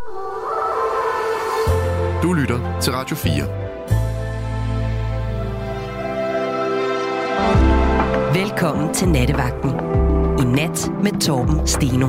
Du lytter til Radio 4. Velkommen til Nattevagten. I nat med Torben Steno.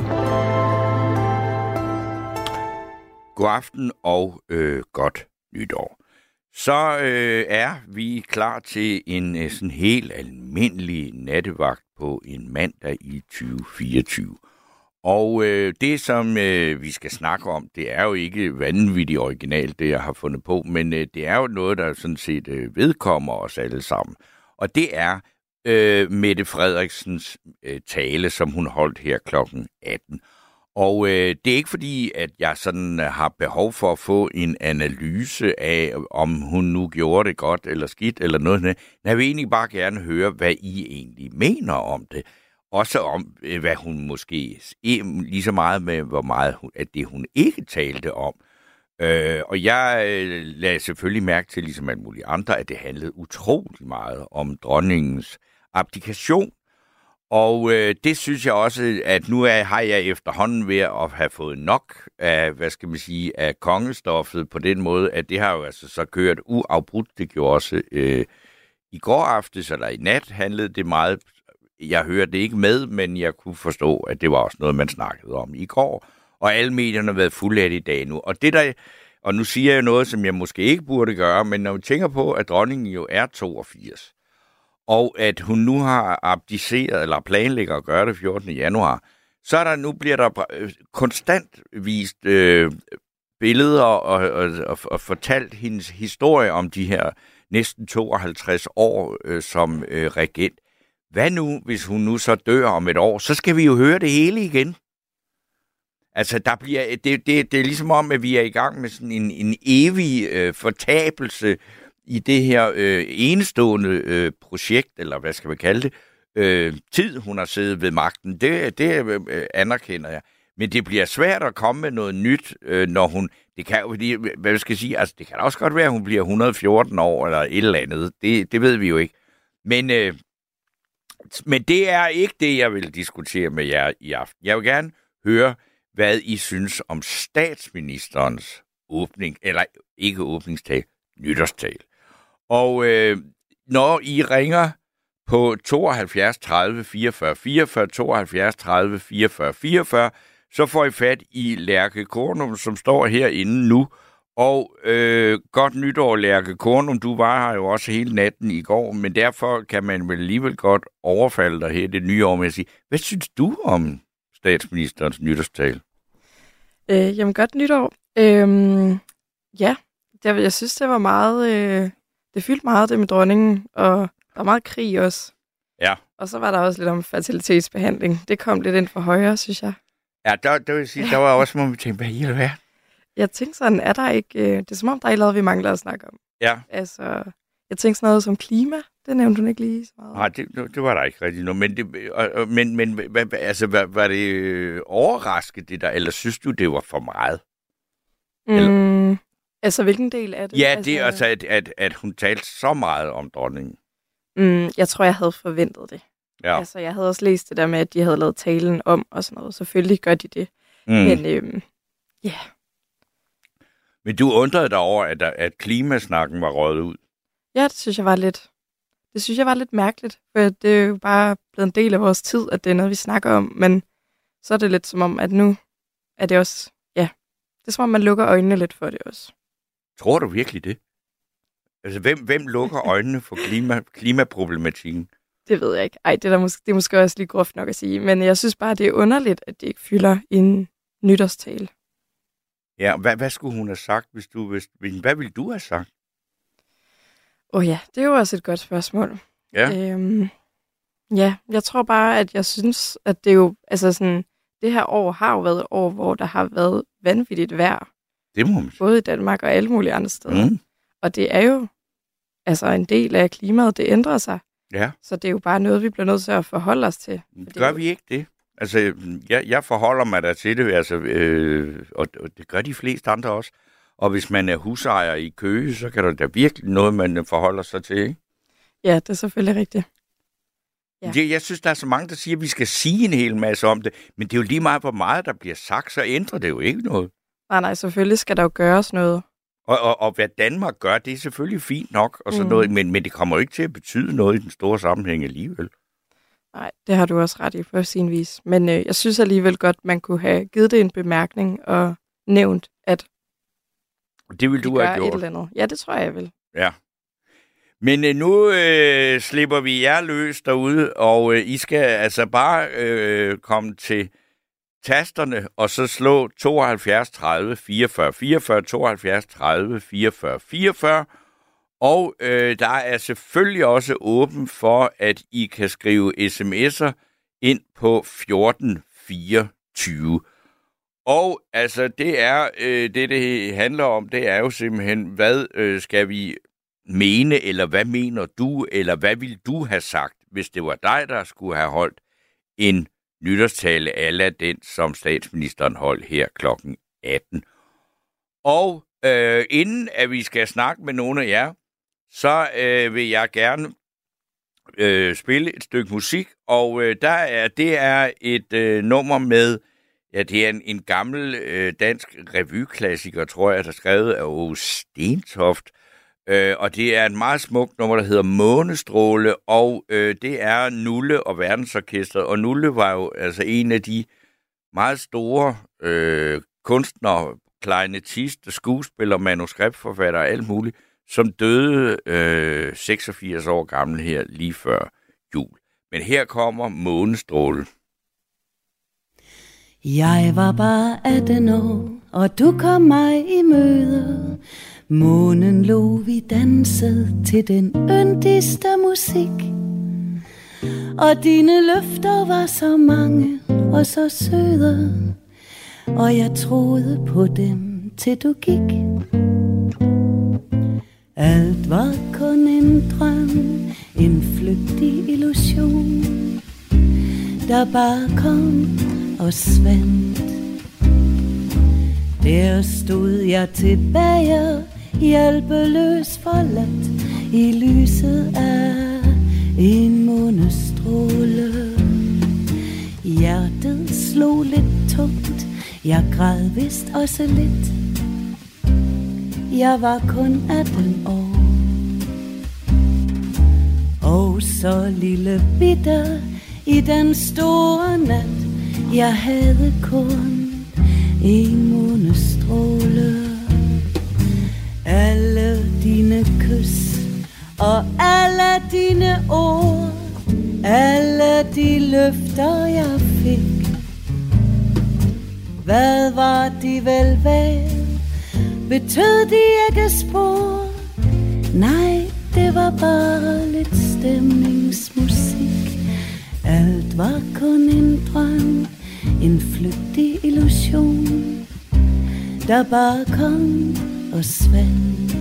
God aften og godt nytår. Så er vi klar til en sådan helt almindelig nattevagt på en mandag i 2024. Og det, som vi skal snakke om, det er jo ikke vanvittigt originalt, det jeg har fundet på, men det er jo noget, der sådan set vedkommer os alle sammen. Og det er Mette Frederiksens tale, som hun holdt her klokken 18. Og det er ikke fordi, at jeg sådan har behov for at få en analyse af, om hun nu gjorde det godt eller skidt eller noget. Men jeg vil egentlig bare gerne høre, hvad I egentlig mener om det. Også om, hvad hun måske, lige så meget med, hvor meget at det hun ikke talte om. Og jeg lagde selvfølgelig mærke til, ligesom alle mulige andre, at det handlede utrolig meget om dronningens abdikation. Og det synes jeg også, at nu har jeg efterhånden ved at have fået nok af, af kongestoffet på den måde, at det har jo altså så kørt uafbrudt. Det gjorde også i går aftes, eller i nat handlede det meget. Jeg hørte det ikke med, men jeg kunne forstå, at det var også noget, man snakkede om i går. Og alle medierne har været fulde af det i dag nu. Og nu siger jeg noget, som jeg måske ikke burde gøre, men når vi tænker på, at dronningen jo er 82, og at hun nu har abdiceret, eller planlægger at gøre det 14. januar, så bliver der konstant vist billeder og fortalt hendes historie om de her næsten 52 år som regent. Hvad nu, hvis hun nu så dør om et år? Så skal vi jo høre det hele igen. Altså, det er ligesom om, at vi er i gang med sådan en evig fortabelse i det her enestående projekt, eller hvad skal man kalde det, tid hun har siddet ved magten. Det anerkender jeg. Men det bliver svært at komme med noget nyt, når hun... Det kan jo, hvad skal jeg sige, altså det kan også godt være, at hun bliver 114 år, eller et eller andet. Det ved vi jo ikke. Men det er ikke det, jeg vil diskutere med jer i aften. Jeg vil gerne høre, hvad I synes om statsministerens åbning, eller ikke åbningstale, nytårstale. Og når I ringer på 72 30 44 44, 72 30 44 44, så får I fat i Lærke Kornum, som står herinde nu. Og godt nytår, Lærke Kornum. Du var her jo også hele natten i går, men derfor kan man vel alligevel godt overfalde dig her det nye år med at sige, hvad synes du om statsministerens nytårstale? Jamen godt nytår. Ja, jeg synes, det var meget... det fyldte meget det med dronningen, og der var meget krig også. Ja. Og så var der også lidt om fertilitetsbehandling. Det kom lidt ind for højre, synes jeg. Ja, der vil sige, der var også, hvor vi tænkte, hvad i alverden? Jeg tænkte sådan, er der ikke... det er som om, der er noget, vi mangler at snakke om. Ja. Altså, jeg tænkte sådan noget som klima. Det nævnte hun ikke lige så meget. Nej, det var der ikke rigtig noget. Men var det overrasket det der, eller synes du, det var for meget? Altså, hvilken del af det? Ja, det er altså, at hun talte så meget om dronningen. Jeg tror, jeg havde forventet det. Ja. Altså, jeg havde også læst det der med, at de havde lavet talen om og sådan noget. Selvfølgelig gør de det. Men ja. Men du undrede dig over, at klimasnakken var røget ud? Ja, det synes jeg var lidt mærkeligt. For det er jo bare blevet en del af vores tid, at det er noget, vi snakker om. Men så er det lidt som om, at nu er det også... Ja, det er som om, man lukker øjnene lidt for det også. Tror du virkelig det? Altså, hvem lukker øjnene for klimaproblematikken? Det ved jeg ikke. Ej, det er måske også lige groft nok at sige. Men jeg synes bare, det er underligt, at det ikke fylder en nytårstale. Ja, hvad skulle hun have sagt, hvad ville du have sagt? Ja, det er jo også et godt spørgsmål. Ja. Ja, jeg tror bare, at jeg synes, at det jo, altså sådan, det her år har jo været et år, hvor der har været vanvittigt vejr. Det må man sige. Både i Danmark og alle mulige andre steder. Og det er jo altså en del af klimaet, det ændrer sig. Ja. Så det er jo bare noget, vi bliver nødt til at forholde os til. Gør vi ikke det? Altså, jeg forholder mig da til det, altså, og det gør de fleste andre også. Og hvis man er husejer i Køge, så kan der da virkelig noget, man forholder sig til, ikke? Ja, det er selvfølgelig rigtigt. Ja. Jeg synes, der er så mange, der siger, at vi skal sige en hel masse om det. Men det er jo lige meget, hvor meget der bliver sagt, så ændrer det jo ikke noget. Nej, selvfølgelig skal der jo gøres noget. Og hvad Danmark gør, det er selvfølgelig fint nok, og sådan noget, men det kommer jo ikke til at betyde noget i den store sammenhæng alligevel. Nej, det har du også ret i på sin vis. Men jeg synes alligevel godt, man kunne have givet det en bemærkning og nævnt, at det vil du have gjort. Et eller andet. Ja, det tror jeg vil. Ja. Men nu slipper vi jer løs derude, og I skal altså bare komme til tasterne, og så slå 72 30 44 44, 72 30 44 44, og der er selvfølgelig også åben for, at I kan skrive sms'er ind på 1424. Og altså, det er det handler om, det er jo simpelthen, hvad skal vi mene, eller hvad mener du, eller hvad ville du have sagt, hvis det var dig, der skulle have holdt en nytårstale a den, som statsministeren holdt her klokken 18. Og inden at vi skal snakke med nogle af jer, så vil jeg gerne spille et stykke musik, og det er et nummer med, ja, det er en gammel dansk revyklassiker, tror jeg, der er skrevet af Aage Stentoft, og det er et meget smukt nummer, der hedder Månestråle, og det er Nulle og Verdensorkestret, og Nulle var jo altså en af de meget store kunstnere, klarinettist, skuespiller, manuskriptforfatter og alt muligt, som døde 86 år gammel her lige før jul. Men her kommer Månestråle. Jeg var bare 18 år, og du kom mig i møde. Månen lå, vi dansede til den yndigste musik. Og dine løfter var så mange og så søde, og jeg troede på dem, til du gik. Alt var kun en drøm, en flygtig illusion, der bare kom og svandt. Der stod jeg tilbage, hjælpeløs forladt, i lyset af en månestråle. Hjertet slog lidt tungt, jeg græd vist også lidt. Jeg var kun 18 år, og så lille bitte i den store nat. Jeg havde kun en månestråle. Alle dine kys og alle dine ord, alle de løfter jeg fik, hvad var de vel værd? Betød de ikke spor? Nej, det var bare lidt stemningsmusik. Alt var kun en drøm, en flygtig illusion, der bare kom og svandt.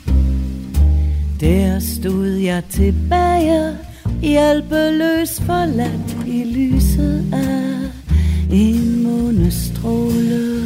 Der stod jeg tilbage, hjælpeløs forladt, i lyset af en månestråle.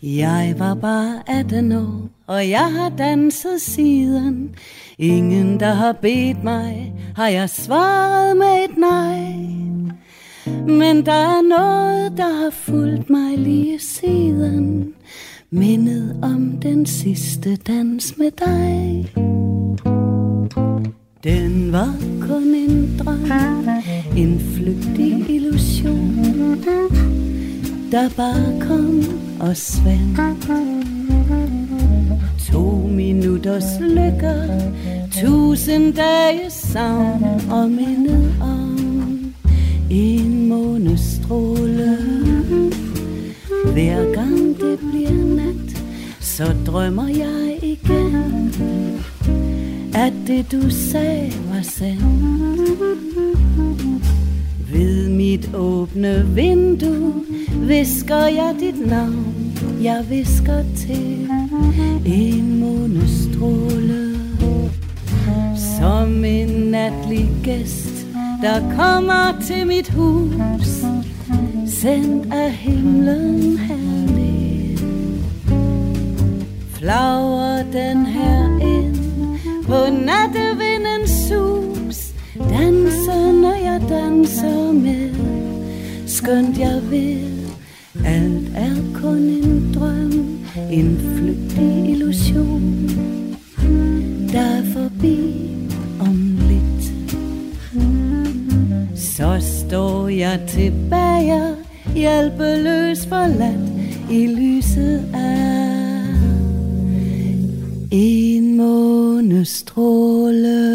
Jeg var bare 18 år, og jeg har danset siden. Ingen, der har bedt mig, har jeg svaret med et nej. Men der er noget, der har fulgt mig lige siden. Mindet om den sidste dans med dig. Den var kun en drøm, en flygtig illusion, der bare kom og svandt. 2 minutters lykker, 1000 dages savn, og mindet om en månestråle. Hver gang det bliver nat, så drømmer jeg igen, at det du sagde var sandt. Ved mit åbne vindue hvisker jeg dit navn. Jeg hvisker til en månestråle, som en natlig gæst, der kommer til mit hus, sendt af himlen herned. Flagrer den her ind på nattevindens sus, danser når jeg danser med. Skønt jeg ved, alt er kun en drøm, en flygtig illusion, der er forbi om lidt. Så står jeg tilbage, hjælpeløs forladt i lyset af en månestråle.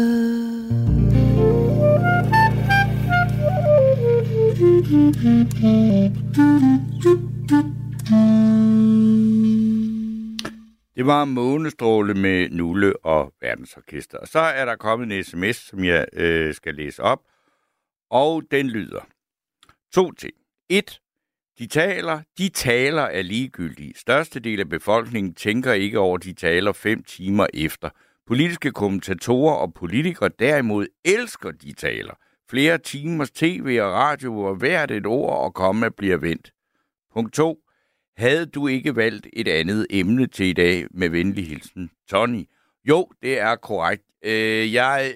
Det var Månestråle med Nulle og Verdensorkester. Og så er der kommet en sms, som jeg skal læse op. Og den lyder. 2 ting. 1. De taler er ligegyldige. Største del af befolkningen tænker ikke over de taler 5 timer efter. Politiske kommentatorer og politikere derimod elsker de taler. Flere timers tv og radio, hvor hvert et ord og komma bliver vendt. Punkt 2. Havde du ikke valgt et andet emne til i dag med venlig hilsen, Tony? Jo, det er korrekt. Jeg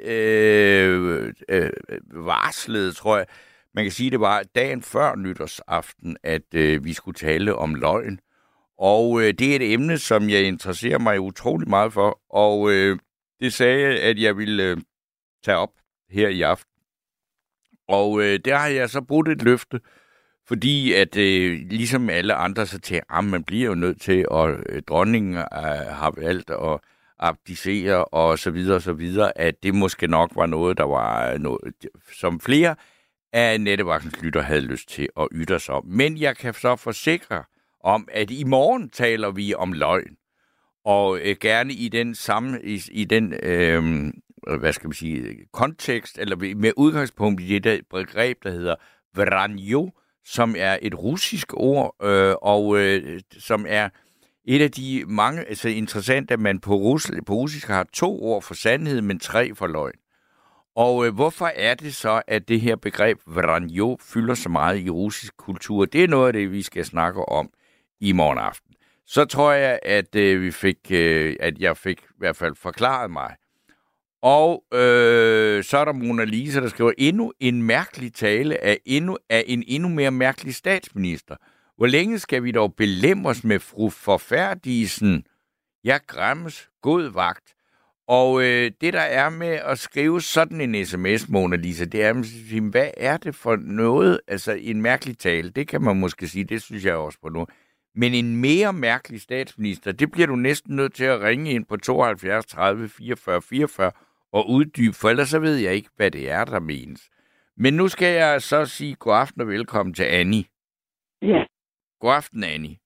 varslede, tror jeg, man kan sige, det var dagen før nytårsaften, at vi skulle tale om løgn. Og det er et emne, som jeg interesserer mig utrolig meget for. Og det sagde jeg, at jeg ville tage op her i aften. Og der har jeg så brudt et løfte, fordi at ligesom alle andre, så tænker man bliver jo nødt til, og dronningen har valgt at abdicere og så videre, at det måske nok var noget, der var noget, som flere af Nettevagtens lytter havde lyst til at ytre sig om. Men jeg kan så forsikre om, at i morgen taler vi om løgn, og gerne i den hvad skal man sige, kontekst, eller med udgangspunkt i det der begreb, der hedder vranjo, som er et russisk ord, og som er et af de mange, altså interessant, at man på russisk har 2 ord for sandhed, men 3 for løgn. Og hvorfor er det så, at det her begreb vranjo fylder så meget i russisk kultur? Det er noget af det, vi skal snakke om i morgen aften. Så tror jeg, at jeg fik i hvert fald forklaret mig. Og så er der Mona Lisa, der skriver, endnu en mærkelig tale af en endnu mere mærkelig statsminister. Hvor længe skal vi dog belemres med fru Forfærdigelsen? Jeg græmmes, god vagt. Og det, der er med at skrive sådan en sms, Mona Lisa, det er, hvad er det for noget? Altså, en mærkelig tale, det kan man måske sige, det synes jeg også på nu. Men en mere mærkelig statsminister, det bliver du næsten nødt til at ringe ind på 72 30 44 44 og uddybe, for ellers så ved jeg ikke, hvad det er, der menes. Men nu skal jeg så sige god aften og velkommen til Annie. Ja. God aften, Annie.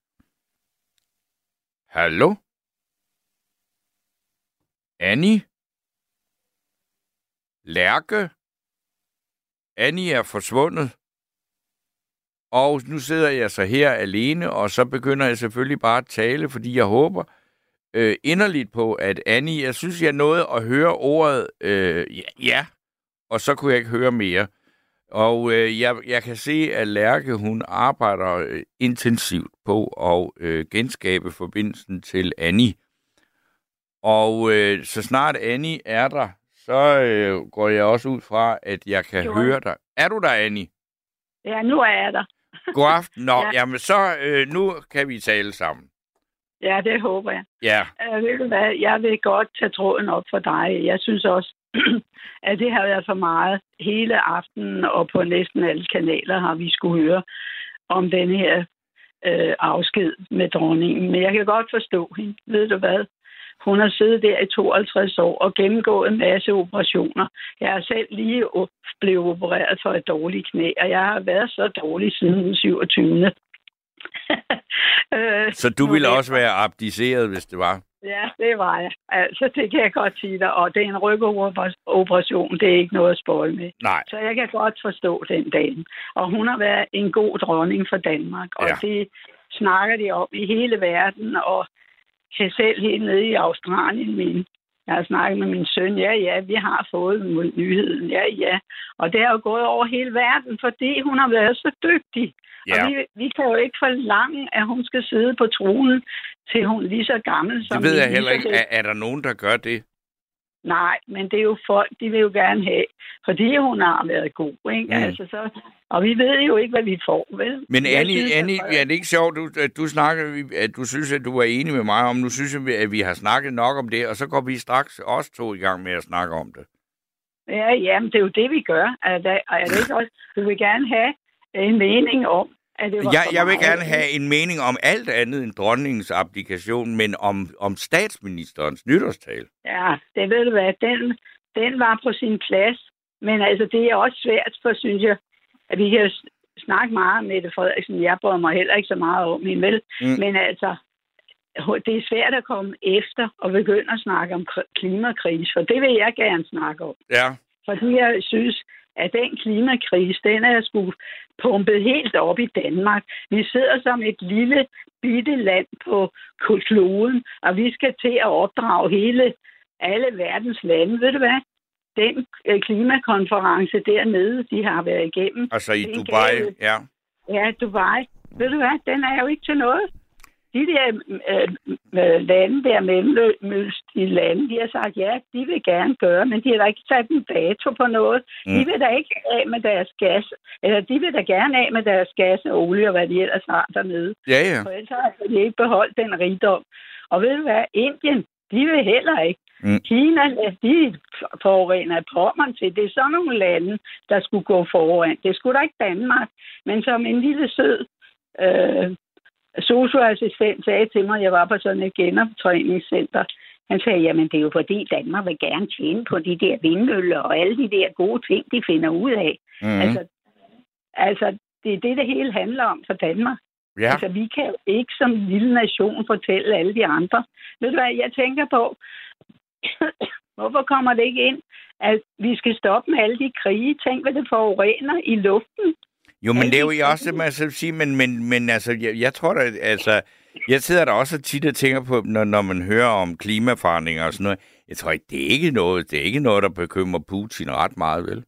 Hallo? Annie? Lærke? Annie er forsvundet. Og nu sidder jeg så her alene, og så begynder jeg selvfølgelig bare at tale, fordi jeg håber inderligt på, at Annie, jeg synes, jeg nåede at høre ordet ja, og så kunne jeg ikke høre mere. Og jeg kan se, at Lærke, hun arbejder intensivt på at genskabe forbindelsen til Annie. Og så snart Annie er der, så går jeg også ud fra, at jeg kan høre dig. Er du der, Annie? Ja, nu er jeg der. God aften. Nå, jamen så nu kan vi tale sammen. Ja, det håber jeg. Ja. Ved du hvad, jeg vil godt tage tråden op for dig. Jeg synes også, at det har været for meget. Hele aftenen og på næsten alle kanaler har vi skulle høre om denne her afsked med dronningen. Men jeg kan godt forstå hende. Ved du hvad? Hun har siddet der i 52 år og gennemgået en masse operationer. Jeg har selv lige blevet opereret for et dårligt knæ, og jeg har været så dårlig siden den 27. Så du ville også være abdiceret, hvis det var? Ja, det var jeg. Altså, det kan jeg godt sige dig. Og det er en rygoperation, det er ikke noget at spøje med. Nej. Så jeg kan godt forstå den dag. Og hun har været en god dronning for Danmark. Og det snakker de om i hele verden, og kan selv helt nede i Australien. Jeg har snakket med min søn. Ja, vi har fået nyheden. Ja. Og det er jo gået over hele verden, fordi hun har været så dygtig. Ja. Og vi kan jo ikke forlange, at hun skal sidde på tronen, til hun er lige så gammel som... Det ved jeg heller ikke. Er der nogen, der gør det? Nej, men det er jo folk, de vil jo gerne have, fordi hun har været god, ikke? Mm. Altså, så, og vi ved jo ikke, hvad vi får, vel? Men Annie, er det ikke sjovt, du snakker, at du synes, at du er enig med mig om, nu synes jeg, at vi har snakket nok om det, og så går vi straks også to i gang med at snakke om det. Ja, men det er jo det, vi gør. Er det ikke også, du vil gerne have en mening om, at det var jeg vil gerne have en mening om alt andet end dronningens abdikation, men om statsministerens nytårstale. Ja, det ved du hvad, den var på sin plads, men altså det er også svært, for synes jeg, at vi kan snakke meget om Mette Frederiksen. Jeg bryder mig heller ikke så meget om hende, vel? Men altså, det er svært at komme efter og begynde at snakke om klimakrise, for det vil jeg gerne snakke om. Ja. Fordi jeg synes, at den klimakrise, den er sgu pumpet helt op i Danmark. Vi sidder som et lille, bitte land på kloden, og vi skal til at opdrage alle verdens lande. Ved du hvad? Den klimakonference dernede, de har været igennem. Altså i Dubai, ja. Ja, Dubai. Ved du hvad? Den er jo ikke til noget. De der lande, der mellemøstlige lande, de har sagt, ja, de vil gerne gøre, men de har da ikke sat en dato på noget. De vil da ikke af med deres gas, eller de vil da gerne af med deres gas og olie, og hvad de ellers har dernede. Ja. For ellers har de ikke beholdt den rigdom. Og ved du hvad, Indien, de vil heller ikke. Kina, de forurener Pommern til. Det er sådan nogle lande, der skulle gå foran. Det skulle da ikke Danmark. Men som en lille sød socioassistent sagde til mig, jeg var på sådan et genoptræningscenter. Han sagde, jamen det er jo fordi Danmark vil gerne tjene på de der vindmøller og alle de der gode ting, de finder ud af. Altså, det er det hele handler om for Danmark. Ja. Altså, vi kan jo ikke som lille nation fortælle alle de andre. Ved du hvad, jeg tænker på, hvorfor kommer det ikke ind, at vi skal stoppe med alle de krige? Tænk, hvad det forurener i luften. Jo, men det er jo også det, man skal sige, men altså, jeg tror da, altså, jeg sidder der også tit og tænker på, når man hører om klimaforandringer og sådan noget, jeg tror ikke, det er ikke noget, der bekymrer Putin ret meget, vel?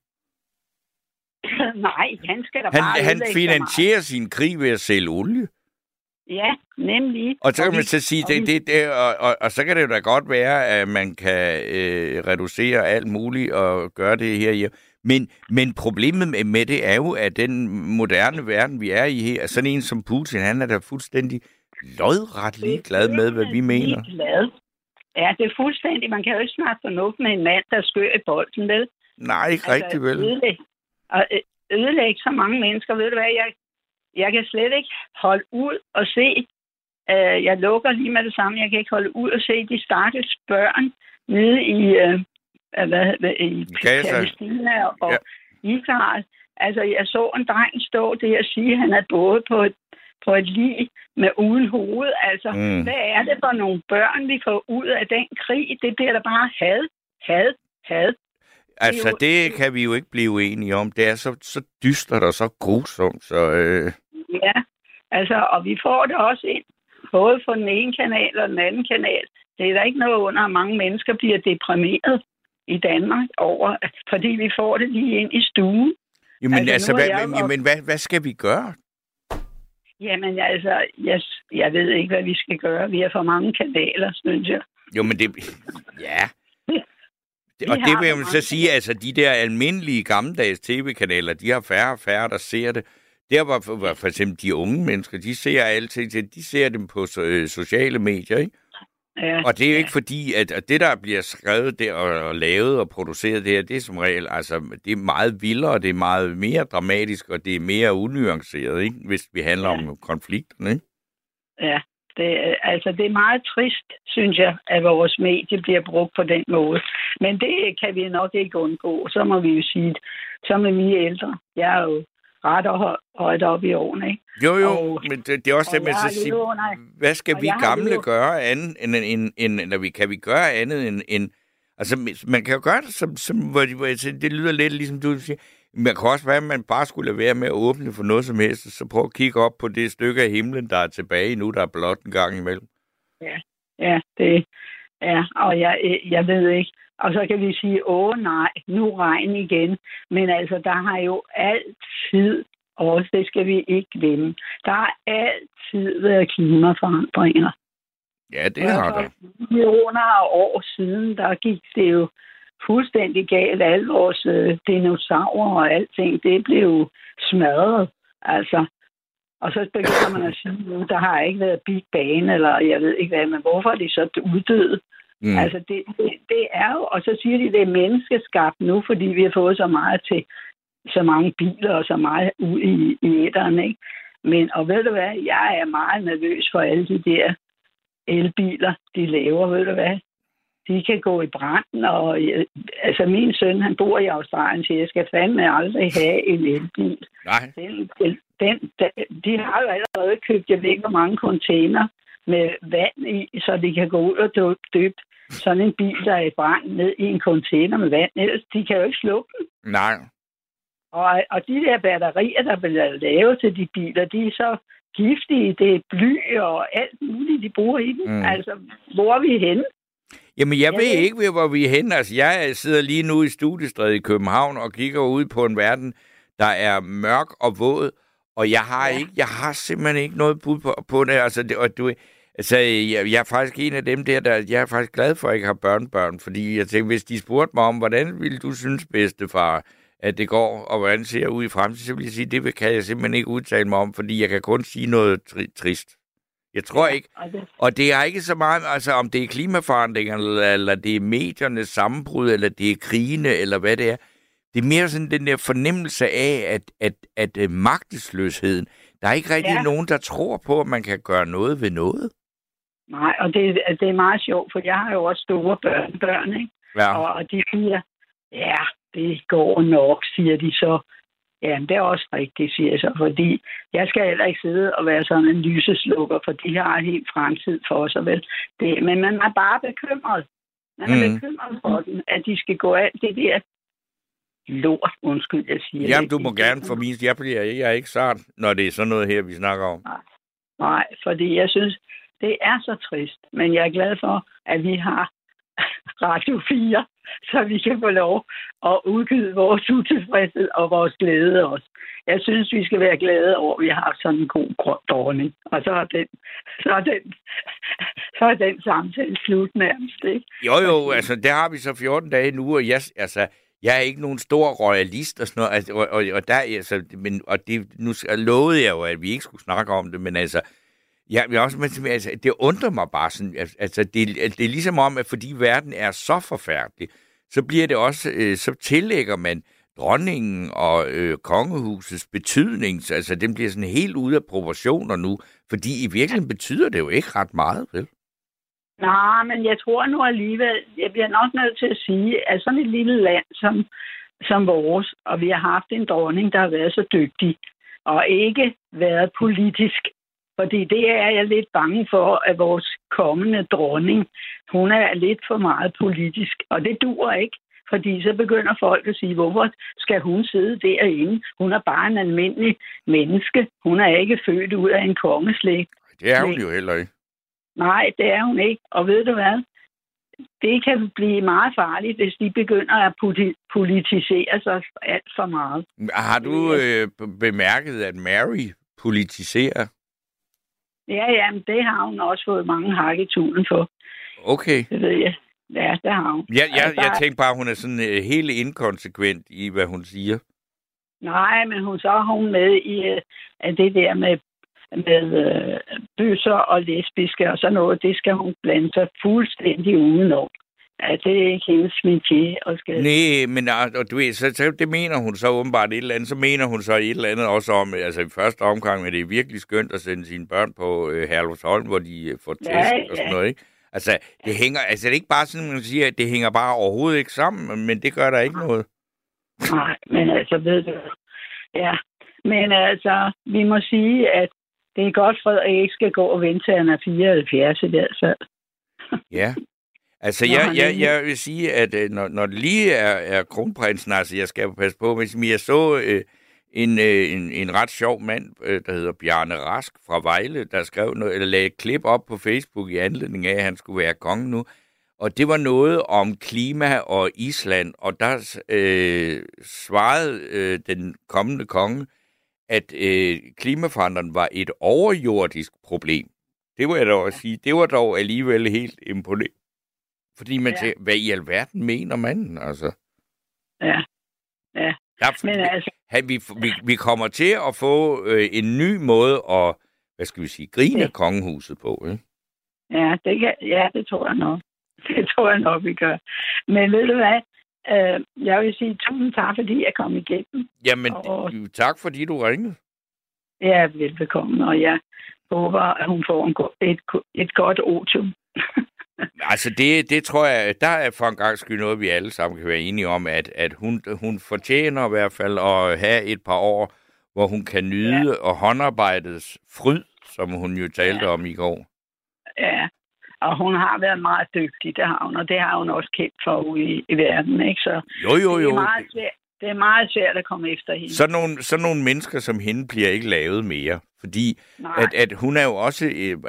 Nej, han skal da bare... Han finansierer sin krig ved at sælge olie. Ja, nemlig. Og så kan man så sige, og så kan det jo da godt være, at man kan reducere alt muligt og gøre det her. Men problemet med det er jo, at den moderne verden, vi er i her, sådan en som Putin, han er da fuldstændig lodret ligeglad med, hvad vi mener. Ja, det er fuldstændig. Man kan jo ikke snakke fornuft med en mand, der skør i bolden, vel? Nej, ikke rigtig vel. Ødelægge så mange mennesker, ved du hvad, jeg kan slet ikke holde ud og se, jeg lukker lige med det samme, jeg kan ikke holde ud og se de stakkels børn nede i Palæstina og Israel. Altså, jeg så en dreng stå der og sige, at han er både på et lig med uden hoved. Altså, hvad er det for nogle børn, vi får ud af den krig? Det bliver da bare had. Altså, det kan vi jo ikke blive uenige om. Det er så dystert og så grusomt, så... Ja, altså, og vi får det også ind, både fra den ene kanal og den anden kanal. Det er der ikke noget under, at mange mennesker bliver deprimeret i Danmark over, fordi vi får det lige ind i stuen. Jamen, hvad skal vi gøre? Jamen, altså, jeg ved ikke, hvad vi skal gøre. Vi har for mange kanaler, synes jeg. Jo, men det... Ja. Og det vil jeg så sige, altså, de der almindelige gammeldags tv-kanaler, de har færre og færre, der ser det. Der var for eksempel de unge mennesker, de ser altid, de ser dem på sociale medier, ikke? Ja, og det er jo ikke fordi, at det, der bliver skrevet der og lavet og produceret der, det er som regel, altså, det er meget vildere, det er meget mere dramatisk, og det er mere unuanceret, ikke? Hvis vi handler om konflikterne, ikke? Ja, det er meget trist, synes jeg, at vores medie bliver brugt på den måde. Men det kan vi nok ikke undgå. Så må vi jo sige, så er vi ældre. Jeg er jo ret og højt op i årene, ikke? Jo, men det er også det, man skal sige, hvad skal vi gamle gøre andet, kan vi gøre andet end altså, man kan jo gøre det, som det lyder lidt ligesom du siger, man kan også være, at man bare skulle lade være med at åbne for noget som helst, så prøv at kigge op på det stykke af himlen, der er tilbage nu, der er blot en gang imellem. Ja, det er, og jeg ved ikke. Og så kan vi sige, nej, nu regn igen. Men altså, der har jo altid, også det skal vi ikke glemme, der har altid været klimaforandringer. Ja, det har der. Millioner af år siden, der gik det jo fuldstændig galt. Alle vores dinosaurer og alting, det blev smadret. Altså, og så begynder man at sige, nu der har ikke været Big Bang, eller jeg ved ikke hvad, men hvorfor er de så uddøde? Altså, det er jo, og så siger de, det er menneskeskabt nu, fordi vi har fået så meget til så mange biler og så meget ud i æteren, ikke? Men, og ved du hvad, jeg er meget nervøs for alle de der elbiler, de laver, ved du hvad? De kan gå i branden, og altså min søn, han bor i Australien, så jeg skal fandme aldrig have en elbil. Nej. De har jo allerede købt, jeg ved ikke, hvor mange container med vand i, så de kan gå ud og døbe sådan en bil, der er i brand, ned i en container med vand. Ellers, de kan jo ikke slukke den. Nej. Og de der batterier, der bliver lavet til de biler, de er så giftige. Det er bly og alt muligt, de bruger i dem. Altså, hvor er vi henne? Jamen, jeg ved ikke, hvor vi er henne. Altså, jeg sidder lige nu i Studiestræde i København og kigger ud på en verden, der er mørk og våd, og jeg har simpelthen ikke noget bud på det. Altså, jeg er faktisk en af dem der, jeg er faktisk glad for, at jeg ikke har børnebørn, fordi jeg tænker, hvis de spurgte mig om, hvordan ville du synes, bedstefar, at det går, og hvordan ser ud i fremtiden, så vil jeg sige, det kan jeg simpelthen ikke udtale mig om, fordi jeg kan kun sige noget trist. Jeg tror ikke. Og det er ikke så meget, altså om det er klimaforandringer, eller det er mediernes sammenbrud, eller det er krigene, eller hvad det er. Det er mere sådan den der fornemmelse af, at magtesløsheden, der er ikke rigtig nogen, der tror på, at man kan gøre noget ved noget. Nej, og det er meget sjovt, for jeg har jo også store børn, ikke? Ja. Og de siger, ja, det går nok, siger de så. Ja, det er også rigtigt, siger jeg så, fordi jeg skal heller ikke sidde og være sådan en lyseslukker, for de har en helt fremtid for sig, vel? Men man er bare bekymret. Man er bekymret for dem, at de skal gå alt det der lort, undskyld, jeg siger. Jamen, du må gerne formise, jeg er ikke sart, når det er sådan noget her, vi snakker om. Nej, fordi jeg synes, det er så trist, men jeg er glad for, at vi har Radio 4, så vi kan få lov at udgyde vores utilfredshed og vores glæde også. Jeg synes, vi skal være glade over, at vi har sådan en god grøn dronning. Og så er den samtale slut nærmest, ikke? Jo, altså, der har vi så 14 dage nu, og jeg er ikke nogen stor royalist og sådan noget, altså, og der, altså, og det, nu lovede jeg jo, at vi ikke skulle snakke om det, men altså, det undrer mig bare sådan, altså, det er ligesom om, at fordi verden er så forfærdelig, så bliver det også, så tillægger man dronningen og kongehusets betydning, altså den bliver sådan helt ude af proportioner nu, fordi i virkeligheden betyder det jo ikke ret meget, vel? Nej, men jeg tror nu alligevel, jeg bliver nok nødt til at sige, at sådan et lille land som vores, og vi har haft en dronning, der har været så dygtig, og ikke været politisk. Fordi det er jeg lidt bange for, at vores kommende dronning, hun er lidt for meget politisk. Og det duer ikke, fordi så begynder folk at sige, hvorfor skal hun sidde derinde? Hun er bare en almindelig menneske. Hun er ikke født ud af en kongeslægt. Det er hun jo heller ikke. Nej, det er hun ikke. Og ved du hvad? det kan blive meget farligt, hvis de begynder at politisere sig alt for meget. Har du bemærket, at Mary politiserer? Ja, men det har hun også fået mange hak i tulen for. Okay. Det ved jeg. Ja, det har hun. Jeg tænkte bare, at hun er sådan helt inkonsekvent i, hvad hun siger. Nej, men så er hun med i det der med bøsser og lesbiske og sådan noget. Det skal hun blande sig fuldstændig udenom. Ja, det er ikke hendes métier. Nej, men og du ved, så det mener hun så åbenbart et eller andet. Så mener hun så et eller andet også om, altså i første omgang, at det er virkelig skønt at sende sine børn på Herlufsholm, hvor de får test og sådan noget, ikke? Altså, det hænger, altså det er ikke bare sådan, man siger, at det hænger bare overhovedet ikke sammen, men det gør der ikke noget. Nej, men altså, ved du, ja. Men altså, vi må sige, at det er godt, Frederik ikke skal gå og vente til han er 74 i hvert fald. Ja. Altså, jeg vil sige, at når det lige er kronprinsen, altså, jeg skal passe på, hvis jeg så en ret sjov mand, der hedder Bjarne Rask fra Vejle, der skrev noget, eller lagde et klip op på Facebook i anledning af, at han skulle være konge nu. Og det var noget om klima og Island, og der svarede den kommende konge, at klimaforandringen var et overjordisk problem. Det må jeg dog også sige. Det var dog alligevel helt imponerende. Fordi man tænker, hvad i alverden mener manden, altså? Ja. Men altså... Vi kommer til at få en ny måde at, hvad skal vi sige, grine kongehuset på, ikke? Ja, det tror jeg nok. Det tror jeg nok, vi gør. Men ved du hvad? Jeg vil sige tusind tak, fordi jeg kom igennem. Jamen, tak fordi du ringede. Ja, velbekomme, og jeg håber, at hun får et godt otium. Altså, det tror jeg, der er for en gang skyld noget, vi alle sammen kan være enige om, at hun fortjener i hvert fald at have et par år, hvor hun kan nyde og håndarbejdets fryd, som hun jo talte om i går. Ja, og hun har været meget dygtig, det har hun, og det har hun også kendt for ude i verden, ikke? Så jo. Det er meget svært at komme efter hende. Sådan nogle mennesker som hende bliver ikke lavet mere, fordi at hun er jo også,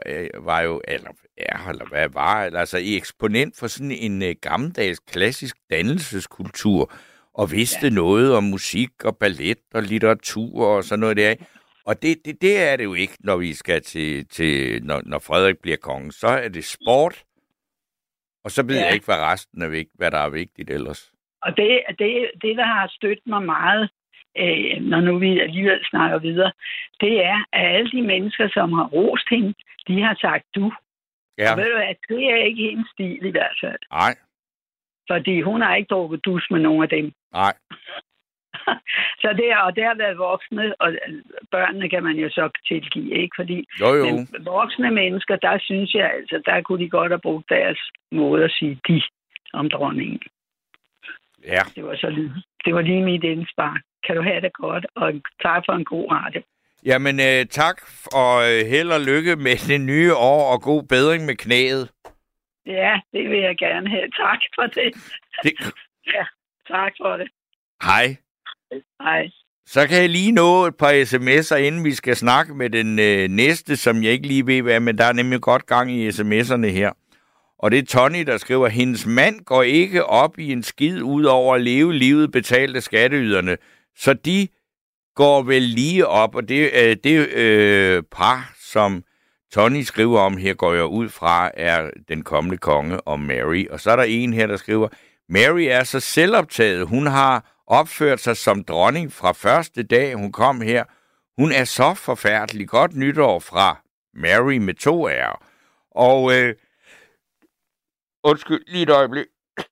eksponent for sådan en gammeldags klassisk dannelseskultur, og vidste noget om musik og ballet og litteratur og sådan noget der. Og det er det jo ikke, når vi skal når Frederik bliver konge. Så er det sport, og så ved jeg ikke, hvad der er vigtigt ellers. Og det, der har støttet mig meget, når nu vi alligevel snakker videre, det er, at alle de mennesker, som har rost hende, de har sagt du. Ja. Og ved du hvad, det er ikke hendes stil i hvert fald. Nej. Fordi hun har ikke drukket dus med nogen af dem. Nej. Så det har været voksne, og børnene kan man jo så tilgive, ikke? Fordi jo. Voksne mennesker, der synes jeg altså, der kunne de godt have brugt deres måde at sige de om dronningen. Ja. Det var lige mit indspark. Kan du have det godt, og tak for en god radio. Jamen, tak, og held og lykke med det nye år, og god bedring med knæet. Ja, det vil jeg gerne have. Tak for det. Ja, tak for det. Hej. Hej. Så kan jeg lige nå et par sms'er, inden vi skal snakke med den næste, som jeg ikke lige ved hvad, men der er nemlig godt gang i sms'erne her. Og det er Tony, der skriver, hendes mand går ikke op i en skid ud over at leve livet betalt af skatteyderne, så de går vel lige op, og det par, som Tony skriver om her, går jeg ud fra, er den kommende konge og Mary. Og så er der en her, der skriver, Mary er så selvoptaget, hun har opført sig som dronning fra første dag, hun kom her. Hun er så forfærdelig. Godt nytår fra Mary med 2 R'er. Og undskyld, lige et øjeblik.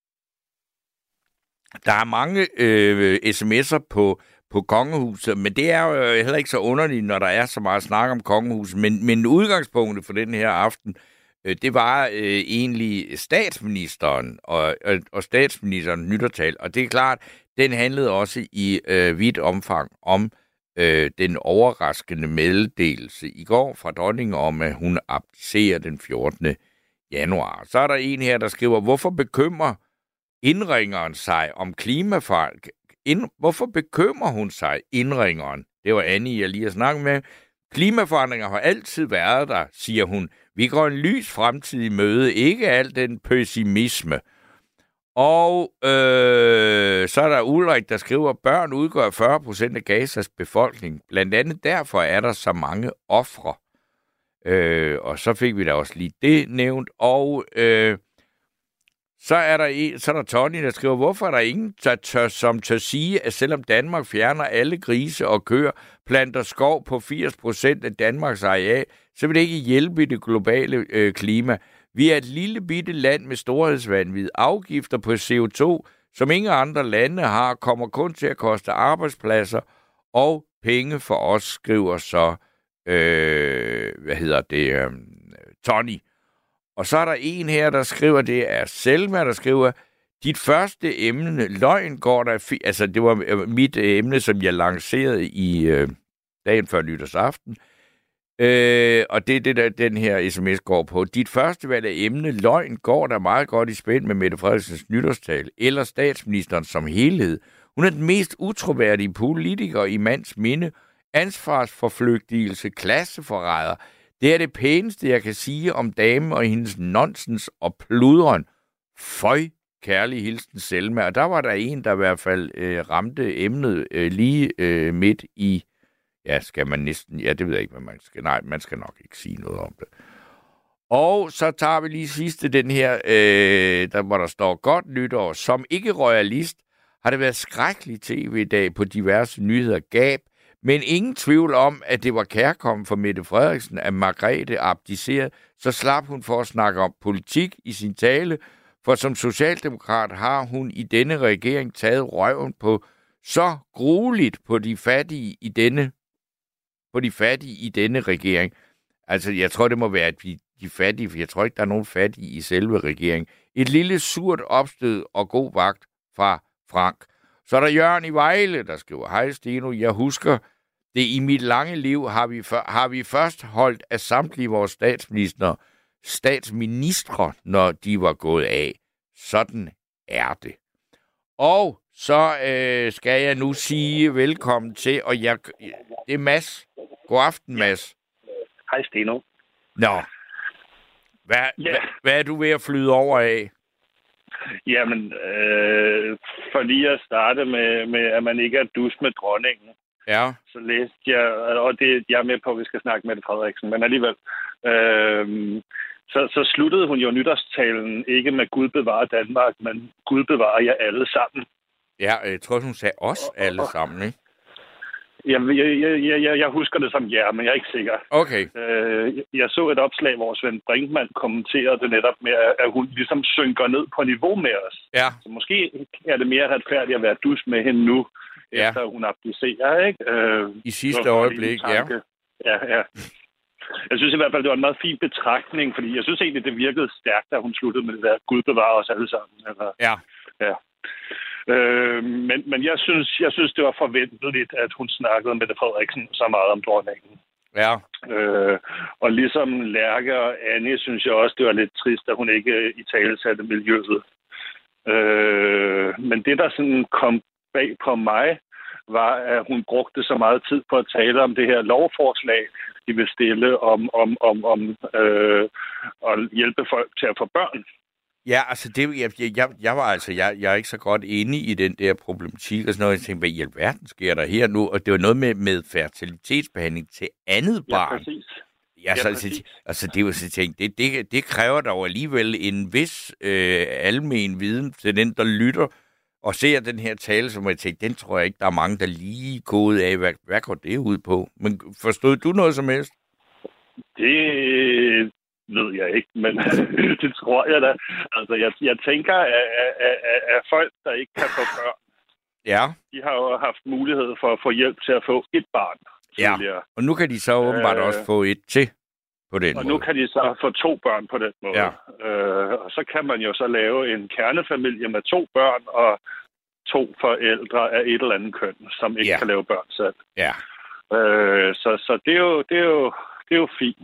Der er mange sms'er på kongehuset, men det er jo heller ikke så underligt, når der er så meget snak om kongehuset. Men udgangspunktet for den her aften, det var egentlig statsministeren og statsministerens nytårstale. Og det er klart, den handlede også i vidt omfang om den overraskende meddelelse i går fra dronningen om, at hun abdicerer den 14. januar. Så er der en her, der skriver, hvorfor bekymrer indringeren sig om klimafart? Hvorfor bekymrer hun sig, indringeren? Det var Annie, jeg lige har snakket med. Klimaforandringer har altid været der, siger hun. Vi går en lys fremtid i møde, ikke al den pessimisme. Og så er der Ulrik, der skriver, at børn udgør 40% af Gazas befolkning. Blandt andet derfor er der så mange ofre. Og så fik vi da også lige det nævnt. Og så er der Tony, der skriver, hvorfor er der ingen, som tør sige, at selvom Danmark fjerner alle grise og køer, planter skov på 80% af Danmarks areal, så vil det ikke hjælpe i det globale klima. Vi er et lille bitte land med storhedsvanvid. Afgifter på CO2, som ingen andre lande har, kommer kun til at koste arbejdspladser og penge for os, skriver så, Tony. Og så er der en her, der skriver, det er Selma, der skriver, dit første emne, løgn går der... Altså, det var mit emne, som jeg lancerede i dagen før nytårsaften. Og det er det, der den her sms går på. Dit første valg af emne, løgn, går der meget godt i spænd med Mette Frederiksens nytårstale, eller statsministeren som helhed. Hun er den mest utroværdige politiker i mands minde. Ansvarsforflygtigelse, klasseforræder. Det er det pæneste, jeg kan sige om damen og hendes nonsens og pludren. Føj, kærlig hilsen Selma. Og der var der en, der i hvert fald ramte emnet lige midt i... Ja, skal man næsten... Ja, det ved jeg ikke, hvad man skal... Nej, man skal nok ikke sige noget om det. Og så tager vi lige sidste den her, hvor der står godt nytår. Som ikke royalist har det været skrækkeligt tv i dag på diverse nyheder gab, men ingen tvivl om, at det var kærkommen for Mette Frederiksen, at Margrethe abdicerede, så slap hun for at snakke om politik i sin tale, for som socialdemokrat har hun i denne regering taget røven på så grueligt på de fattige i denne regering. Altså, jeg tror, det må være de fattige, for jeg tror ikke, der er nogen fattige i selve regeringen. Et lille surt opstød og god vagt fra Frank. Så er der Jørgen i Vejle, der skriver, hej Steno, jeg husker det i mit lange liv, har vi først holdt af samtlige vores statsministre, når de var gået af. Sådan er det. Og så skal jeg nu sige velkommen til, og det er Mads. God aften, Mads. Hej Steno. Nå, hvad er du ved at flyde over af? Jamen, for lige at starte med at man ikke er dus med dronningen, ja. Så læste jeg, og jeg er med på, at vi skal snakke med Mette Frederiksen, men alligevel, så sluttede hun jo nytårstalen ikke med Gud bevarer Danmark, men Gud bevarer jer alle sammen. Ja, jeg tror, hun sagde os alle sammen, ikke? Jeg husker det som ja, men jeg er ikke sikker. Okay. Jeg så et opslag, hvor Svend Brinkmann kommenterede det netop med, at hun ligesom synker ned på niveau med os. Ja. Så måske er det mere retfærdigt at være dus med hende nu, efter hun abdicerer, ikke? I sidste øjeblik, ja. Ja. Jeg synes i hvert fald, det var en meget fin betragtning, fordi jeg synes egentlig, det virkede stærkt, da hun sluttede med det der Gud bevarer os alle sammen. Altså, ja. Men jeg synes, det var forventeligt, at hun snakkede med Mette Frederiksen så meget om dronningen. Ja. Og ligesom Lærke og Annie, synes jeg også, det var lidt trist, at hun ikke italesatte miljøet. Men det, der sådan kom bag på mig, var, at hun brugte så meget tid på at tale om det her lovforslag, de vil stille om at hjælpe folk til at få børn. Ja, altså jeg er ikke så godt inde i den der problematik og sådan noget. Jeg tænkte, hvad i alverden sker der her nu? Og det var noget med fertilitetsbehandling til andet barn. Ja, præcis. Ja, altså det var så tænkt, det kræver dog alligevel en vis almen viden til den, der lytter og ser den her tale, som jeg tænkte, den tror jeg ikke, der er mange, der lige kodede af, hvad går det ud på? Men forstod du noget som helst? Det ved jeg ikke, men det tror jeg da. Altså, jeg tænker, at folk, der ikke kan få børn, de har jo haft mulighed for at få hjælp til at få et barn tidligere. Ja, og nu kan de så åbenbart også få et til på den måde. Og nu kan de så få 2 børn på den måde. Ja. Og så kan man jo så lave en kernefamilie med 2 børn og 2 forældre af et eller andet køn, som ikke kan lave børn selv. Ja. Så det er jo fint.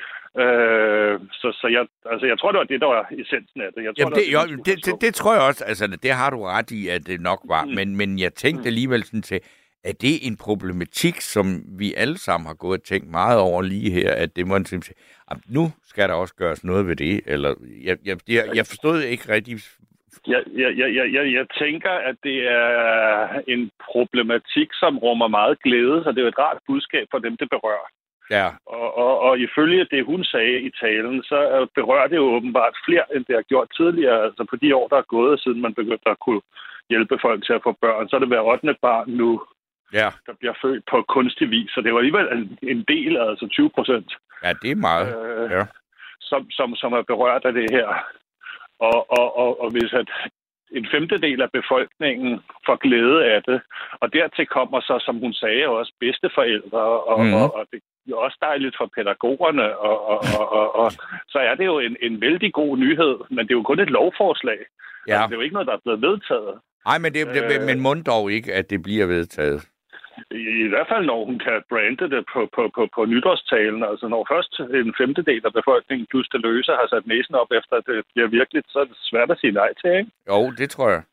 Jeg tror, det var det, der var essensen af det. Det tror jeg også. Altså, det har du ret i, at det nok var. Men jeg tænkte alligevel sådan til, Er det en problematik, som vi alle sammen har gået og tænkt meget over lige her, at det må man sige, nu skal der også gøres noget ved det? Eller jeg forstod ikke rigtig. Jeg tænker, at det er en problematik, som rummer meget glæde, så det er jo et rart budskab for dem, det berører. Ja. Og ifølge det, hun sagde i talen, så berører det jo åbenbart flere, end det har gjort tidligere. Altså på de år, der er gået, siden man begyndte at kunne hjælpe folk til at få børn, så er det hver 8. barn nu, der bliver født på kunstig vis. Så det var alligevel en del, altså 20%. Ja, det er meget. Som er berørt af det her. Og hvis at en 1/5 af befolkningen får glæde af det, og dertil kommer så, som hun sagde, også bedsteforældre, og det er også dejligt for pædagogerne, og så er det jo en vældig god nyhed, men det er jo kun et lovforslag. Ja. Altså, det er jo ikke noget, der er blevet vedtaget. Nej, men må dog ikke, at det bliver vedtaget. I hvert fald, når hun kan brande det på nytårstalen. Altså, når først en 1/5 af befolkningen plus det løse har sat næsen op efter, at det bliver virkeligt, så er det svært at sige nej til, ikke? Jo, det tror jeg.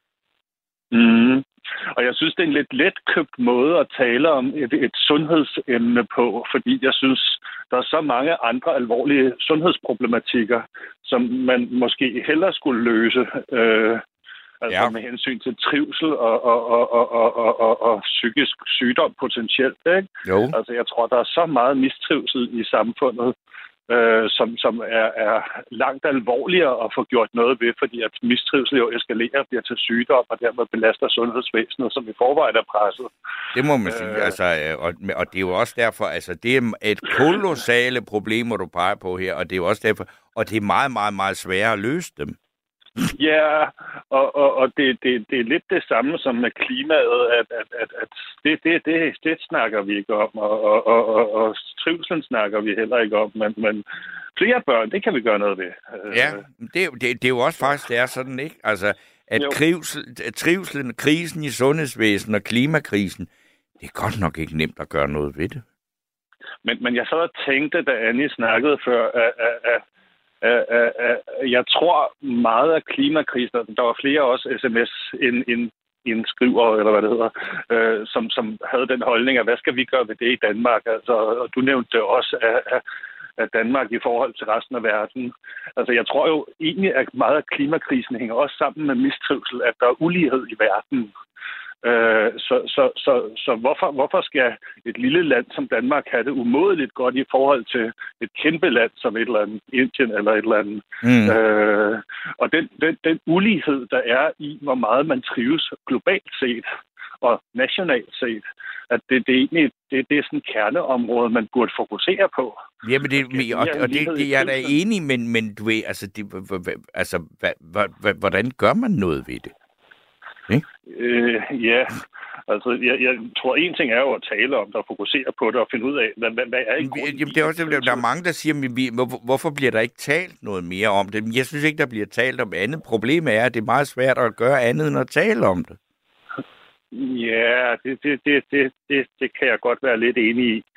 Og jeg synes, det er en lidt letkøbt måde at tale om et sundhedsemne på, fordi jeg synes, der er så mange andre alvorlige sundhedsproblematikker, som man måske hellere skulle løse. Med hensyn til trivsel og psykisk sygdom potentielt, ikke? Jo. Altså, jeg tror, der er så meget mistrivsel i samfundet, som er langt alvorligere at få gjort noget ved, fordi at mistrivsel jo eskalerer, bliver til sygdom, og dermed belaster sundhedsvæsenet, som i forvejen er presset. Det må man sige, altså, og det er jo også derfor, altså, det er et kolossale problem, du peger på her, og det er jo også derfor, og det er meget, meget, meget sværere at løse dem. Ja, og det er lidt det samme som med klimaet, at det snakker vi ikke om, og trivselen snakker vi heller ikke om, men flere børn, det kan vi gøre noget ved. Ja, det er jo også faktisk, det er sådan, ikke? Altså, at trivselen, krisen i sundhedsvæsenet og klimakrisen, det er godt nok ikke nemt at gøre noget ved det. Men jeg sad og tænkte, da Annie snakkede før, jeg tror meget af klimakrisen, der var flere også sms en skriver, eller hvad det hedder, som havde den holdning af, hvad skal vi gøre ved det i Danmark? Altså, og du nævnte også af Danmark i forhold til resten af verden. Altså, jeg tror jo egentlig, at meget af klimakrisen hænger også sammen med mistrivsel, at der er ulighed i verden. Så hvorfor skal et lille land som Danmark have det umådeligt godt i forhold til et kæmpe land som et eller andet Indien eller et eller andet? Og den ulighed, der er i, hvor meget man trives globalt set og nationalt set, at det er sådan et kerneområde, man burde fokusere på. Jamen, det jeg er da enig, men du ved, altså, hvordan gør man noget ved det? Altså, jeg tror, en ting er jo at tale om det og fokusere på det og finde ud af, hvad er ikke Jamen, det er også, der er mange, der siger, hvorfor bliver der ikke talt noget mere om det? Jeg synes ikke, der bliver talt om andet. Problemet er, at det er meget svært at gøre andet end at tale om det. Ja, det kan jeg godt være lidt enig i.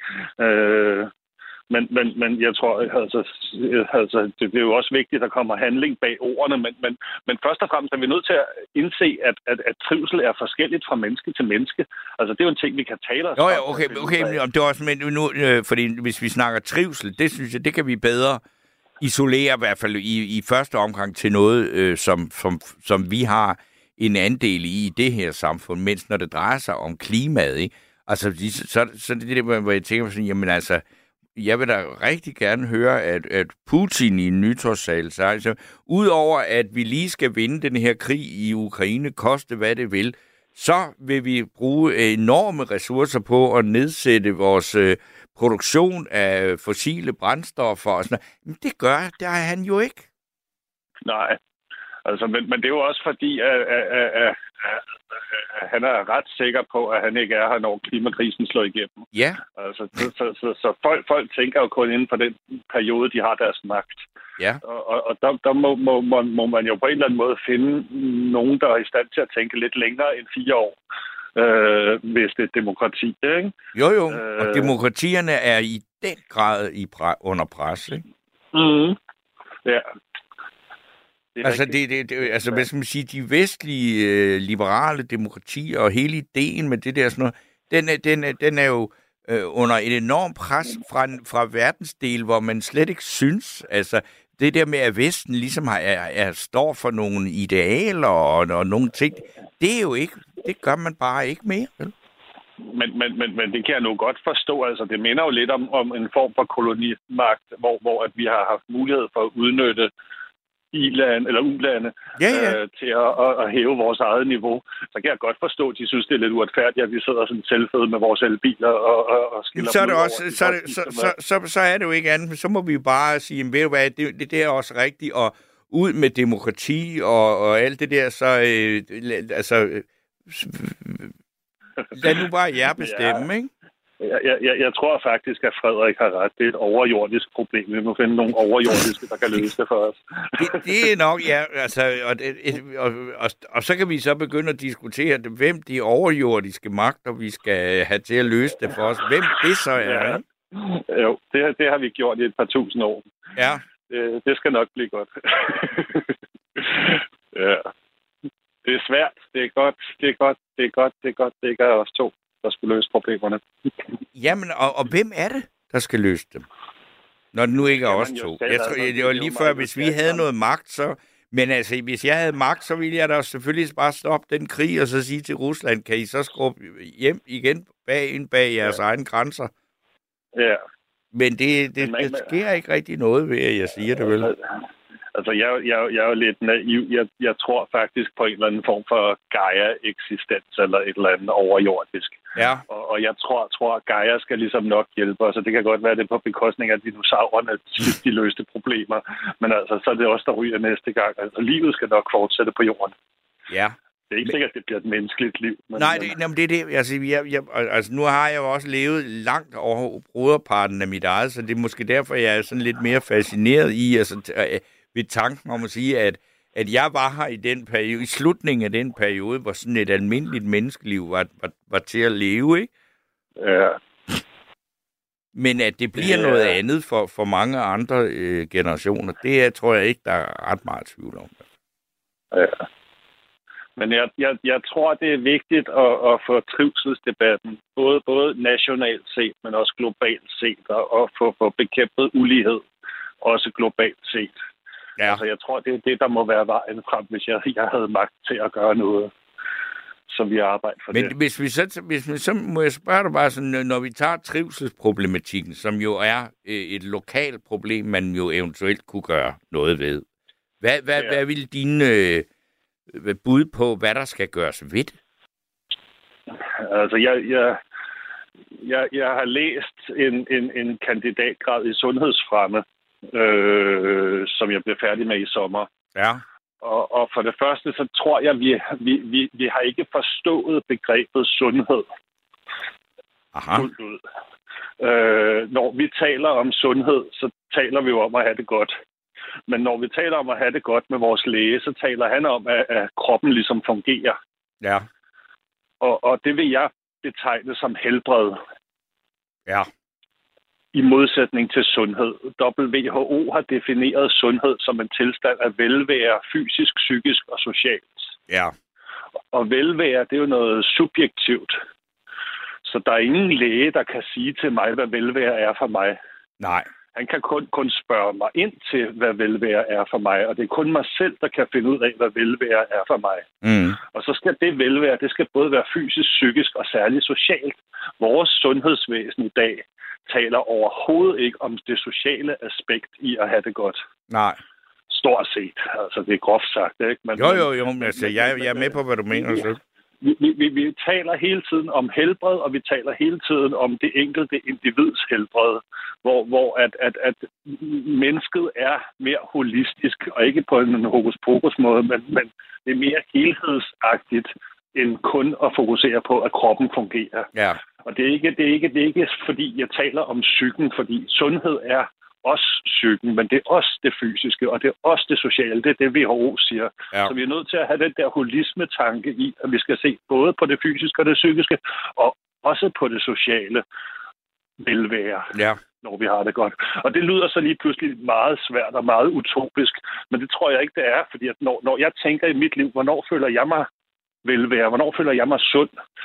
Men jeg tror, altså, det er jo også vigtigt, at der kommer handling bag ordene, men først og fremmest er vi nødt til at indse, at trivsel er forskelligt fra menneske til menneske. Altså, det er jo en ting, vi kan tale os om. Okay, det er også, men nu, fordi hvis vi snakker trivsel, det synes jeg, det kan vi bedre isolere, i hvert fald i første omgang til noget, som vi har en andel i det her samfund, mens når det drejer sig om klimaet, ikke? Altså, så det der, hvor jeg tænker sådan, jamen altså, jeg vil da rigtig gerne høre, at Putin i en nytårssal sagde, altså, udover at vi lige skal vinde den her krig i Ukraine, koste hvad det vil, så vil vi bruge enorme ressourcer på at nedsætte vores produktion af fossile brændstoffer og sådan noget. Men det er han jo ikke. Nej. Altså, men det er jo også fordi, at han er ret sikker på, at han ikke er her, når klimakrisen slår igennem. Ja. Altså, så folk tænker jo kun inden for den periode, de har deres magt. Ja. Og der må man jo på en eller anden måde finde nogen, der er i stand til at tænke lidt længere end 4 år, hvis det er demokrati, ikke? Jo, og demokratierne er i den grad under pres, ikke? Mhm. Ja. Altså, hvad skal man sige, de vestlige liberale demokratier og hele ideen med det der sådan noget, den er jo under et enormt pres fra verdensdel, hvor man slet ikke synes, altså det der med, at Vesten ligesom står for nogle idealer og nogle ting, det er jo ikke, det gør man bare ikke mere, vel? Men det kan jeg nu godt forstå. Altså, det minder jo lidt om en form for kolonimagt, hvor at vi har haft mulighed for at udnytte ulande til at hæve vores eget niveau. Så kan jeg godt forstå, at de synes, det er lidt uretfærdigt, at vi sidder sådan selvføde med vores elbiler og skiller så er det også, så er det jo ikke andet. Så må vi jo bare sige, ved du hvad, det er også rigtigt, og ud med demokrati og alt det der, så lad nu bare jer bestemme, ikke? Jeg tror faktisk, at Frederik har ret. Det er et overjordisk problem. Vi må finde nogle overjordiske, der kan løse det for os. Det er nok, ja. Altså, og så kan vi så begynde at diskutere, hvem de overjordiske magter, vi skal have til at løse det for os. Hvem det så er, ja. Jo, det har vi gjort i et par tusind år. Ja. Det skal nok blive godt. Ja. Det er svært. Det er godt. Det er os to, der skulle løse problemerne. Jamen, og hvem er det, der skal løse dem? Når det nu ikke er os to. Jeg tror, det var lige før, hvis vi havde noget magt, så... Men altså, hvis jeg havde magt, så ville jeg da selvfølgelig bare stoppe den krig, og så sige til Rusland, kan I så skubbe hjem igen bag jeres egne grænser? Ja. Men det sker ikke rigtig noget ved, at jeg siger det vel. Altså, jeg er jo lidt naiv. Jeg tror faktisk på en eller anden form for Gaia-eksistens, eller et eller andet overjordisk. Ja. Og jeg tror, at Gaia skal ligesom nok hjælpe os, og det kan godt være, det er på bekostning af dinosaurerne, de løste problemer. Men altså, så er det også, der ryger næste gang. Altså, livet skal nok fortsætte på jorden. Ja. Det er ikke sikkert, at det bliver et menneskeligt liv. Nej, det er det. Altså, nu har jeg jo også levet langt over broderparten af mit eget, så det er måske derfor, jeg er sådan lidt mere fascineret i, ved tanken om at sige, at jeg var her i den periode, i slutningen af den periode, hvor sådan et almindeligt menneskeliv var til at leve, ikke? Ja. Men at det bliver noget andet for mange andre generationer, det tror jeg ikke, der er ret meget tvivl om. Ja. Men jeg tror, det er vigtigt at få trivselsdebatten, både nationalt set, men også globalt set, og få bekæmpet ulighed, også globalt set. Ja. Altså, jeg tror, det er det, der må være vejen frem, hvis jeg havde magt til at gøre noget, som vi arbejder for. Men hvis vi så må jeg spørge dig bare sådan, når vi tager trivselsproblematikken, som jo er et lokalt problem, man jo eventuelt kunne gøre noget ved. Hvad vil dine bud på, hvad der skal gøres ved det? Altså, jeg har læst en kandidatgrad i sundhedsfremme, som jeg blev færdig med i sommer. Ja. Og for det første, så tror jeg, vi har ikke forstået begrebet sundhed. Aha. Fuldt ud. Når vi taler om sundhed, så taler vi jo om at have det godt. Men når vi taler om at have det godt med vores læge, så taler han om, at kroppen ligesom fungerer. Ja. Og det vil jeg betegne som helbred. Ja. I modsætning til sundhed. WHO har defineret sundhed som en tilstand af velvære, fysisk, psykisk og socialt. Ja. Og velvære, det er jo noget subjektivt. Så der er ingen læge, der kan sige til mig, hvad velvære er for mig. Nej. Han kan kun spørge mig ind til, hvad velvære er for mig, og det er kun mig selv, der kan finde ud af, hvad velvære er for mig. Mm. Og så skal det velvære, det skal både være fysisk, psykisk og særligt socialt. Vores sundhedsvæsen i dag taler overhovedet ikke om det sociale aspekt i at have det godt. Nej. Stort set. Altså, det er groft sagt, ikke? Men, jo. Altså, jeg er med på, hvad du mener så. Vi taler hele tiden om helbred, og vi taler hele tiden om det enkelte individs helbred, hvor at mennesket er mere holistisk, og ikke på en hokus-pokus-måde, men det er mere helhedsagtigt, end kun at fokusere på, at kroppen fungerer. Ja. Og det er ikke fordi, jeg taler om psyken, fordi sundhed er også psyken, men det er også det fysiske, og det er også det sociale. Det er det, WHO siger. Ja. Så vi er nødt til at have den der holisme-tanke i, at vi skal se både på det fysiske og det psykiske, og også på det sociale velvære, når vi har det godt. Og det lyder så lige pludselig meget svært og meget utopisk, men det tror jeg ikke, det er, fordi at når jeg tænker i mit liv, hvornår føler jeg mig velvære, hvornår føler jeg mig sund,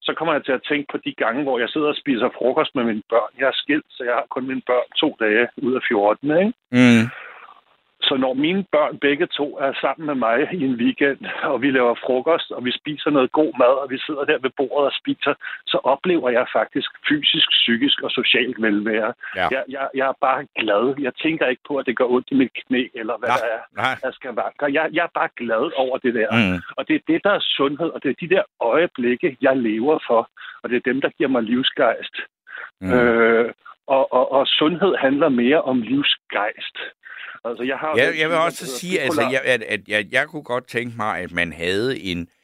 så kommer jeg til at tænke på de gange, hvor jeg sidder og spiser frokost med mine børn. Jeg er skilt, så jeg har kun mine børn 2 dage ud af 14, ikke? Mm. Så når mine børn begge to er sammen med mig i en weekend, og vi laver frokost, og vi spiser noget god mad, og vi sidder der ved bordet og spiser, så oplever jeg faktisk fysisk, psykisk og socialt velvære. Ja. Jeg er bare glad. Jeg tænker ikke på, at det gør ondt i mit knæ, eller hvad der er, jeg skal vanke. Jeg er bare glad over det der. Mm. Og det er det, der er sundhed, og det er de der øjeblikke, jeg lever for. Og det er dem, der giver mig livsgejst. Mm. Og sundhed handler mere om livsgejst. Altså, jeg vil også sige, at jeg kunne godt tænke mig, at man havde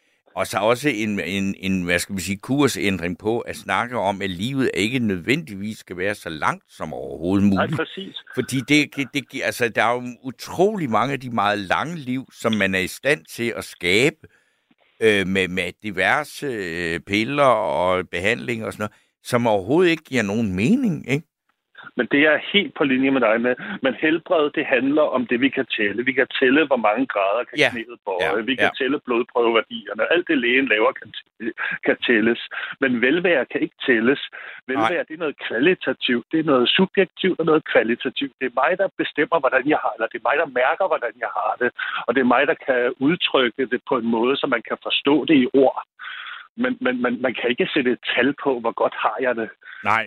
en hvad skal vi sige, kursændring på at snakke om, at livet ikke nødvendigvis skal være så langt som overhovedet muligt. Nej, præcis. Fordi der er jo utrolig mange af de meget lange liv, som man er i stand til at skabe med diverse piller og behandlinger og sådan noget, som overhovedet ikke giver nogen mening, ikke? Men det er helt på linje med dig med. Men helbred, det handler om det, vi kan tælle. Vi kan tælle, hvor mange grader kan knæet bøje. Vi kan tælle blodprøveværdierne. Alt det, lægen laver, kan tælles. Men velvære kan ikke tælles. Velvære, det er noget kvalitativt. Det er noget subjektivt og noget kvalitativt. Det er mig, der bestemmer, hvordan jeg har det. Det er mig, der mærker, hvordan jeg har det. Og det er mig, der kan udtrykke det på en måde, så man kan forstå det i ord. Men man kan ikke sætte et tal på, hvor godt har jeg det. Nej.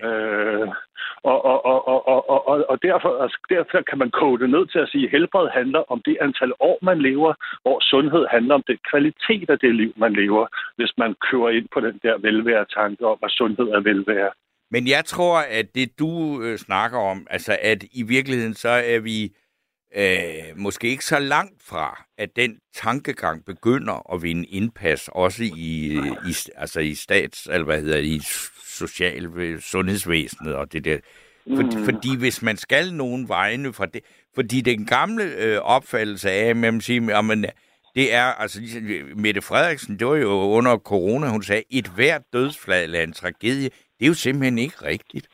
Og derfor kan man kode det ned til at sige, at helbred handler om det antal år, man lever, hvor sundhed handler om det kvalitet af det liv, man lever, hvis man kører ind på den der velvære-tanke om, at sundhed er velvære. Men jeg tror, at det du snakker om, altså at i virkeligheden så er vi måske ikke så langt fra, at den tankegang begynder at vinde indpas, også i sundhedsvæsenet og det der. Fordi hvis man skal nogen vegne fra det, fordi den gamle opfattelse af, at man siger, men det er, altså Mette Frederiksen, det var jo under corona, hun sagde, et hvert dødsfald er en tragedie. Det er jo simpelthen ikke rigtigt.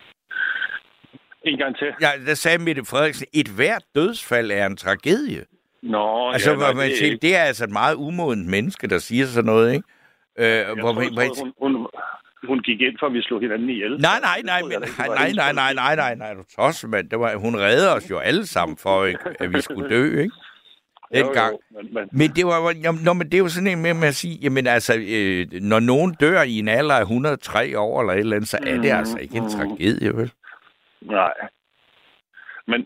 En gang til. Ja, der sagde Mette Frederiksen, et hvert dødsfald er en tragedie. Nå, altså, det er altså et meget umodent menneske, der siger sådan noget, ikke? Hun gik ind for, at vi slog hinanden ihjel. Nej, du tosser, mand. Hun redder os jo alle sammen for, at vi skulle dø, ikke? Dengang. Men det var, men det er jo sådan en med at sige, jamen altså, når nogen dør i en alder af 103 år eller et eller andet, så er det altså ikke en tragedie, vel? Nej. Men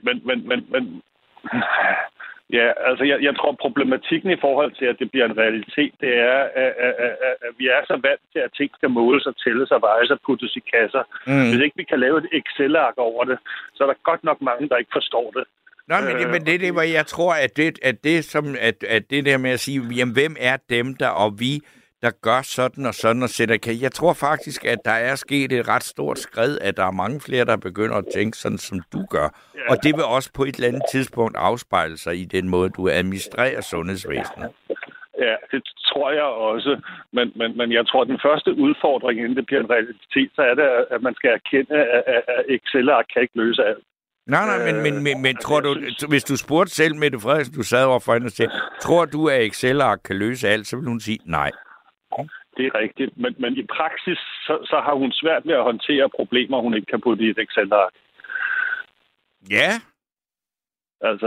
ja, altså jeg tror, problematikken i forhold til, at det bliver en realitet, det er, at vi er så vant til, at ting skal måles og tælles og vejes og puttes i kasser. Hvis ikke vi kan lave et Excel-ark over det, så er der godt nok mange, der ikke forstår det. Nej, men det er, hvor jeg tror, at det der med at sige, jamen, hvem er dem der, og vi, der gør sådan og sådan og sætter. Jeg tror faktisk, at der er sket et ret stort skred, at der er mange flere, der begynder at tænke sådan, som du gør. Ja. Og det vil også på et eller andet tidspunkt afspejle sig i den måde, du administrerer sundhedsvæsenet. Ja, det tror jeg også. Men jeg tror, at den første udfordring, inden det bliver en realitet, så er det, at man skal erkende, at Excel-ark kan ikke løse alt. Nej, men tror du, hvis du spurgte selv Mette Frederiksen, du sad overfor hende og sagde, tror du, at Excel-ark kan løse alt, så vil hun sige nej. Det er rigtigt, men i praksis, så har hun svært ved at håndtere problemer, hun ikke kan putte i et Excel-ark. Ja. Altså,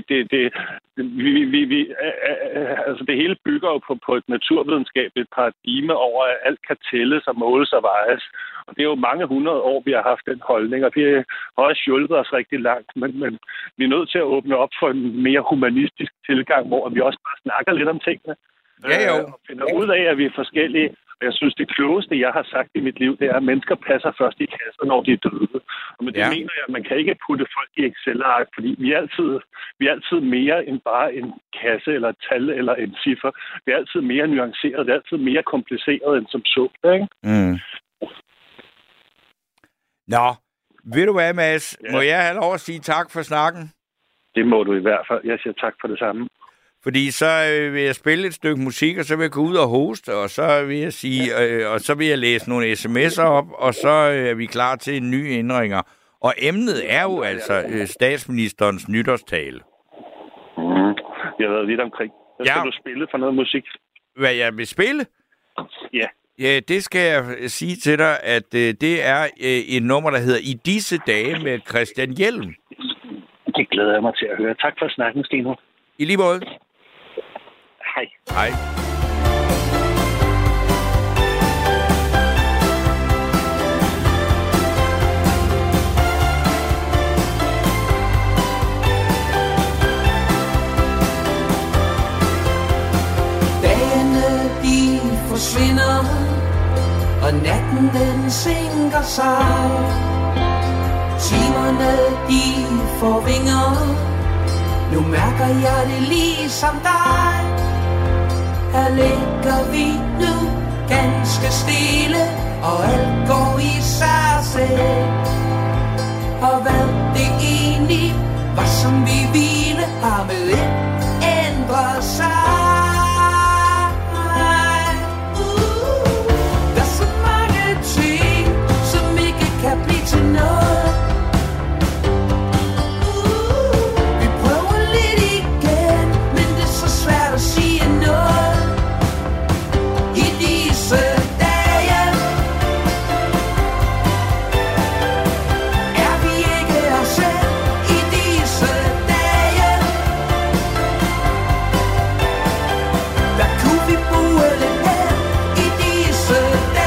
det hele bygger jo på et naturvidenskabeligt paradigme over, at alt kan tælles og måles og vejes. Og det er jo mange 100 år, vi har haft den holdning, og det har også hjulpet os rigtig langt. Men vi er nødt til at åbne op for en mere humanistisk tilgang, hvor vi også bare snakker lidt om tingene. Og finder ud af, at vi er forskellige. Og jeg synes, det klogeste, jeg har sagt i mit liv, det er, at mennesker passer først i kasser, når de er døde. Og med det mener jeg, at man kan ikke putte folk i Excel-ark, fordi vi er altid mere end bare en kasse eller et tal eller en ciffer. Vi er altid mere nuanceret, det er altid mere kompliceret end som så. Ikke? Mm. Nå, ved du hvad, Mads? Ja. Må jeg have lov at sige tak for snakken? Det må du i hvert fald. Jeg siger tak for det samme. Fordi så vil jeg spille et stykke musik, og så vil jeg gå ud og hoste, og så vil jeg sige, og så vil jeg læse nogle sms'er op, og så er vi klar til nye ændringer. Og emnet er jo altså statsministerens nytårstale. Jeg har været lidt omkring. Hvad skal du spille for noget musik? Hvad jeg vil spille? Ja. Ja, det skal jeg sige til dig, at det er et nummer, der hedder I disse dage med Christian Hjelm. Det glæder jeg mig til at høre. Tak for snakken, Stino. I lige måde. Hej. Hej. Forsvinder, og natten den sænker sig. Timerne de får vinger, nu mærker jeg det ligesom dig. Her ligger vi nu ganske stille, og alt går i sig selv. Og hvad det egentlig var, som vi ville, har med det ændret sig. Kan blive til noget. Vi prøver lidt igen, men det er så svært at sige noget. I disse dage er vi ikke os selv. I disse dage der kunne vi bruge lidt hen. I disse dage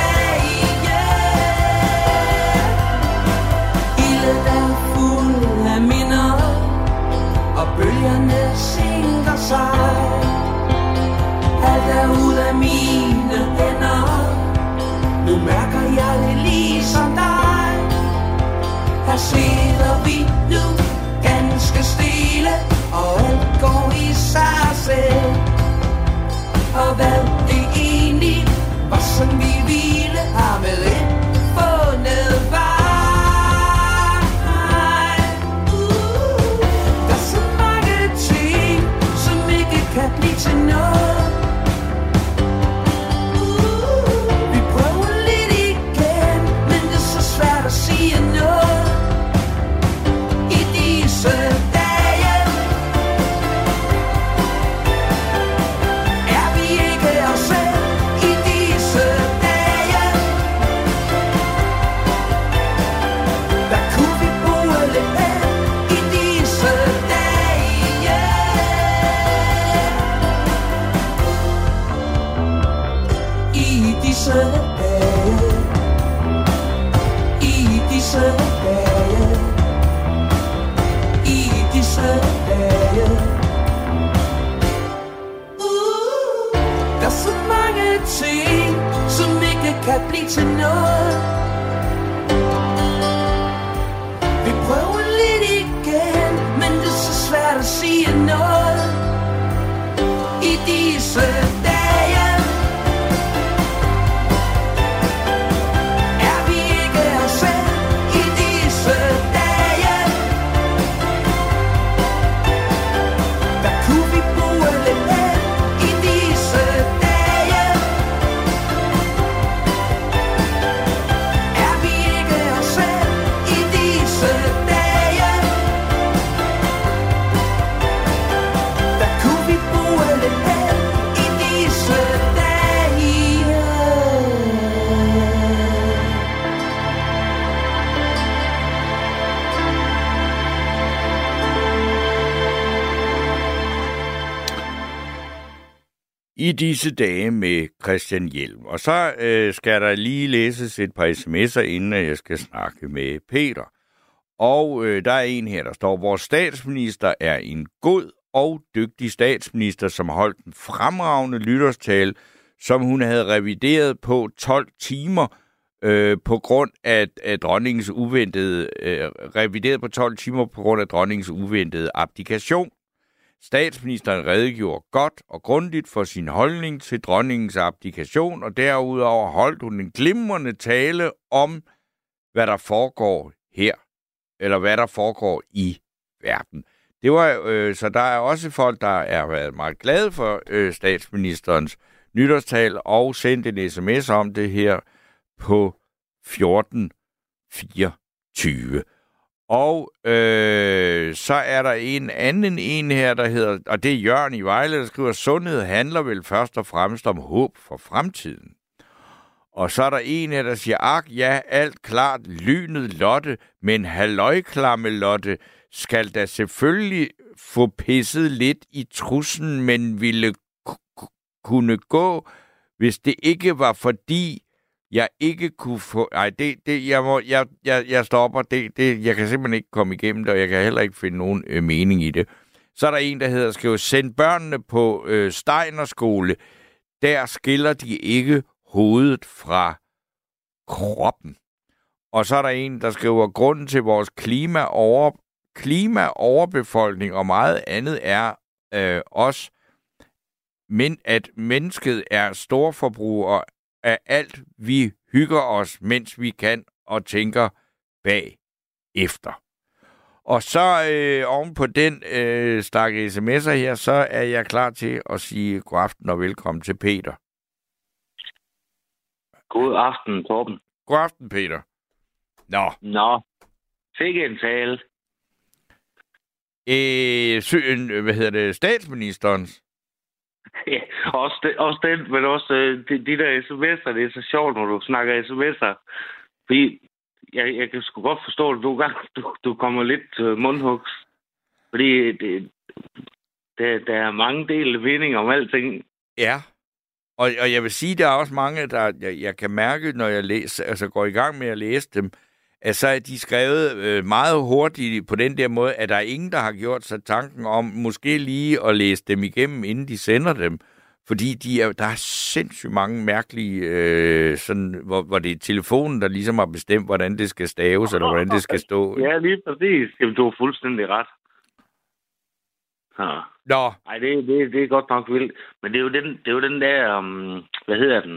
bølgerne sænker sig. Alt er ud af mine hænder. Nu mærker jeg det ligesom dig. Her sidder vi nu ganske stille, og alt går i sig selv. Og hvad det egentlig var, som vi ville, har med det fundet vej. Kan blive til noget. Vi prøver lidt igen, men det er så svært at sige noget. I disse dage er vi ikke os selv. I disse dage der kunne vi bruge lidt hen. I disse dage disse dage, i disse dage, i disse dage. Der er så mange ting, som ikke kan blive til noget. Vi prøver lidt igen, men det er så svært at sige noget. I disse dage I disse dage med Christian Hjelm. Og så skal der lige læses et par sms'er, inden jeg skal snakke med Peter. Og der er en her, der står: vores statsminister er en god og dygtig statsminister, som holdt en fremragende lytterstale, som hun havde revideret på 12 timer på grund af dronningens uventede abdikation. Statsministeren redegjorde godt og grundigt for sin holdning til dronningens abdikation, og derudover holdt hun en glimrende tale om, hvad der foregår her, eller hvad der foregår i verden. Det var så der er også folk, der er været meget glade for statsministerens nytårstal og sendt en sms om det her på 1424. Og så er der en anden her, der hedder, og det er Jørgen i Vejle, der skriver: sundhed handler vel først og fremmest om håb for fremtiden. Og så er der en her, der siger, ja, alt klart, lynet Lotte, men halløjklamme Lotte, skal da selvfølgelig få pisset lidt i trussen, men ville kunne gå, hvis det ikke var fordi, jeg ikke kunne få... Ej, jeg stopper. Jeg kan simpelthen ikke komme igennem det, og jeg kan heller ikke finde nogen mening i det. Så er der en, der hedder, skriver, send børnene på Steinerskole. Der skiller de ikke hovedet fra kroppen. Og så er der en, der skriver, grunden til vores klimaoverbefolkning og meget andet er også, men at mennesket er storforbruger af alt, vi hygger os, mens vi kan, og tænker bagefter. Og så oven på den stakke sms'er her, så er jeg klar til at sige god aften og velkommen til Peter. God aften, Torben. God aften, Peter. Nå. Fik en tale. Statsministerens? Ja, også den, men også de der sms'er, det er så sjovt, når du snakker sms'er. Fordi jeg kan sgu godt forstå, at du kommer lidt mundhugs. Fordi der er mange dele mening om alting. Ja, og jeg vil sige, der er også mange, der jeg kan mærke, når jeg går i gang med at læse dem, at så er de skrevet meget hurtigt på den der måde, at der er ingen, der har gjort sig tanken om måske lige at læse dem igennem, inden de sender dem. Fordi der er sindssygt mange mærkelige, sådan, hvor det er telefonen, der ligesom har bestemt, hvordan det skal staves, eller hvordan det skal stå. Ja, lige præcis. Jamen, du har fuldstændig ret. Nå. Ej, det er godt nok vildt. Men det er jo den der, hvad hedder den?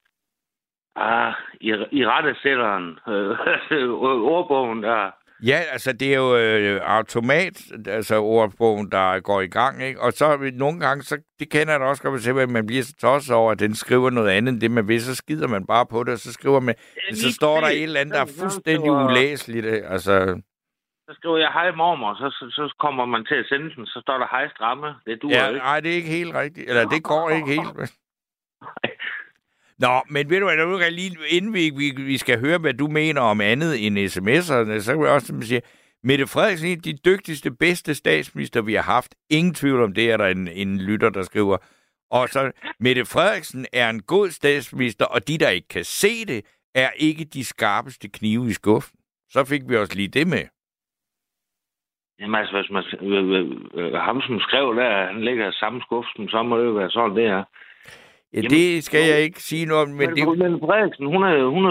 I rettesætteren, ordbogen der. Ja, altså det er jo automat, altså ordbogen, der går i gang, ikke? Og så nogle gange, så det kender jeg da også godt, at man bliver så tosset over, at den skriver noget andet end det, man vil, så skider man bare på det, og så skriver man, så står der et eller andet, der er fuldstændig ulæseligt, altså. Så skriver jeg, hej mormor, så kommer man til at sende den, så står der hej stramme. Det duer ikke. Nej, det er ikke helt rigtigt, eller det går ikke helt. Nå, men ved du hvad, lige inden vi skal høre, hvad du mener om andet end sms'erne, så kan jeg også sige, Mette Frederiksen er de dygtigste, bedste statsminister, vi har haft. Ingen tvivl om det, er der en lytter, der skriver. Og så, Mette Frederiksen er en god statsminister, og de, der ikke kan se det, er ikke de skarpeste knive i skuffen. Så fik vi også lige det med. Jamen altså, hvis man, ham som skrev der, han ligger i samme skuffen, så må det jo være sådan, det er. Ja, det skal jeg ikke sige noget om, men det... Men Frederiksen, hun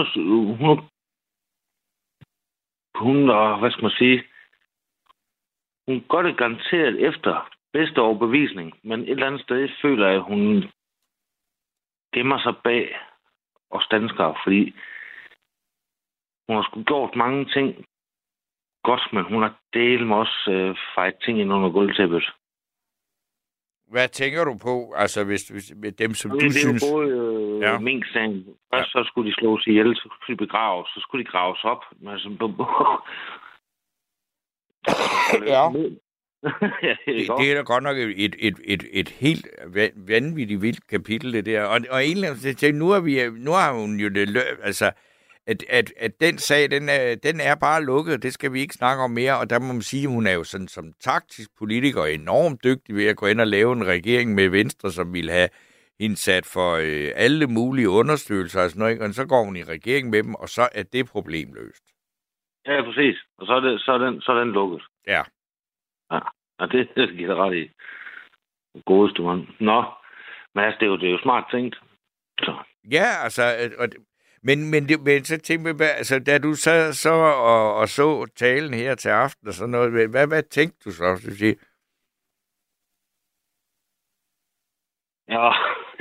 hvad skal man sige, hun gør det garanteret efter bedste overbevisning, men et eller andet sted føler jeg, at hun gemmer sig bag os danskere, fordi hun har sgu gjort mange ting godt, men hun har delt med os fejt ting ind under gulvtæppet. Hvad tænker du på, altså hvis med dem, som du synes... Det er jo både Mink-sagen. Først så skulle de slås ihjel, så skulle de begraves, så skulle de graves op. Altså, ja. Det er da godt nok et helt vanvittigt vildt kapitel, det der. Og egentlig, nu har hun jo det... Altså, at den sag, den er bare lukket, det skal vi ikke snakke om mere, og der må man sige, at hun er jo sådan som taktisk politiker enormt dygtig ved at gå ind og lave en regering med Venstre, som ville have hende sat for alle mulige understøttelser og sådan noget, og så går hun i regering med dem, og så er det problem løst. Ja, præcis. Og så er den lukket. Ja. Og det giver ret i. Godeste mand. Nå, men altså, det er jo smart tænkt. Så. Ja, altså... Men så tænkte jeg, altså, da du så talen her til aften og sådan noget, hvad tænkte du så? Du siger? Ja,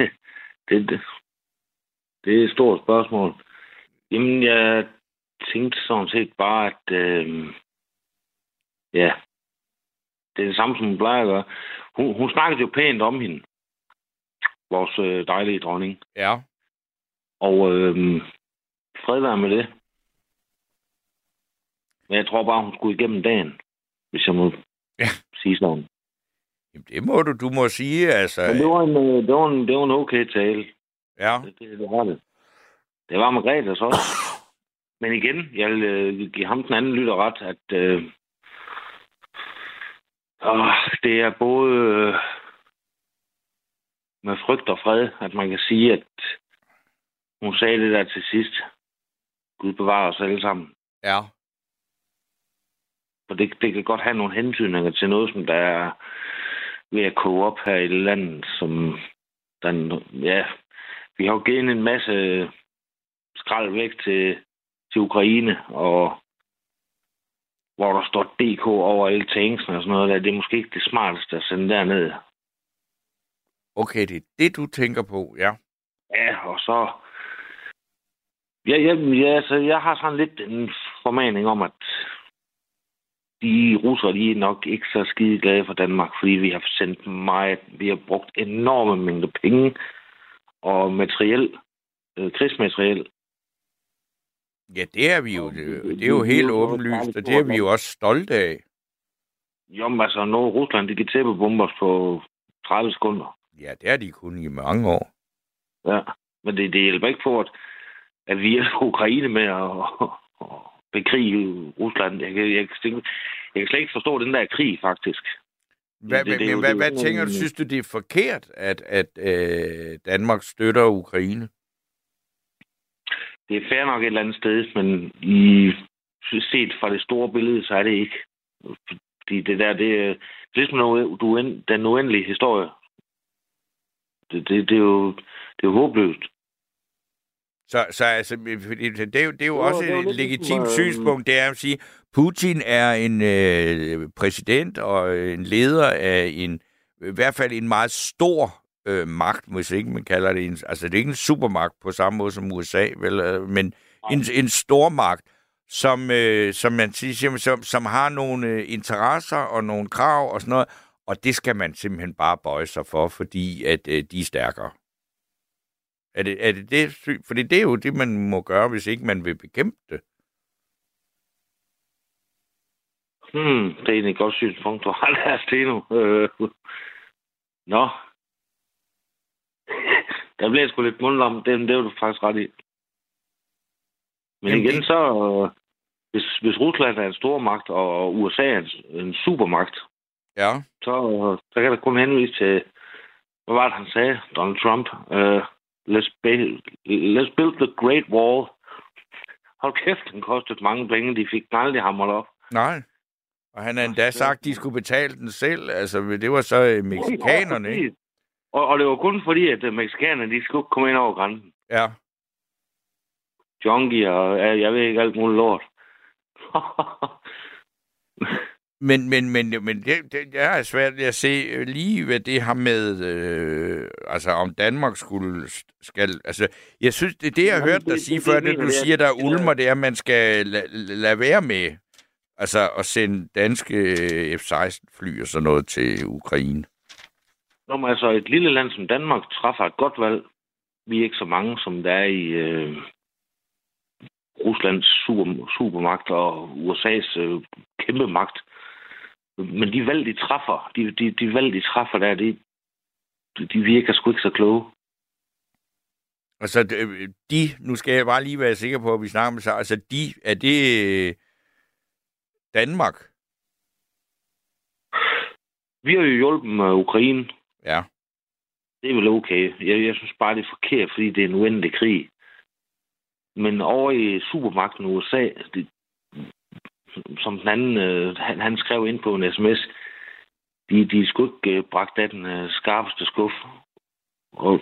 det er et stort spørgsmål. Jamen, jeg tænkte sådan set bare, at det er det samme, som hun plejer at gøre. Hun snakkede jo pænt om hende, vores dejlige dronning. Ja. Og fred være med det. Men jeg tror bare, hun skulle igennem dagen, hvis jeg må sige sådan. Jamen, det må du må sige, altså. Men det var en okay tale. Ja. Det var det. Det var Margrethe også. Men igen, jeg vil give ham den anden lytter ret, at det er både med frygt og fred, at man kan sige, at hun sagde det der til sidst. Gud bevarer os alle sammen. Ja. For det kan godt have nogle hentydninger til noget, som der er ved at koge op her i landet, som vi har jo givet en masse skrald væk til Ukraine, og hvor der står DK over alle tanksene og sådan noget der. Det er måske ikke det smarteste at sende derned. Okay, det er det, du tænker på, ja. Ja, og så... Jeg har sådan lidt en formaning om, at de russere, de er nok ikke så skide glade for Danmark, fordi vi har sendt meget, vi har brugt enorme mængder penge og materiel, krigsmateriel. Ja, det er vi jo. Det er jo helt åbenlyst, og det er vi jo også stolte af. Jo, men altså, når Rusland, de kan tæppebombe os på 30 sekunder. Ja, det er de kun i mange år. Ja, men det hjælper ikke på, at vi hjælper Ukraine med at bekrige Rusland. Jeg kan slet ikke forstå den der krig, faktisk. Hvad tænker du? Synes du, det er forkert, at Danmark støtter Ukraine? Det er fair nok et eller andet sted, men set fra det store billede, så er det ikke. Fordi det er ligesom den uendelige historie. Det er jo håbløst. Så altså, det er jo også et legitimt synspunkt, det er at sige, Putin er en præsident og en leder af i hvert fald en meget stor magt, hvis ikke man kalder det altså det er ikke en supermagt på samme måde som USA, vel, men en stor magt, som man siger, som har nogle interesser og nogle krav og sådan noget, og det skal man simpelthen bare bøje sig for, fordi at de er stærkere. Er det? Fordi det er jo det, man må gøre, hvis ikke man vil bekæmpe det. Det er egentlig et godt synspunkt, du har lært det nu. Nå. Der bliver sgu lidt mundt om, det er du faktisk ret i. Men igen, så hvis Rusland er en stor magt, og USA er en supermagt, ja, så kan der kun henvise til, hvad var det, han sagde, Donald Trump, let's build the Great Wall. Hold kæft, den kostede mange penge, de fik aldrig hamret op. Nej, og han har endda sagt, at de skulle betale den selv, altså det var så mexikanerne, ikke? Og det var kun fordi, at mexikanerne, de skulle komme ind over grænsen. Ja. Junkie og jeg ved ikke alt muligt lort. Men det er svært at se lige, hvad det har med, altså om Danmark skal, altså jeg synes, det jeg har hørt dig sige før, det du siger, der ulmer, det er, at man skal lade være med, altså at sende danske F-16-fly og sådan noget til Ukraine. Når man altså et lille land som Danmark træffer et godt valg, vi er ikke så mange, som der er i Ruslands supermagt og USA's kæmpe magt. Men de valg, de træffer, de valg, de træffer der, de virker sgu ikke så kloge. Altså, nu skal jeg bare lige være sikker på, at vi snakker med sig. Altså, er det Danmark? Vi har jo hjulpet med Ukraine. Ja. Det er vel okay. Jeg synes bare, det er forkert, fordi det er en uendelig krig. Men over i supermagten USA, som den anden, han skrev ind på en sms, de er sgu ikke bragt af den skarpeste skuff. Og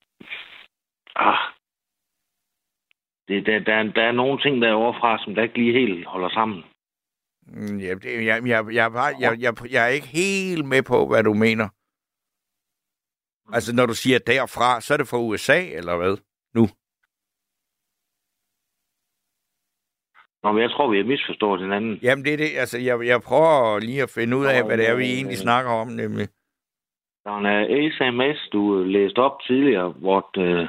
der er nogle ting derovre, som der ikke lige helt holder sammen. Ja, jeg er ikke helt med på, hvad du mener. Altså, når du siger derfra, så er det fra USA, eller hvad? Nu? Nå, men jeg tror, vi har misforstået hinanden. Jamen, det er det. Altså, jeg prøver lige at finde ud af, hvad det er, vi egentlig snakker om, nemlig. Der er en sms, du læste op tidligere, hvor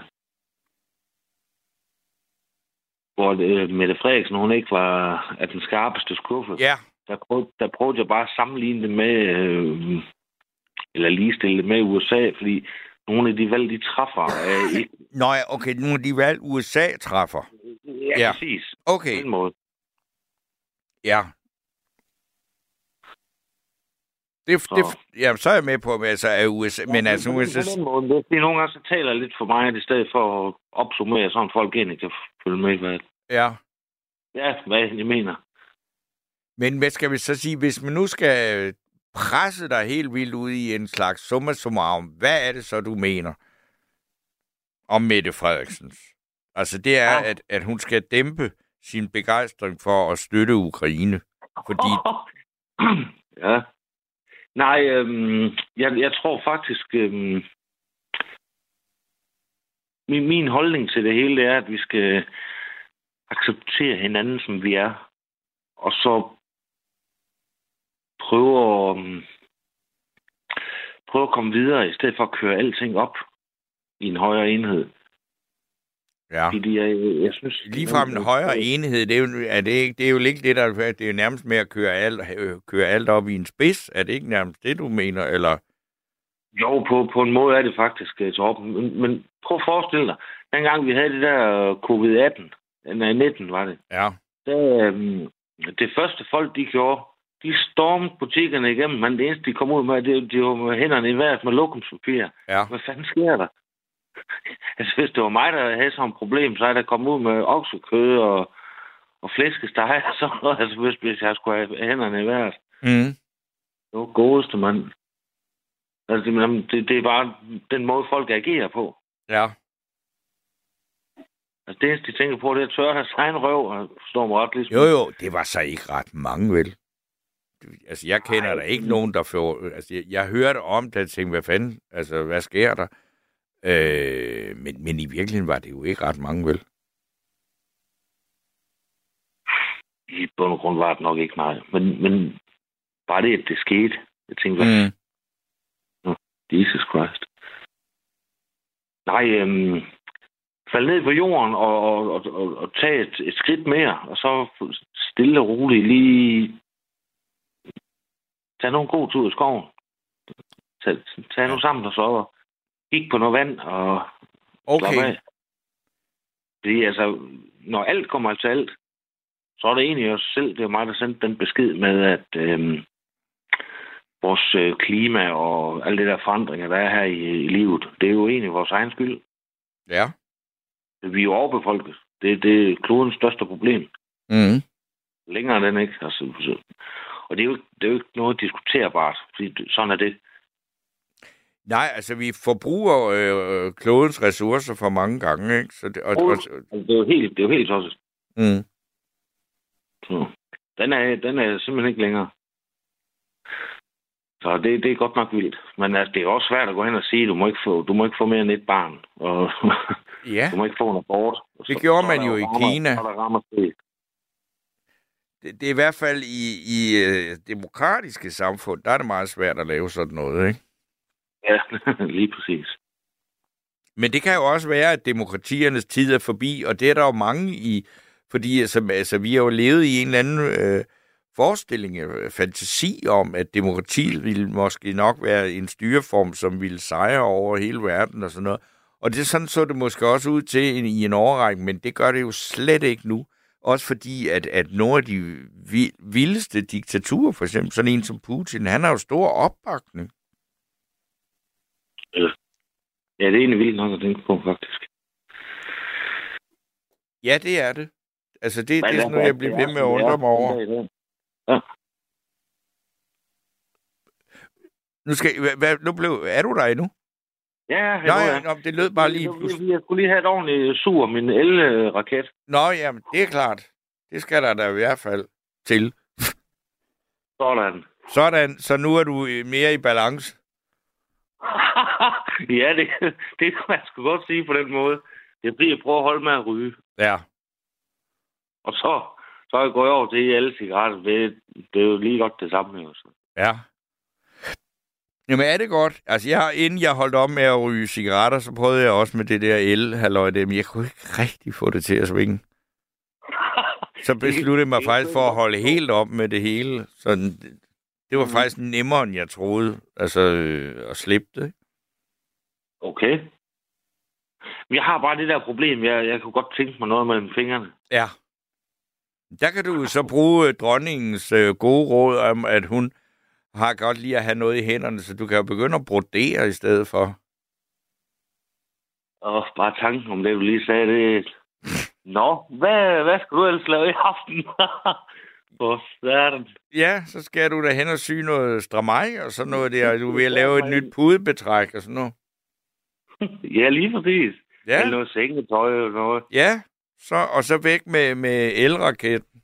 Mette Frederiksen, hun ikke var af den skarpeste skuffe. Ja. Der prøvede jeg bare at sammenligne det med, eller ligestille det med USA, fordi nogle af de valg, de træffer. Nå ja, okay, nogle af de valg, USA træffer. Ja, præcis. Okay. På den måde. Ja. Så er jeg med på, altså af USA, men altså USA... På den måde, det er nogle gange, så taler lidt for mig, i stedet for at opsummere, sådan folk egentlig kan følge med, hvad... Ja. Ja, hvad jeg mener. Men hvad skal vi så sige, hvis man nu skal presse dig helt vildt ud i en slags summa summarum, hvad er det så, du mener om Mette Frederiksens? Altså det er, at hun skal dæmpe sin begejstring for at støtte Ukraine, fordi... Ja. Nej, jeg tror faktisk... Min holdning til det hele er, at vi skal acceptere hinanden, som vi er, og så prøve at komme videre, i stedet for at køre alting op i en højere enhed. Ja. Fordi jeg synes... Ligefrem en højere enhed, det er jo ikke det, der det er jo nærmest med at køre alt op i en spids. Er det ikke nærmest det, du mener, eller? Jo, på en måde er det faktisk top. Men prøv at forestille dig, dengang vi havde det der COVID-18, 19 var det. Ja. Det første folk, de gjorde, de stormede butikkerne igennem, men det eneste, de kom ud med, det var med hænderne i vejret med lokumspapir. Ja. Hvad fanden sker der? Altså, hvis det var mig, der havde sådan et problem, så er der kommet ud med oksekød og flæskesteg og sådan noget. Altså, hvis jeg skulle have hænderne i vejret. Mm. Det var godeste, mand. Altså, det er bare den måde, folk agerer på. Ja. Altså, det eneste, de tænker på, det er at tørre deres egen røv, og forstår mig ret ligesom. Jo, det var så ikke ret mange, vel? Altså, jeg kender der ikke nogen, der får... Altså, jeg hørte om det, og tænkte, hvad fanden? Altså, hvad sker der? Men i virkeligheden var det jo ikke ret mange, vel? I bund og grund var det nok ikke meget. Men bare det, at det skete. Jeg tænkte, Jesus Christ. Nej, fald ned på jorden og tage et skridt mere, og så stille og roligt lige tage nogle gode tur i skoven. Tag nu sammen og så kig på noget vand og slappe af. Fordi altså, når alt kommer til alt, så er det egentlig os selv, det er mig, der sendte den besked med, at vores klima og alle de der forandringer, der er her i livet, det er jo egentlig vores egen skyld. Ja. Vi er jo overbefolket. Det er klodens største problem. Mm. Længere end den, ikke? Altså, og det er jo ikke noget diskuterbart, fordi sådan er det. Nej, altså vi forbruger klodens ressourcer for mange gange, ikke? Så det er jo helt tosset. Mm. Så den er simpelthen ikke længere. Så det er godt nok vildt. Men altså, det er også svært at gå hen og sige, du må ikke få mere end et barn. Og ja. Du må ikke få en abort. Det gjorde man jo i Kina. Det er i hvert fald i demokratiske samfund, der er det meget svært at lave sådan noget, ikke? Ja, lige præcis. Men det kan jo også være, at demokratiernes tid er forbi, og det er der jo mange i, fordi altså, vi har jo levet i en eller anden forestilling, fantasi om, at demokratiet ville måske nok være en styreform, som ville sejre over hele verden og sådan noget. Og det sådan så det måske også ud til i en årrække, men det gør det jo slet ikke nu. Også fordi, at nogle af de vildeste diktaturer, for eksempel sådan en som Putin, han har jo stor opbakning. Ja, det er egentlig vildt nok at tænke på, faktisk. Ja, det er det. Altså, det er sådan noget, jeg bliver ved med at undre mig over. Ja. Er du der endnu? Ja, Nå, det lød bare lige pludselig. Jeg skulle lige have et ordentligt sur min el-raket. Nå, jamen, det er klart. Det skal der i hvert fald til. Sådan, så nu er du mere i balance. Ja, det kan man sgu godt sige på den måde. Det bliver at prøve at holde med at ryge. Ja. Og så jeg gået over til alle cigaretter. Det er jo lige godt det samme. Også. Ja. Jamen er det godt? Altså inden jeg holdt op med at ryge cigaretter, så prøvede jeg også med det der el-halløj, men jeg kunne ikke rigtig få det til at svinge. Så besluttede jeg mig faktisk for at holde helt op med det hele. Sådan, det var faktisk nemmere, end jeg troede, altså at slippe det. Okay. Jeg har bare det der problem. Jeg kunne godt tænke mig noget mellem fingrene. Ja. Der kan du så bruge dronningens gode råd om, at hun har godt lige at have noget i hænderne, så du kan jo begynde at brodere i stedet for. Bare tanken om det, du lige sagde, det... Nå, hvad skal du ellers lave i aften? Ja, så skal du da hen og sy noget stramaj og sådan noget der. Du vil lave et nyt pudebetræk og sådan noget. Ja, lige præcis. Ja. Eller noget sengetøj eller noget. Ja, og så væk med elraketten.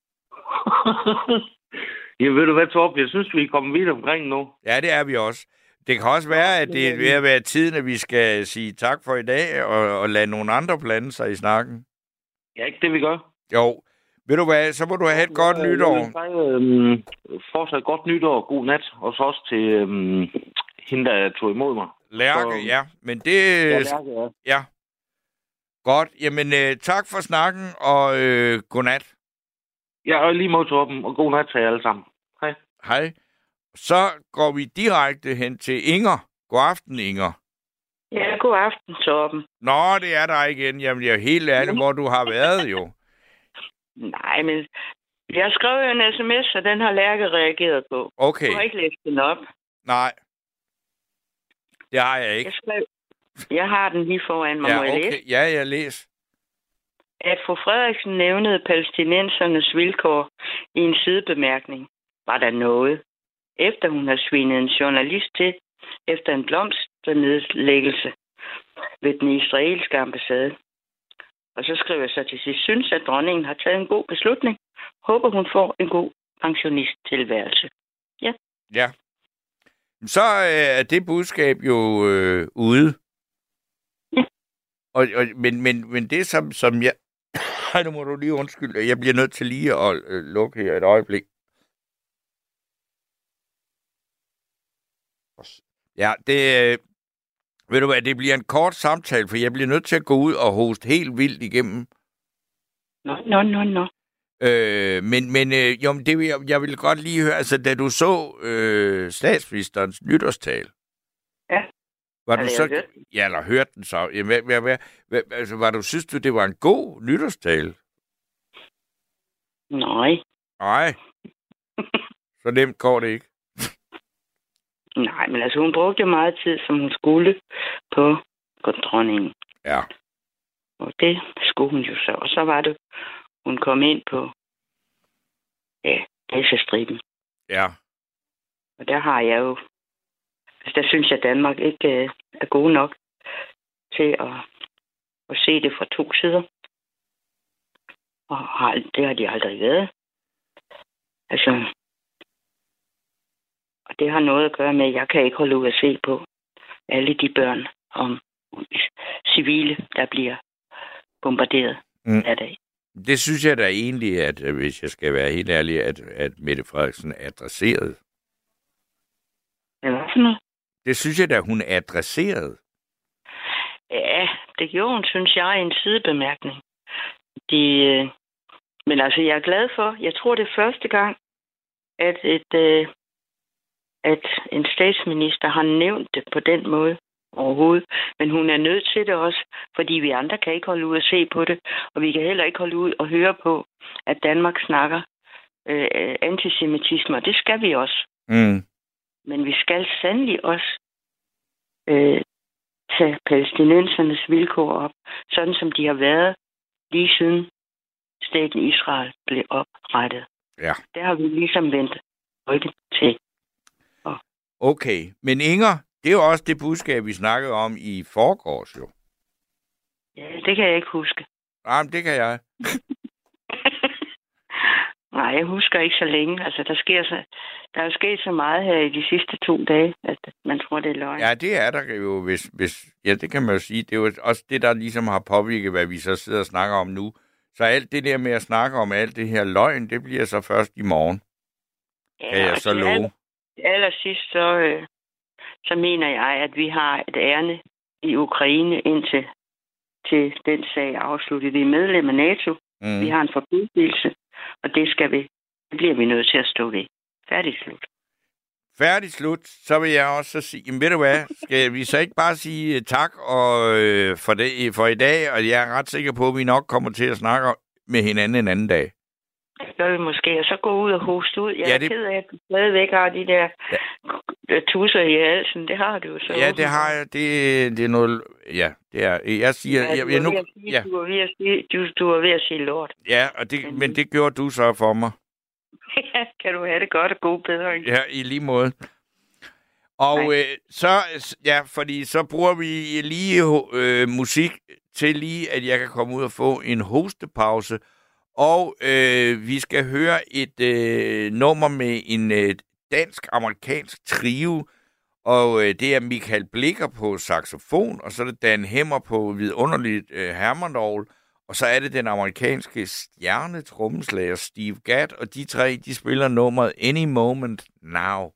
Ja, ved du hvad, Torben? Jeg synes, vi er kommet vidt omkring nu. Ja, det er vi også. Det kan også være, at det er ved at være tiden, at vi skal sige tak for i dag og lade nogle andre blande sig i snakken. Ja, ikke det, vi gør. Jo. Ved du hvad, så må du have et godt nytår. Fortsat godt nytår og god nat. Og så også til hende, der tog imod mig. Lærke, ja. Men det... Ja, Lærke, ja. Ja. Godt. Jamen, tak for snakken, og godnat. Ja, og lige mod Torben, og god nat til jer alle sammen. Hej. Hej. Så går vi direkte hen til Inger. God aften, Inger. Ja, god aften, Torben. Nå, det er der igen. Jamen, jeg er helt ærlig, hvor du har været, jo. Nej, men jeg skrev jo en sms, og den har Lærke reageret på. Okay. Du har ikke læst den op. Nej. Det har jeg ikke. Jeg har den lige foran mig. Ja, må jeg okay. læse? Ja, jeg læser. At fru Frederiksen nævnede palæstinensernes vilkår i en sidebemærkning, var der noget. Efter hun har svinet en journalist til efter en blomsternedlæggelse ved den israelske ambassade. Og så skriver jeg så til sidst, synes, at dronningen har taget en god beslutning. Håber, hun får en god pensionisttilværelse. Ja. Ja. Så er det budskab jo ude. Ja. Men det, som jeg... Ej, nu må du lige undskylde. Jeg bliver nødt til lige at lukke her et øjeblik. Ja, det... Ved du hvad, det bliver en kort samtale, for jeg bliver nødt til at gå ud og hoste helt vildt igennem. Nå. Jo, det vil jeg vil godt lige høre, altså da du så statsministerens nytårstale. Ja. Var du så... Ja, eller hørte den så. Altså, synes du, det var en god nytårstale? Nej. Så nemt går det ikke. Nej, men altså hun brugte meget tid, som hun skulle på dronningen. Ja. Og det skulle hun jo så. Og så var det, hun kom ind på Gazastriben. Ja. Og der har jeg jo... Altså, der synes jeg, at Danmark ikke er god nok til at se det fra to sider. Og det har de aldrig været. Altså... Og det har noget at gøre med, at jeg kan ikke holde ud at se på alle de børn om civile, der bliver bombarderet hver dag. Det synes jeg da egentlig, at hvis jeg skal være helt ærlig, at Mette Frederiksen adresserede. Hvad for noget? Det synes jeg da, hun adresserede. Ja, det gjorde hun, synes jeg, i en sidebemærkning. Men altså, jeg er glad for, jeg tror, det er første gang, at en statsminister har nævnt det på den måde overhovedet. Men hun er nødt til det også, fordi vi andre kan ikke holde ud at se på det, og vi kan heller ikke holde ud og høre på, at Danmark snakker antisemitisme, og det skal vi også. Men vi skal sandelig også tage palæstinensernes vilkår op, sådan som de har været lige siden staten Israel blev oprettet. Ja. Der har vi ligesom vendt ryggen til. Okay, men Inger, det er jo også det budskab, vi snakkede om i forgårs, jo. Ja, det kan jeg ikke huske. Nej, men det kan jeg. Nej, jeg husker ikke så længe. Altså, der er jo sket så meget her i de sidste 2 dage, at man tror, det er løgn. Ja, det er der jo, ja, det kan man jo sige. Det er jo også det, der ligesom har påvirket, hvad vi så sidder og snakker om nu. Så alt det der med at snakke om alt det her løgn, det bliver så først i morgen. Ja, kan jeg så love. Allersidst, så mener jeg, at vi har et ærne i Ukraine indtil til den sag afsluttet. Vi er medlem af NATO. Vi har en forpligtelse, og det bliver vi nødt til at stå ved. Færdig slut. færdig slut, så vil jeg også sige, jamen ved du hvad, skal vi så ikke bare sige tak for i dag, og jeg er ret sikker på, at vi nok kommer til at snakke med hinanden en anden dag. Det gør vi måske, og så gå ud og hoste ud. Jeg er ked af, at du stadigvæk har de der tusser i halsen. Det har du jo så. Ja, det har jeg. Det er noget... Ja, det er... Jeg siger... Du er ved at sige lort. Ja, men det gjorde du så for mig. Ja, kan du have det godt og god bedring. Ja, i lige måde. Og fordi så bruger vi lige musik til lige, at jeg kan komme ud og få en hostepause. Og vi skal høre et nummer med en dansk-amerikansk trio, og det er Michael Blikker på saxofon, og så er det Dan Hemmer på vidunderligt hammondorgel, og så er det den amerikanske stjernetrommeslager Steve Gadd, og de tre, de spiller nummeret Any Moment Now.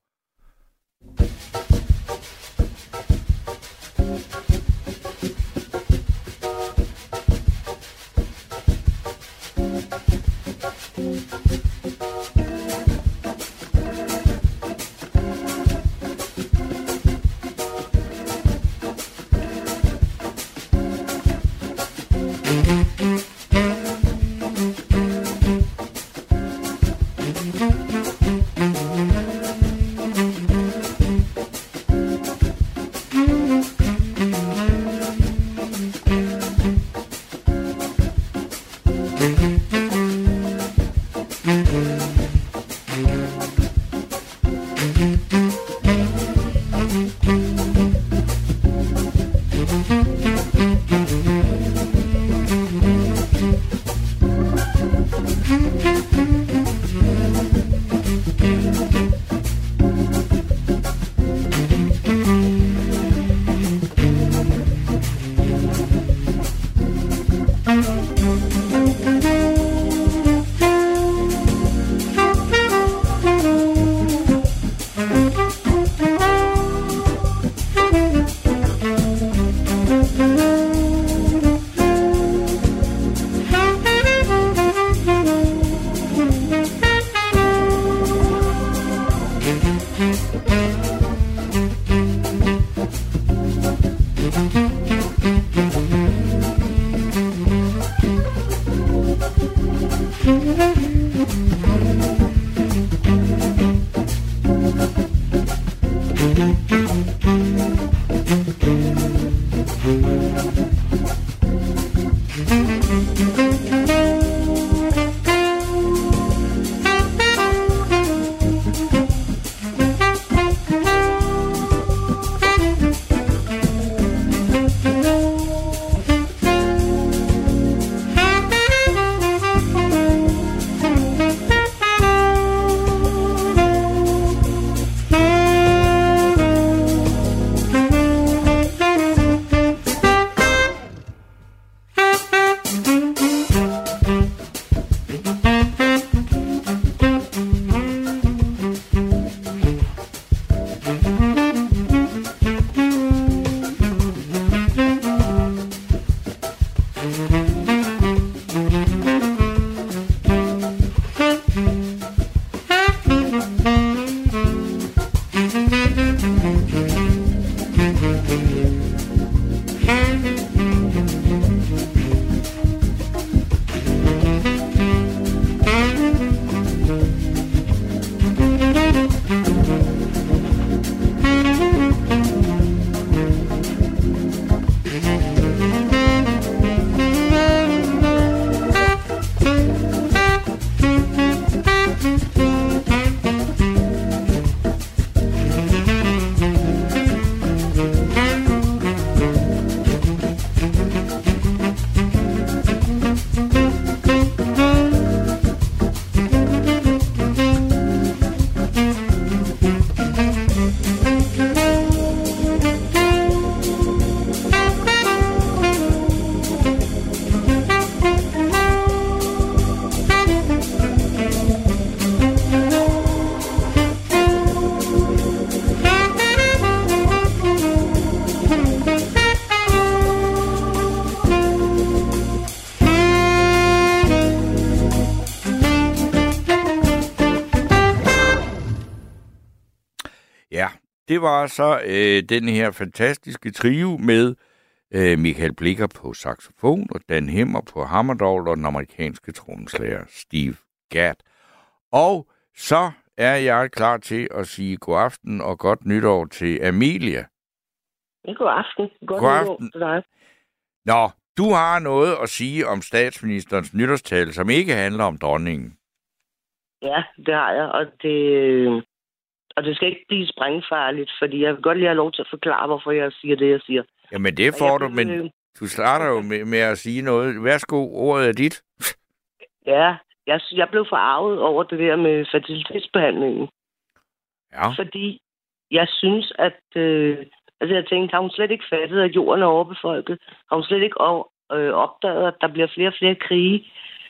det var så den her fantastiske trio med Michael Blicher på saxofon, og Dan Himmer på hammerdorgel, og den amerikanske trommeslager Steve Gadd. Og så er jeg klar til at sige god aften og godt nytår til Amelia. Ja, god aften. God aften til dig. Nå, du har noget at sige om statsministerens nytårstale, som ikke handler om dronningen. Ja, det har jeg, og det skal ikke blive sprængfarligt, fordi jeg vil godt lige have lov til at forklare, hvorfor jeg siger det, jeg siger. Jamen det får du, men du starter jo med at sige noget. Værsgo, ordet er dit. Ja, jeg blev forarvet over det der med fertilitetsbehandlingen. Ja. Fordi jeg synes, at... jeg tænkte, har hun slet ikke fattet, at jorden er overbefolket? Har hun slet ikke opdaget, at der bliver flere og flere krige?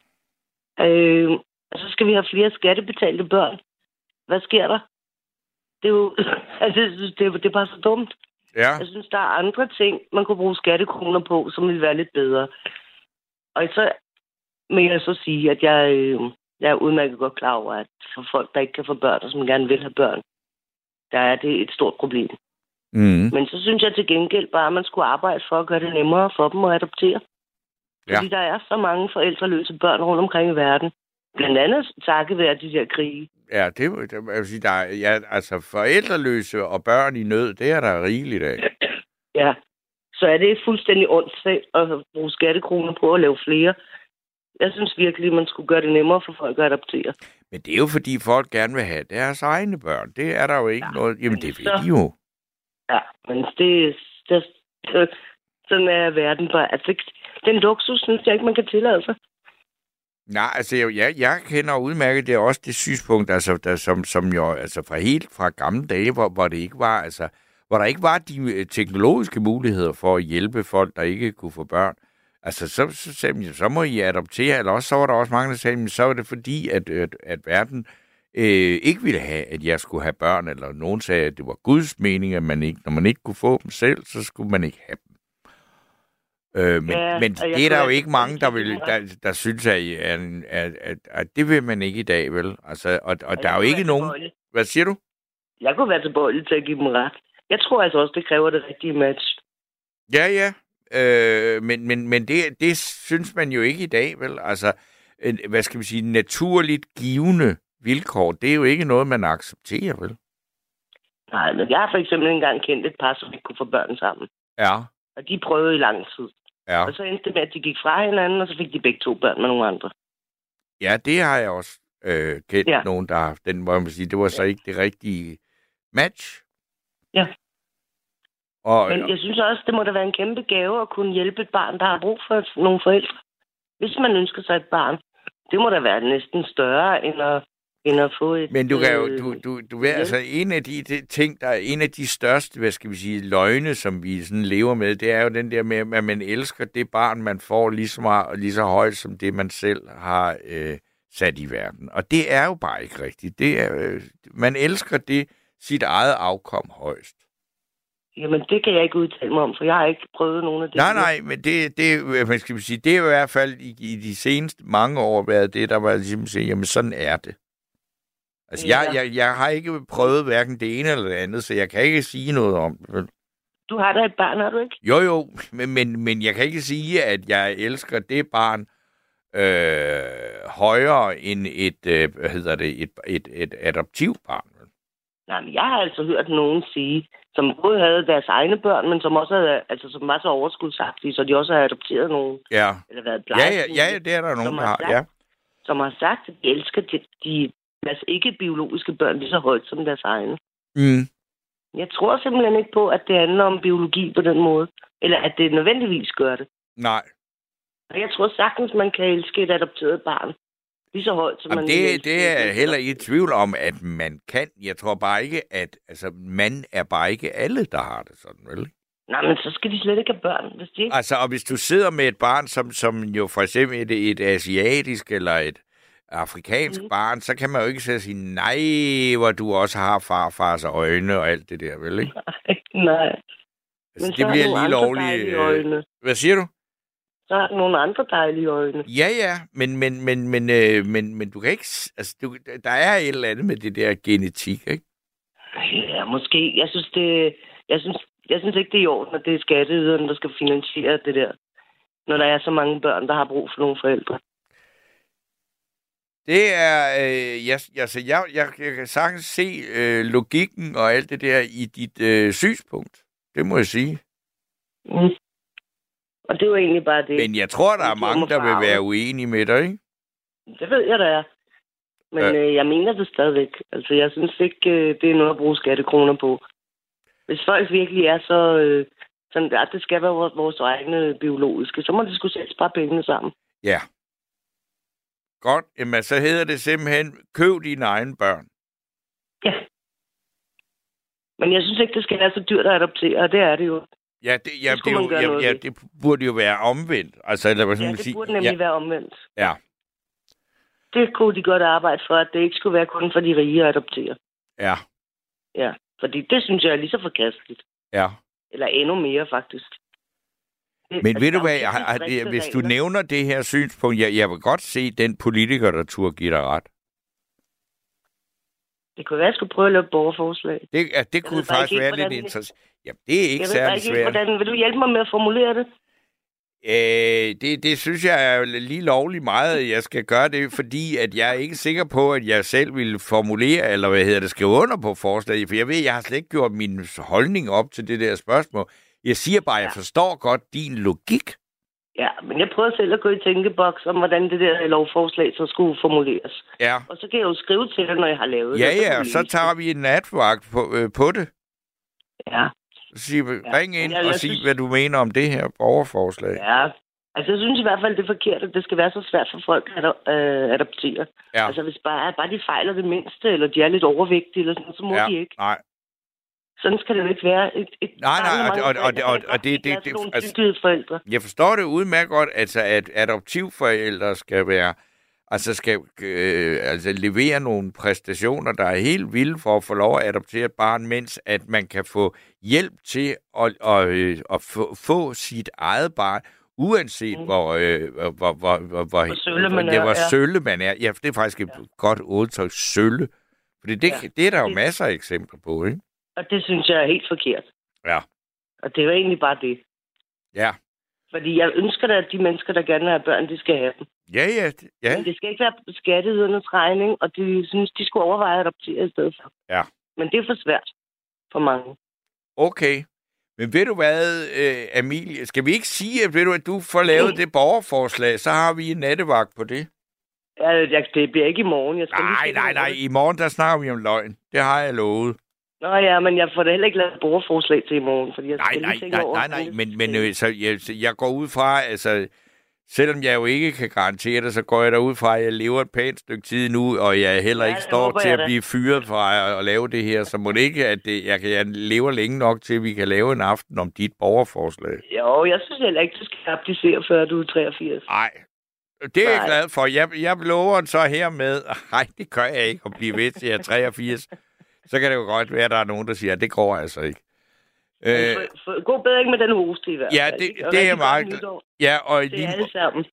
Og så skal vi have flere skattebetalte børn. Hvad sker der? Det er jo... det er bare så dumt. Ja. Jeg synes, der er andre ting, man kunne bruge skattekroner på, som ville være lidt bedre. Og så vil jeg så sige, at jeg er udmærket godt klar over, at for folk, der ikke kan få børn, og som gerne vil have børn, der er det et stort problem. Mm. Men så synes jeg til gengæld bare, at man skulle arbejde for at gøre det nemmere for dem at adoptere. Ja. Fordi der er så mange forældreløse børn rundt omkring i verden. Blandt andet takket være de der krige. Ja, det vil sige, altså forældreløse og børn i nød, det er der rigeligt af. Ja, så er det fuldstændig ondt at bruge skattekroner på at lave flere. Jeg synes virkelig, man skulle gøre det nemmere for folk at adoptere. Men det er jo fordi folk gerne vil have deres egne børn. Det er der jo ikke noget... Jamen, det vil de jo. Ja, men sådan er verden bare. Altså, den luksus synes jeg ikke, man kan tillade sig. Nej, altså jeg kender udmærket, det er også det synspunkt, altså, som jo altså fra gamle dage, hvor det ikke var, altså, hvor der ikke var de teknologiske muligheder for at hjælpe folk, der ikke kunne få børn. Altså, så sagde man, så må I adoptere, eller også så var der også mange, der sagde, så var det fordi, at verden ikke ville have, at jeg skulle have børn, eller nogen sagde, at det var Guds mening, at når man ikke kunne få dem selv, så skulle man ikke have dem. Men det er der jo ikke mange, der synes, at det vil man ikke i dag, vel? Altså, og der er jo ikke nogen... Hvad siger du? Jeg kunne være tilbøjelig til at give dem ret. Jeg tror altså også, det kræver det rigtige match. Ja. Men det synes man jo ikke i dag, vel? Altså, hvad skal vi sige, naturligt givende vilkår, det er jo ikke noget, man accepterer, vel? Nej, men jeg har for eksempel engang kendt et par, som ikke kunne få børn sammen. Ja. Og de prøvede i lang tid. Ja. Og så endte det med, at de gik fra hinanden, og så fik de begge to børn med nogle andre. Ja, det har jeg også kendt nogen, der har haft den, hvor man sige, det var så ikke det rigtige match. Ja. Men jeg synes også, det må da være en kæmpe gave at kunne hjælpe et barn, der har brug for nogle forældre. Hvis man ønsker sig et barn, det må da være næsten større, end at få et... Men du kan jo, du ved, altså en af de ting, der er en af de største, hvad skal vi sige, løgne, som vi sådan lever med, det er jo den der med, at man elsker det barn, man får lige så meget og lige så højt, som det, man selv har sat i verden. Og det er jo bare ikke rigtigt. Det er, man elsker det sit eget afkom højst. Jamen, det kan jeg ikke udtale mig om, for jeg har ikke prøvet nogen af det. Nej, men det, man skal sige, det er i hvert fald i de seneste mange år været det, der var ligesom at sige, jamen sådan er det. Altså, jeg har ikke prøvet hverken det ene eller det andet, så jeg kan ikke sige noget om det. Du har da et barn, har du ikke? Jo, men jeg kan ikke sige, at jeg elsker det barn højere end et adoptivbarn. Nej, men jeg har altså hørt nogen sige, som både havde deres egne børn, men som også havde, altså som var så overskudsagtige, så de også har adopteret nogen. Ja. Eller været plejefamilie. Ja, det er der nogen, der har, ja. Som har sagt, at de elsker deres ikke-biologiske børn lige så højt som deres egne. Mm. Jeg tror simpelthen ikke på, at det handler om biologi på den måde. Eller at det nødvendigvis gør det. Nej. Og jeg tror sagtens, man kan elske et adopteret barn. Lige så højt, som man... Det er heller ikke i tvivl om, at man kan. Jeg tror bare ikke, at... Altså, man er bare ikke alle, der har det sådan, vel? Nej, men så skal de slet ikke have børn, hvis de ikke... Altså, og hvis du sidder med et barn, som jo for eksempel et asiatisk eller et afrikansk barn, så kan man jo ikke sige, nej, hvor du også har farfars øjne og alt det der, vel, ikke? Nej. Altså, det bliver lige lovligt. Hvad siger du? Så har du nogle andre dejlige øjne. Ja, men du kan ikke... Altså, der er et eller andet med det der genetik, ikke? Ja, måske. Jeg synes ikke, det er i orden, at det er skatteyderne, der skal finansiere det der. Når der er så mange børn, der har brug for nogle forældre. Det er... Jeg kan sagtens se logikken og alt det der i dit synspunkt. Det må jeg sige. Mm. Og det var egentlig bare det. Men jeg tror, der er mange, der vil være uenige med dig, ikke? Det ved jeg, der er. Men jeg mener det stadigvæk. Altså, jeg synes ikke, det er noget at bruge skattekroner på. Hvis folk virkelig er så... sådan at det skal være vores egne biologiske, så må det sgu selv spare pengene sammen. Ja. Godt. Jamen, så hedder det simpelthen, køb dine egne børn. Ja. Men jeg synes ikke, det skal være så dyrt at adoptere, og det er det jo. Ja, det burde jo være omvendt. Altså, eller hvad det burde nemlig være omvendt. Ja. Det kunne de godt arbejde for, at det ikke skulle være kun for de rige at adoptere. Ja. Ja, fordi det synes jeg er lige så forkasteligt. Ja. Eller endnu mere, faktisk. Men ved du hvad, hvis du nævner det her synspunkt, jeg vil godt se den politiker, der turde give dig ret. Det kunne være, at jeg skulle prøve at lave et borgerforslag. Det kunne faktisk være lidt interessant. Jamen, det er ikke særlig svært. Vil du hjælpe mig med at formulere det? Det synes jeg er lige lovligt meget, jeg skal gøre det, fordi at jeg er ikke sikker på, at jeg selv vil formulere, eller skrive under på forslaget, for jeg har slet ikke gjort min holdning op til det der spørgsmål. Jeg siger bare, at jeg forstår godt din logik. Ja, men jeg prøver selv at gå i tænkeboks om, hvordan det der lovforslag så skulle formuleres. Ja. Og så kan jeg jo skrive til det, når jeg har lavet det. Ja, så tager vi en natvagt på det. Ja. Ring ind og sig, hvad du mener om det her borgerforslag. Ja, altså jeg synes i hvert fald, det er forkert, at det skal være så svært for folk at adoptere. Ja. Altså hvis bare de fejler det mindste, eller de er lidt overvægtige, eller sådan, så må de ikke. Nej. Sådan skal det jo ikke være. Nej, jeg forstår det udmærket godt, altså, at adoptivforældre skal være, skal levere nogle præstationer, der er helt vilde for at få lov at adoptere et barn, mens at man kan få hjælp til at få sit eget barn, uanset hvor sølle man er. Ja, det er faktisk et godt udtryk, sølle. Fordi det er der jo masser af eksempler på, ikke? Og det synes jeg er helt forkert. Ja. Og det er jo egentlig bare det. Ja. Fordi jeg ønsker da, at de mennesker, der gerne vil have børn, de skal have dem. Ja. Men det skal ikke være skatteydernes regning, og de synes, de skulle overveje at adoptere i stedet for. Ja. Men det er for svært for mange. Okay. Men ved du hvad, Amelie, skal vi ikke sige, at du får lavet det borgerforslag, så har vi en nattevagt på det? Ja, det bliver ikke i morgen. Nej. I morgen, der snakker vi om løgn. Det har jeg lovet. Nå ja, men jeg får da heller ikke lavet et borgerforslag til i morgen, fordi jeg skal nej, så jeg går ud fra, altså, selvom jeg jo ikke kan garantere det, så går jeg derud fra, at jeg lever et pænt stykke tid nu, og jeg heller ikke står til at blive fyret fra at lave det her, så må det ikke, at jeg lever længe nok til, at vi kan lave en aften om dit borgerforslag. Jo, jeg synes heller ikke, du skal applicere, før du er 83. Nej. Det er jeg glad for. Jeg lover så hermed, nej, det gør jeg ikke, at blive ved til jeg er 83. Så kan det jo godt være, at der er nogen, der siger, at det går altså ikke. God bedring med den hoste i hvert fald. Ja, det er meget. Ja, og det er alle sammen.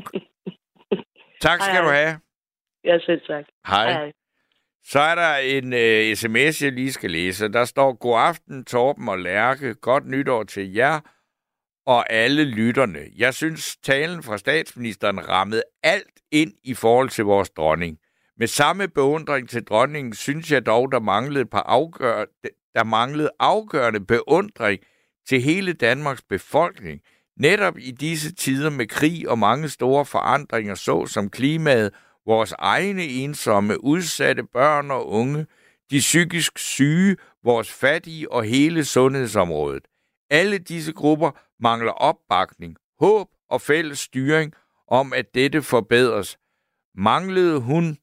Tak skal du have. Ja, selv tak. Hej. Så er der en sms, jeg lige skal læse. Der står, god aften, Torben og Lærke. Godt nytår til jer og alle lytterne. Jeg synes, talen fra statsministeren rammede alt ind i forhold til vores dronning. Med samme beundring til dronningen, synes jeg dog, der manglede afgørende beundring til hele Danmarks befolkning. Netop i disse tider med krig og mange store forandringer, såsom klimaet, vores egne ensomme, udsatte børn og unge, de psykisk syge, vores fattige og hele sundhedsområdet. Alle disse grupper mangler opbakning, håb og fælles styring om, at dette forbedres. Manglede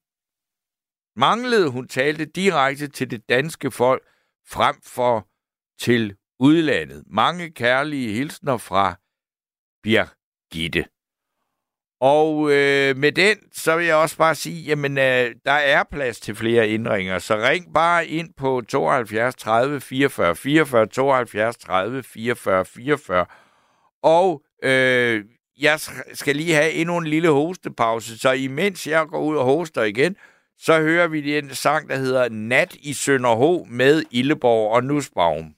hun talte direkte til det danske folk frem for til udlandet. Mange kærlige hilsner fra Birgitte. Og med den, så vil jeg også bare sige, jamen, der er plads til flere ændringer, så ring bare ind på 72 30 44 44, 72 30 44 44. Og jeg skal lige have endnu en lille hostepause, så imens jeg går ud og hoster igen, Så hører vi en sang, der hedder Nat i Sønderho med Illeborg og Nussbaum.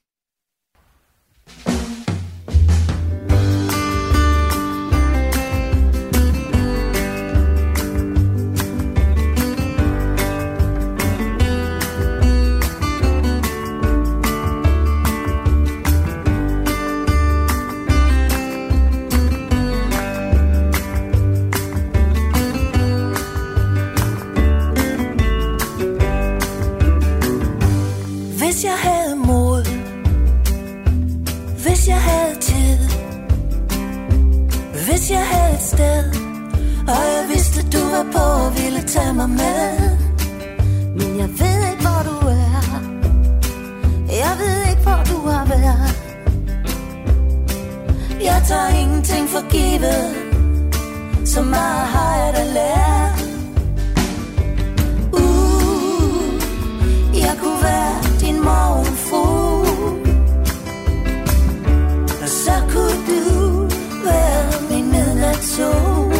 Hvis jeg havde mod, hvis jeg havde tid, hvis jeg havde et sted, og jeg vidste du var på og ville tage mig med. Men jeg ved ikke hvor du er, jeg ved ikke hvor du har været. Jeg tager ingenting for givet, så meget har jeg da lært. Jeg kunne være din morgenfugl, og så kunne du være min midnatssol.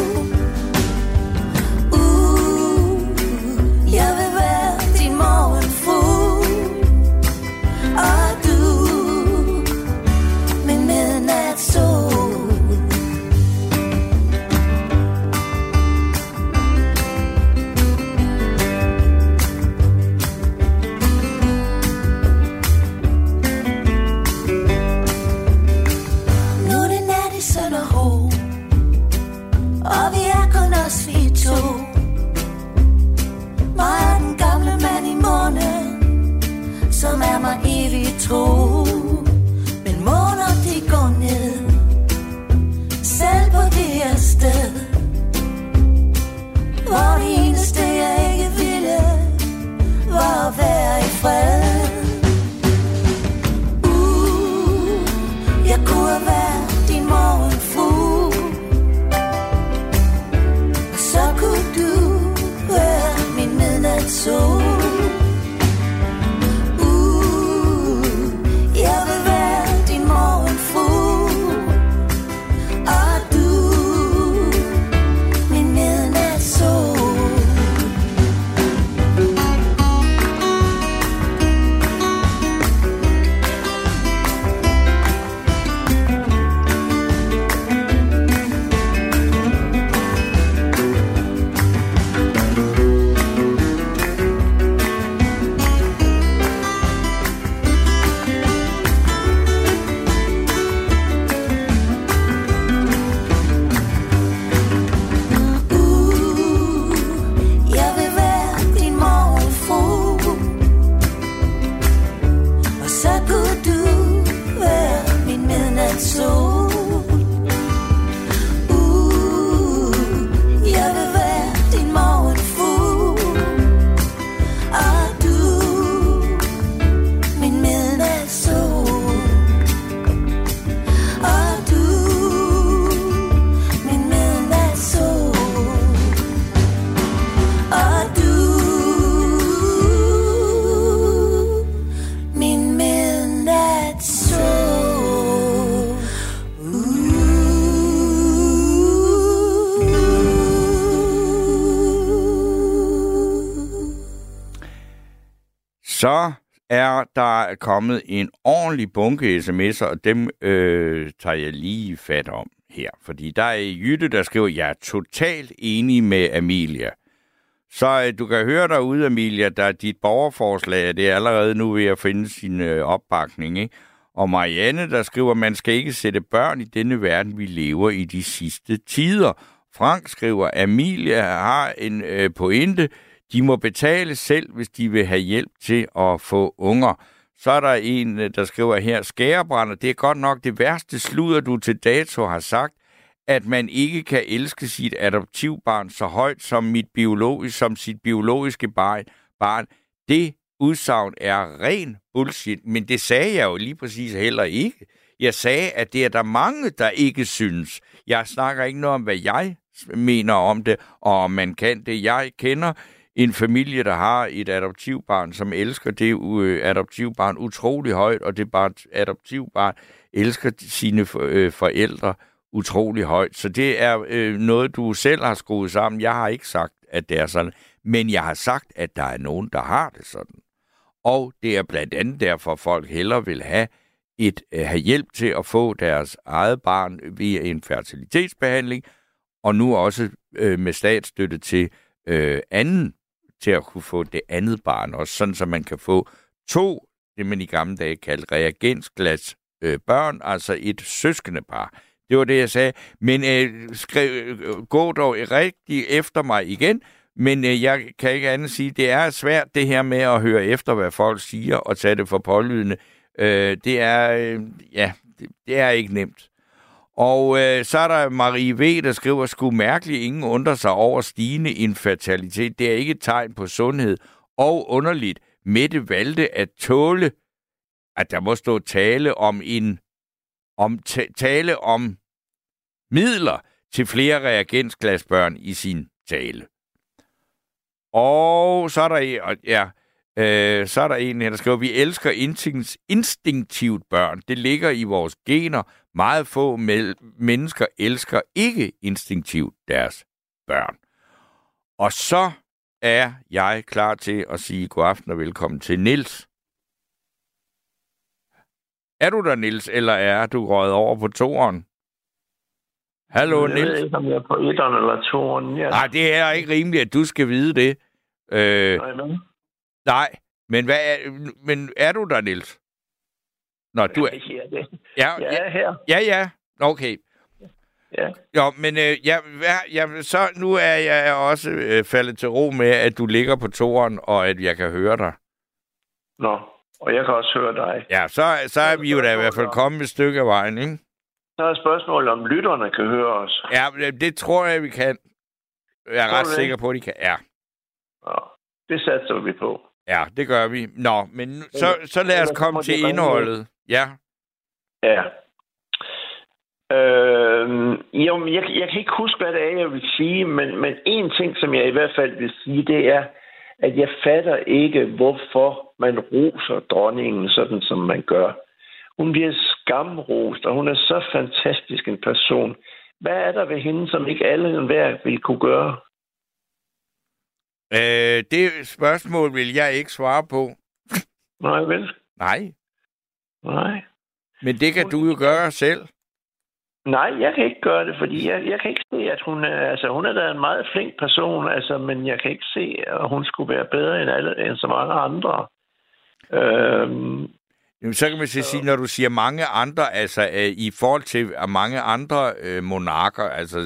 Jeg vil være din morgenfugl, og du min midnatssol. Og vi er kun os vi to. Mig er den gamle mand i månen, som er mig evigt tro. Men måner de går ned, selv på det her sted, hvor det eneste jeg ikke ville, var at være i fred. Jeg kunne have været din morgenfugl, så kunne du være min midnatssol. Jeg vil være din morgenfugl, og du min midnatssol. Så er der kommet en ordentlig bunke sms'er, og dem tager jeg lige fat om her. Fordi der er Jytte, der skriver, jeg er totalt enig med Amelia. Så du kan høre derude, Amelia, der er dit borgerforslag, det er allerede nu ved at finde sin opbakning, ikke? Og Marianne, der skriver, man skal ikke sætte børn i denne verden, vi lever i de sidste tider. Frank skriver, Amelia har en pointe. De må betale selv, hvis de vil have hjælp til at få unger. Så er der en, der skriver her, skærebrænder, det er godt nok det værste sludder, du til dato har sagt, at man ikke kan elske sit adoptivbarn så højt som sit biologiske barn. Det udsagn er ren bullshit, men det sagde jeg jo lige præcis heller ikke. Jeg sagde, at det er der mange, der ikke synes. Jeg snakker ikke noget om, hvad jeg mener om det, og om man kan det. Jeg kender en familie, der har et adoptivbarn, som elsker det adoptivbarn utrolig højt, og det adoptivbarn elsker sine forældre utrolig højt. Så det er noget, du selv har skruet sammen. Jeg har ikke sagt, at det er sådan. Men jeg har sagt, at der er nogen, der har det sådan. Og det er blandt andet derfor, folk hellere vil have hjælp til at få deres eget barn via en fertilitetsbehandling, og nu også med statsstøtte til til at kunne få det andet barn også, sådan så man kan få 2, det man i gamle dage kaldte reagensglas børn, altså et søskendepar. Det var det, jeg sagde. Men gå dog rigtig efter mig igen, men jeg kan ikke andet sige, det er svært det her med at høre efter, hvad folk siger, og tage det for pålydende. Det er ikke nemt. Og så er der Marie V., der skriver, sgu mærkeligt, ingen undrer sig over stigende infertilitet. Det er ikke et tegn på sundhed. Og underligt, Mette valgte at tåle, at der må stå tale om midler til flere reagensglasbørn i sin tale. Og så er der en her, der skriver, vi elsker instinktivt børn. Det ligger i vores gener. Meget få mennesker elsker ikke instinktivt deres børn. Og så er jeg klar til at sige god aften og velkommen til Niels. Er du der, Niels, eller er du røget over på 2'eren? Hallo, Niels. Jeg ved ikke, om jeg er på 1'eren eller 2'eren. Ja. Nej, det er ikke rimeligt, at du skal vide det. Nej, men er du der, Niels? Nå, du er... Jeg er her. Ja, okay. Ja. Jo, men så nu er jeg også faldet til ro med, at du ligger på 2'eren, og at jeg kan høre dig. Nå, og jeg kan også høre dig. Ja, så er vi jo da i hvert fald kommet et stykke af vejen, ikke? Så er spørgsmålet, om lytterne kan høre os. Ja, det tror jeg, vi kan. Jeg er ret sikker på, at de kan. Ja. Nå, det satser vi på. Ja, det gør vi. Nå, men så lad os komme til indholdet. Ja. Ja. Jeg kan ikke huske, hvad det er, jeg vil sige, men en ting, som jeg i hvert fald vil sige, det er, at jeg fatter ikke, hvorfor man roser dronningen sådan, som man gør. Hun bliver skamrost, og hun er så fantastisk en person. Hvad er der ved hende, som ikke alle enhver vil kunne gøre? Det spørgsmål vil jeg ikke svare på. Nej, vel? Nej. Men det kan du jo gøre selv. Nej, jeg kan ikke gøre det, fordi jeg kan ikke se, at hun er da en meget flink person, men jeg kan ikke se, at hun skulle være bedre end så mange andre. Jamen, så kan man sige, når du siger mange andre, i forhold til mange andre monarker,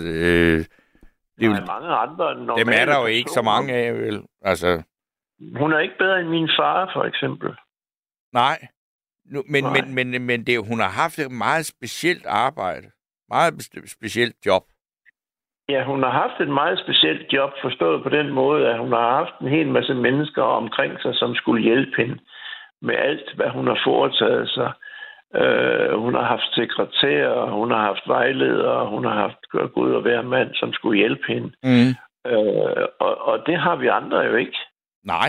mange andre normale dem er der jo personer. ikke så mange af, vel? Hun er ikke bedre end min far, for eksempel. Nej. Men hun har haft et meget specielt arbejde. Meget specielt job. Ja, hun har haft et meget specielt job, forstået på den måde, at hun har haft en hel masse mennesker omkring sig, som skulle hjælpe hende med alt, hvad hun har foretaget sig. Hun har haft sekretærer, hun har haft vejledere, hun har haft Gud og hver mand, som skulle hjælpe hende. Mm. Og det har vi andre jo ikke. Nej.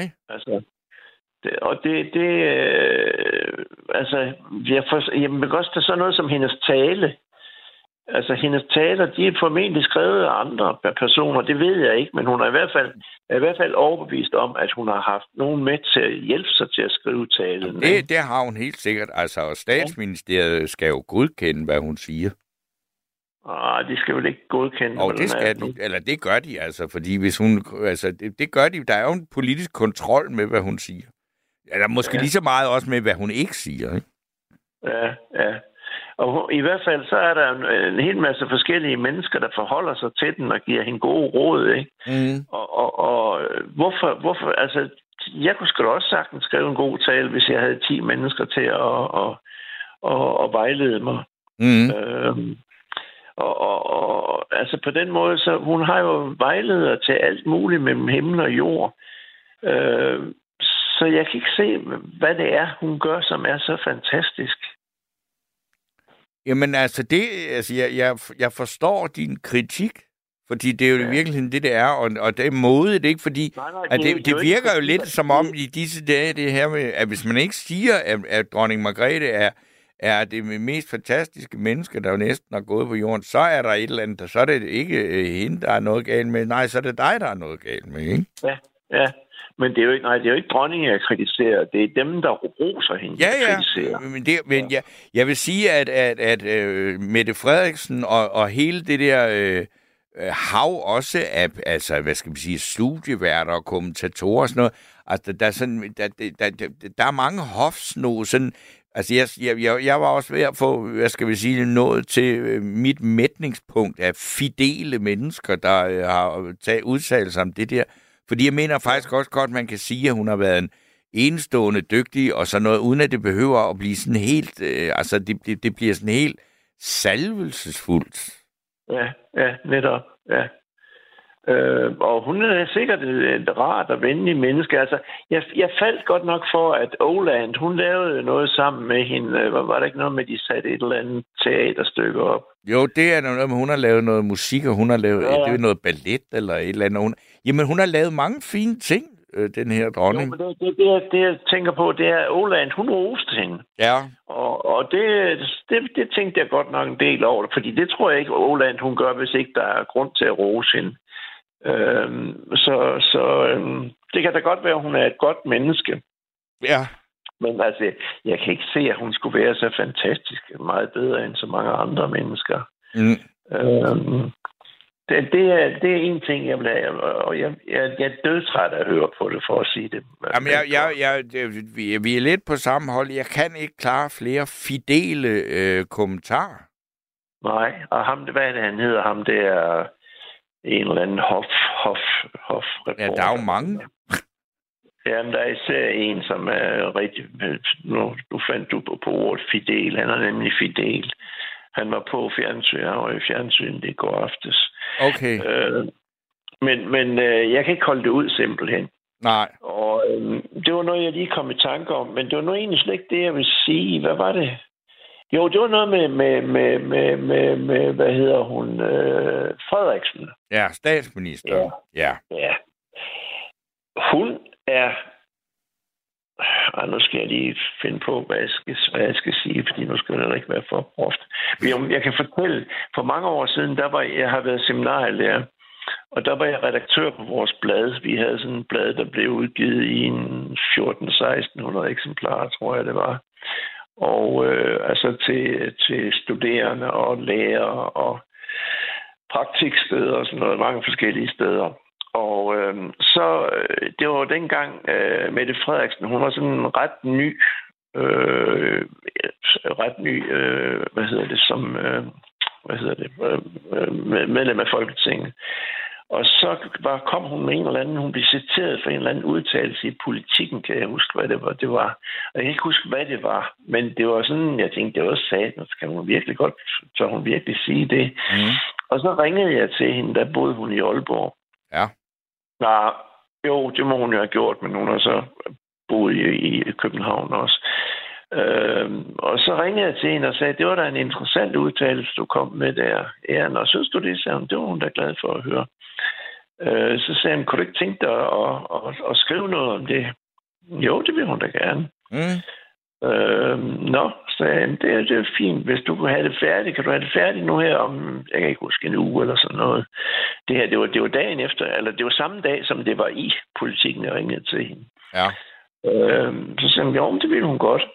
Jeg vil godt tage sådan noget som hendes tale. Hendes taler, de er formentlig skrevet af andre personer, det ved jeg ikke, men hun er i hvert fald overbevist om, at hun har haft nogen med til at hjælpe sig til at skrive talen. Det har hun helt sikkert. Og Statsministeriet skal jo godkende, hvad hun siger. De skal vel ikke godkende. Det skal de, eller det gør de fordi hvis hun, det gør de. Der er jo en politisk kontrol med, hvad hun siger. Eller måske lige så meget også med, hvad hun ikke siger, ikke? Ja. Og i hvert fald så er der en hel masse forskellige mennesker, der forholder sig til den og giver hende gode råd, ikke? Mm. Og hvorfor, jeg kunne sgu da også sagtens skrive en god tale, hvis jeg havde 10 mennesker til at vejlede mig. Mm. På den måde, så hun har jo vejledere til alt muligt mellem himmel og jord. Så jeg kan ikke se, hvad det er, hun gør, som er så fantastisk. Jamen jeg forstår din kritik, fordi det er jo virkelig det er, og det er modigt, ikke? Fordi det virker jo lidt som om i disse dage, det her med, at hvis man ikke siger, at dronning Margrethe er det mest fantastiske menneske, der jo næsten har gået på jorden, så er der et eller andet, så er det ikke hende, der er noget galt med. Nej, så er det dig, der er noget galt med, ikke? Ja, Ja. Men det er jo ikke dronningen, jeg kritiserer. Det er dem, der roser hende, jeg kritiserer. Men jeg vil sige, at Mette Frederiksen og hele det der hav også af, altså, hvad skal man sige, studieværter og kommentatorer og sådan noget, altså, der er mange hofsno, sådan, altså, jeg var også ved at få, hvad skal vi sige, nået til mit mætningspunkt af fidele mennesker, der har taget udtalelser om det der. Fordi jeg mener faktisk også godt, man kan sige, at hun har været en enestående dygtig og sådan noget, uden at det behøver at blive sådan helt, altså det bliver sådan helt salvelsesfuldt. Ja, netop, ja. Og hun er sikkert et rart og venligt menneske. Altså, jeg faldt godt nok for, at Oland, hun lavede noget sammen med hende. Var der ikke noget med, at de satte et eller andet teaterstykke op? Jo, det er noget med, hun har lavet noget musik, og hun har lavet det er noget ballet eller et eller andet. Jamen, hun har lavet mange fine ting, den her dronning. Jo, men det jeg tænker på, det er, at Oland, hun roste hende. Ja. Og det tænkte jeg godt nok en del over, fordi det tror jeg ikke, Oland, hun gør, hvis ikke der er grund til at rose hende. Det kan da godt være, at hun er et godt menneske. Ja. Men altså, jeg kan ikke se, at hun skulle være så fantastisk meget bedre end så mange andre mennesker. Det er en ting, jeg vil have, og jeg er dødtræt af at høre på det, for at sige det. Jamen, vi er lidt på samme hold. Jeg kan ikke klare flere fidele kommentarer. Nej, og ham, hvad er det, han hedder? Ham, det er en eller anden hof. Ja, der er jo mange. Jamen, der er især en, som er rigtig... Nu fandt du på ordet fidel. Han er nemlig fidel. Han var på fjernsyn. Han var i fjernsyn det går aftes. Okay. Men jeg kan ikke holde det ud simpelthen. Nej. Og det var noget, jeg lige kom i tanke om. Men det var noget egentlig slet ikke det, jeg vil sige. Hvad var det? Jo, det var noget med hvad hedder hun? Frederiksen. Ja, statsminister. Ja. Hun er... nu skal jeg lige finde på, hvad jeg skal sige, fordi nu skal det ikke være for groft. Men jeg kan fortælle, for mange år siden, jeg har været seminarielærer, og der var jeg redaktør på vores blad. Vi havde sådan et blad, der blev udgivet i en 1400-1600 eksemplarer, tror jeg det var. Og altså til studerende og lærere og praktiksteder og sådan noget, mange forskellige steder. Og så det var dengang Mette Frederiksen, hun var sådan ret ny, medlem af Folketinget. Og så kom hun med en eller anden, hun blev citeret for en eller anden udtalelse i Politikken, kan jeg huske, hvad det var. Og jeg kan ikke huske, hvad det var, men det var sådan, jeg tænkte, det var satan, så kan hun virkelig godt, så hun virkelig sige det. Og så ringede jeg til hende, der boede hun i Aalborg. Ja. Jo, det må hun jo have gjort, men hun har så boet i København også. Og så ringede jeg til hende og sagde, det var da en interessant udtalelse, du kom med der. Ja, og synes du det, sagde hun, det var hun da glad for at høre. Så sagde hun, kunne du ikke tænke dig at skrive noget om det? Jo, det vil hun da gerne. Sagde han, det er fint. Hvis du kunne have det færdigt, kan du have det færdigt nu her om, jeg kan ikke huske, en uge eller sådan noget. Det her, det var dagen efter, eller det var samme dag, som det var i Politikken, jeg ringede til hende. Ja. Så sagde hun, jo, det ville hun godt.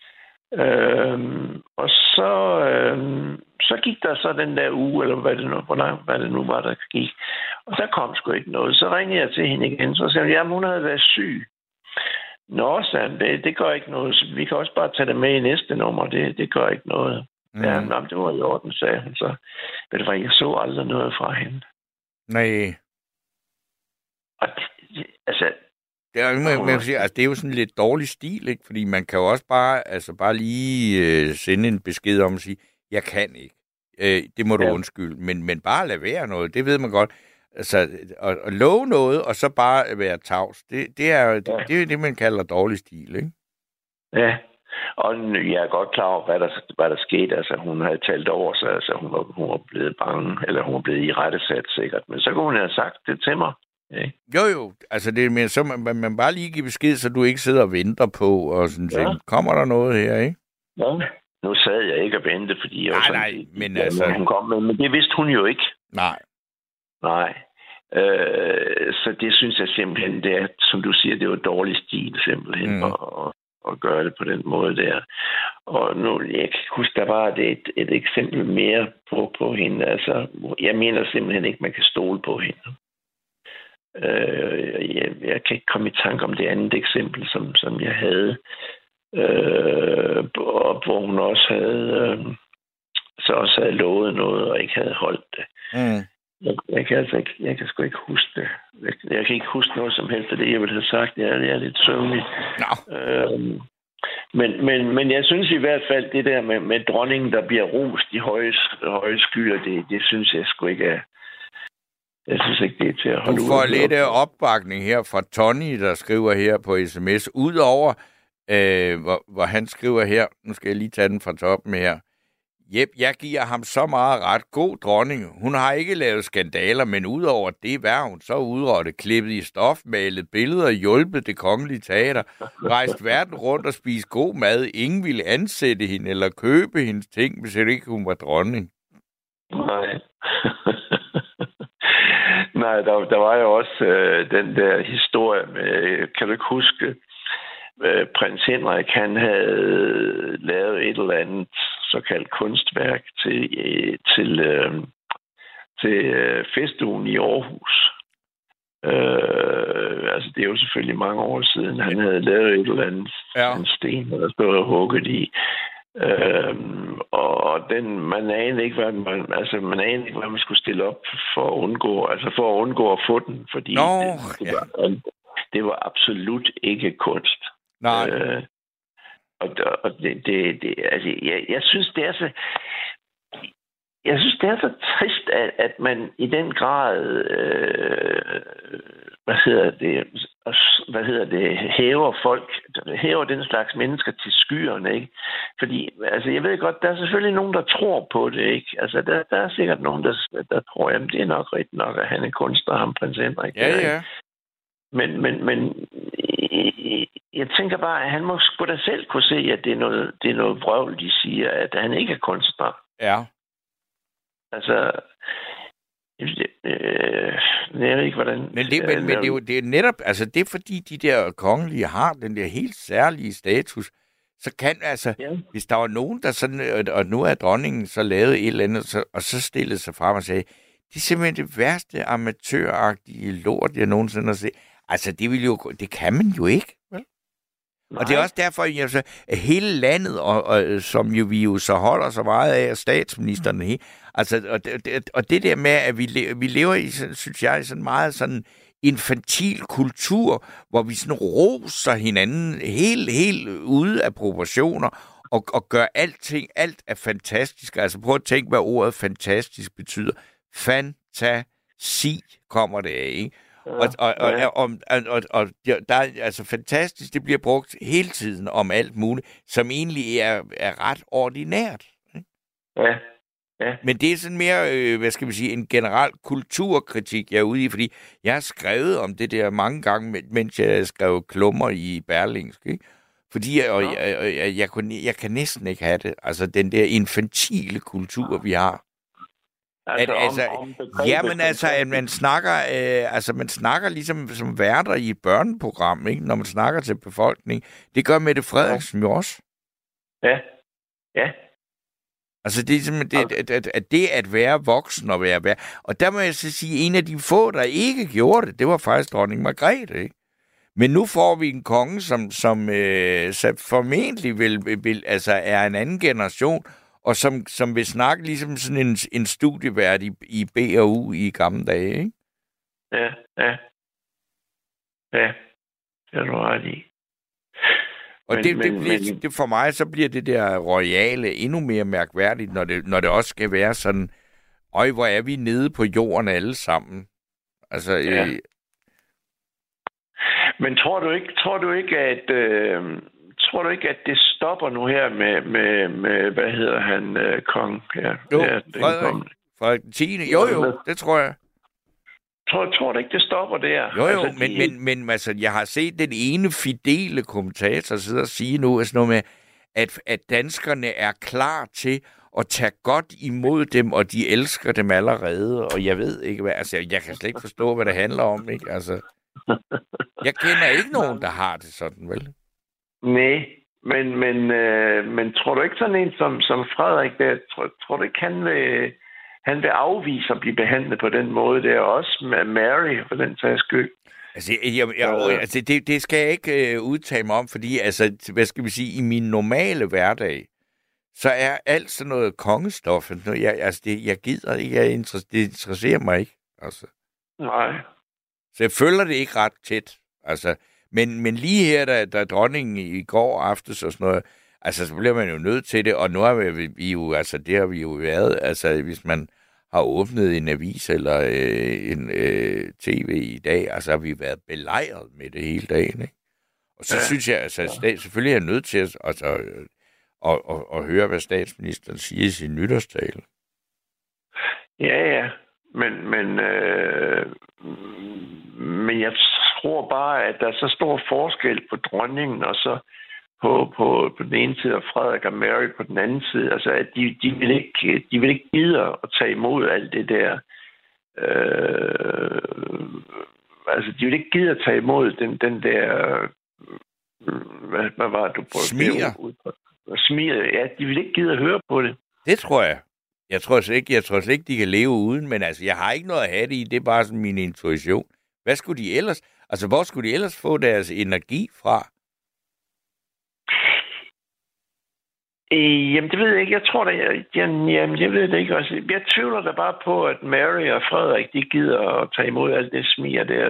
Og så gik der så den der uge, eller hvad det nu var, der gik. Og der kom sgu ikke noget. Så ringede jeg til hende igen, så sagde hun, jamen hun havde været syg. Nå, sagde han, det gør ikke noget. Så vi kan også bare tage det med i næste nummer. Det gør ikke noget. Ja, men det var i orden, sagde han så. Men det var, jeg så aldrig noget fra hende. Nej. Og altså... Det er jo sådan lidt dårlig stil, ikke? Fordi man kan jo også bare lige sende en besked om at sige, jeg kan ikke. Det må du undskylde. Men bare lade være noget, det ved man godt. Altså, at love noget, og så bare være tavs, det er det, man kalder dårlig stil, ikke? Ja, og jeg er godt klar over, hvad der skete. Altså, hun havde talt over sig, altså, hun var blevet bange, eller hun var blevet irettesat sikkert. Men så kunne hun have sagt det til mig. Ja. Jo, altså det er mere, så man bare lige giver besked, så du ikke sidder og venter på, og sådan tænker, kommer der noget her, ikke? Ja, nu sad jeg ikke og ventede, fordi jeg men altså... hun kom med, men det vidste hun jo ikke. Nej. Så det synes jeg simpelthen, det er, som du siger, det var dårlig stil simpelthen at gøre det på den måde der. Og nu, jeg kan huske, der var et eksempel mere på hende. Altså, jeg mener simpelthen ikke, man kan stole på hende. Jeg kan ikke komme i tanke om det andet eksempel, som jeg havde. Hvor hun også havde lovet noget, og ikke havde holdt det. Jeg kan sgu ikke huske det. Jeg kan ikke huske noget som helst af det, jeg ville have sagt. Jeg er lidt søvnig. No. Men jeg synes i hvert fald, det der med dronningen, der bliver rost i høje skyer, det synes jeg sgu ikke er... Jeg synes ikke, det er til at holde ud. Du får lidt opbakning her fra Tony, der skriver her på sms. Udover, hvor han skriver her, nu skal jeg lige tage den fra toppen her. Jep, jeg giver ham så meget ret. God dronning. Hun har ikke lavet skandaler, men udover det var hun så udrådt, klippet i stof, malet billeder, hjulpet det kongelige teater, rejst verden rundt og spist god mad. Ingen ville ansætte hende eller købe hendes ting, hvis ikke hun var dronning. Nej. Nej, der var jo også den der historie med, kan du ikke huske, prins Henrik, han havde lavet et eller andet såkaldt kunstværk til festugen i Aarhus. Altså, det er jo selvfølgelig mange år siden. Han havde lavet et eller andet en sten, der stod og hugget i. Og man anede ikke, hvad man skulle stille op for at undgå at få den, fordi det var absolut ikke kunst. Nej. Og det altså, jeg synes, det er så... Jeg synes, det er så trist, at man i den grad, hæver den slags mennesker til skyerne, ikke? Fordi, altså, jeg ved godt, der er selvfølgelig nogen, der tror på det, ikke? Altså, der er sikkert nogen, der tror, jamen, det er nok rigtigt nok, at han er kunstner, ham prins Henrik. Ja. Men jeg tænker bare, at han må sgu da selv kunne se, at det er noget vrøvl, de siger, at han ikke er kunstner. Ja. Altså, jeg ved ikke, hvordan... Men det er netop... Altså, det er fordi, de der kongelige har den der helt særlige status, så kan hvis der var nogen, der sådan... Og nu er dronningen så lavet et eller andet, og så stillede sig frem og sagde, det er simpelthen det værste amatøragtige lort, jeg nogensinde har set. Altså, det kan man jo ikke, vel? Nej. Og det er også derfor, at hele landet, og som jo vi jo så holder så meget af, statsministeren, altså, og det der med, at vi lever i, synes jeg, sådan meget sådan infantil kultur, hvor vi sådan roser hinanden helt ude af proportioner, og gør alt er fantastisk. Altså prøv at tænke, hvad ordet fantastisk betyder. Fantasi kommer det af, ikke? Og der er altså fantastisk, det bliver brugt hele tiden om alt muligt, som egentlig er ret ordinært. Ikke? Ja. Men det er sådan mere, en generel kulturkritik, jeg er ude i, fordi jeg har skrevet om det der mange gange, mens jeg skrev klummer i Berlingske, ikke? Fordi jeg kan næsten ikke have det. Altså den der infantile kultur, vi har. Man snakker ligesom som værter i et børneprogram, ikke? Når man snakker til befolkningen. Det gør Mette Frederiksen jo også. Ja. Altså det er simpelthen det at være voksen og være. Og der må jeg så sige, en af de få, der ikke gjorde det var faktisk dronning Margrethe, ikke? Men nu får vi en konge, som formentlig vil er en anden generation, og som vil snakke ligesom sådan en studievært i B&U i gamle dage, ikke? Ja. Det er du ret i. Og det for mig, så bliver det der royale endnu mere mærkværdigt, når det også skal være sådan, hvor er vi nede på jorden alle sammen. Altså, ja. Men tror du ikke, at det stopper nu her med hvad hedder han, kong? Ja, jo, Frederik 10. Jo, det tror jeg. Tror du ikke, det stopper der? Jo, altså, men altså, jeg har set den ene fidele kommentator sidde og sige nu, altså noget med, at danskerne er klar til og tager godt imod dem, og de elsker dem allerede, og jeg ved ikke hvad, altså jeg kan slet ikke forstå, hvad det handler om, ikke? Altså, jeg kender ikke nogen, der har det sådan, vel? Nej, men tror du ikke sådan en som Frederik, der, tror du ikke, han vil afvise at blive behandlet på den måde der, også med Mary, for den tages skyld? Altså, det skal jeg ikke udtale mig om, fordi, altså, hvad skal vi sige, i min normale hverdag, så er alt sådan noget kongestof. Jeg gider ikke, det interesserer mig ikke. Altså. Nej. Så jeg følger det ikke ret tæt. Altså, men lige her, da dronningen i går aftes og sådan noget, altså, så bliver man jo nødt til det, og nu har vi jo, altså, det har vi jo været, altså, hvis man har åbnet en avis eller en tv i dag, altså, har vi været belejret med det hele dagen, ikke? Og så synes jeg, altså, selvfølgelig er jeg nødt til at høre, hvad statsministeren siger i sin nytårstale. Ja. Men jeg tror bare, at der er så stor forskel på dronningen, og så på den ene side, og Frederik og Mary på den anden side. Altså, at de vil ikke gide at tage imod alt det der. Altså, de vil ikke gide at tage imod den der... Hvad var det, du prøvede? Smiger, ja, de vil ikke gide at høre på det. Det tror jeg. Jeg tror slet ikke, de kan leve uden, men altså, jeg har ikke noget at have det i, det er bare sådan min intuition. Hvad skulle de ellers, altså, hvor skulle de ellers få deres energi fra? Jamen, det ved jeg ikke. Jeg tror da, jeg ved det ikke også. Jeg tvivler da bare på, at Mary og Frederik, de gider at tage imod alt det smiger der,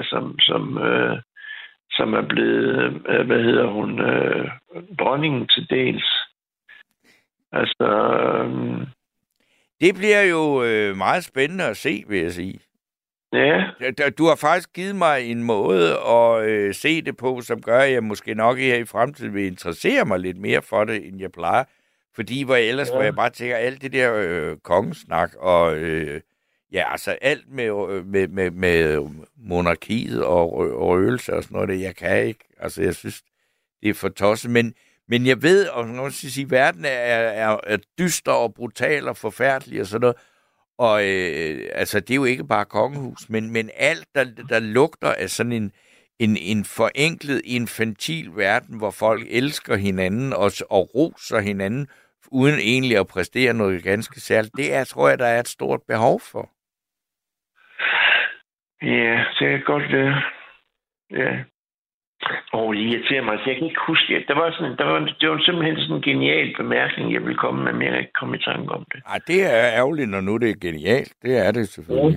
som er blevet, dronningen til dels. Altså... Det bliver jo meget spændende at se, vil jeg sige. Ja. Du har faktisk givet mig en måde at se det på, som gør, at jeg måske nok her i fremtiden vil interessere mig lidt mere for det, end jeg plejer. Fordi hvor jeg bare tænker, alt det der kongesnak og altså alt med monarkiet og røgelse og sådan noget, det jeg kan ikke. Altså jeg synes, det er for tosset. Men jeg ved, og man skal sige, at verden er dyster og brutal og forfærdelig og sådan noget. Og altså, det er jo ikke bare kongehus, men alt, der lugter af sådan en forenklet, infantil verden, hvor folk elsker hinanden og roser hinanden, uden egentlig at præstere noget ganske særligt. Det tror jeg, der er et stort behov for. Ja, det er godt det. Ja. Det irriterer mig. Jeg kan ikke huske det. Det var simpelthen sådan en genial bemærkning, jeg ville komme med, men jeg kan ikke komme i tanke om det. Ej, det er ærgerligt, når nu det er genialt. Det er det selvfølgelig.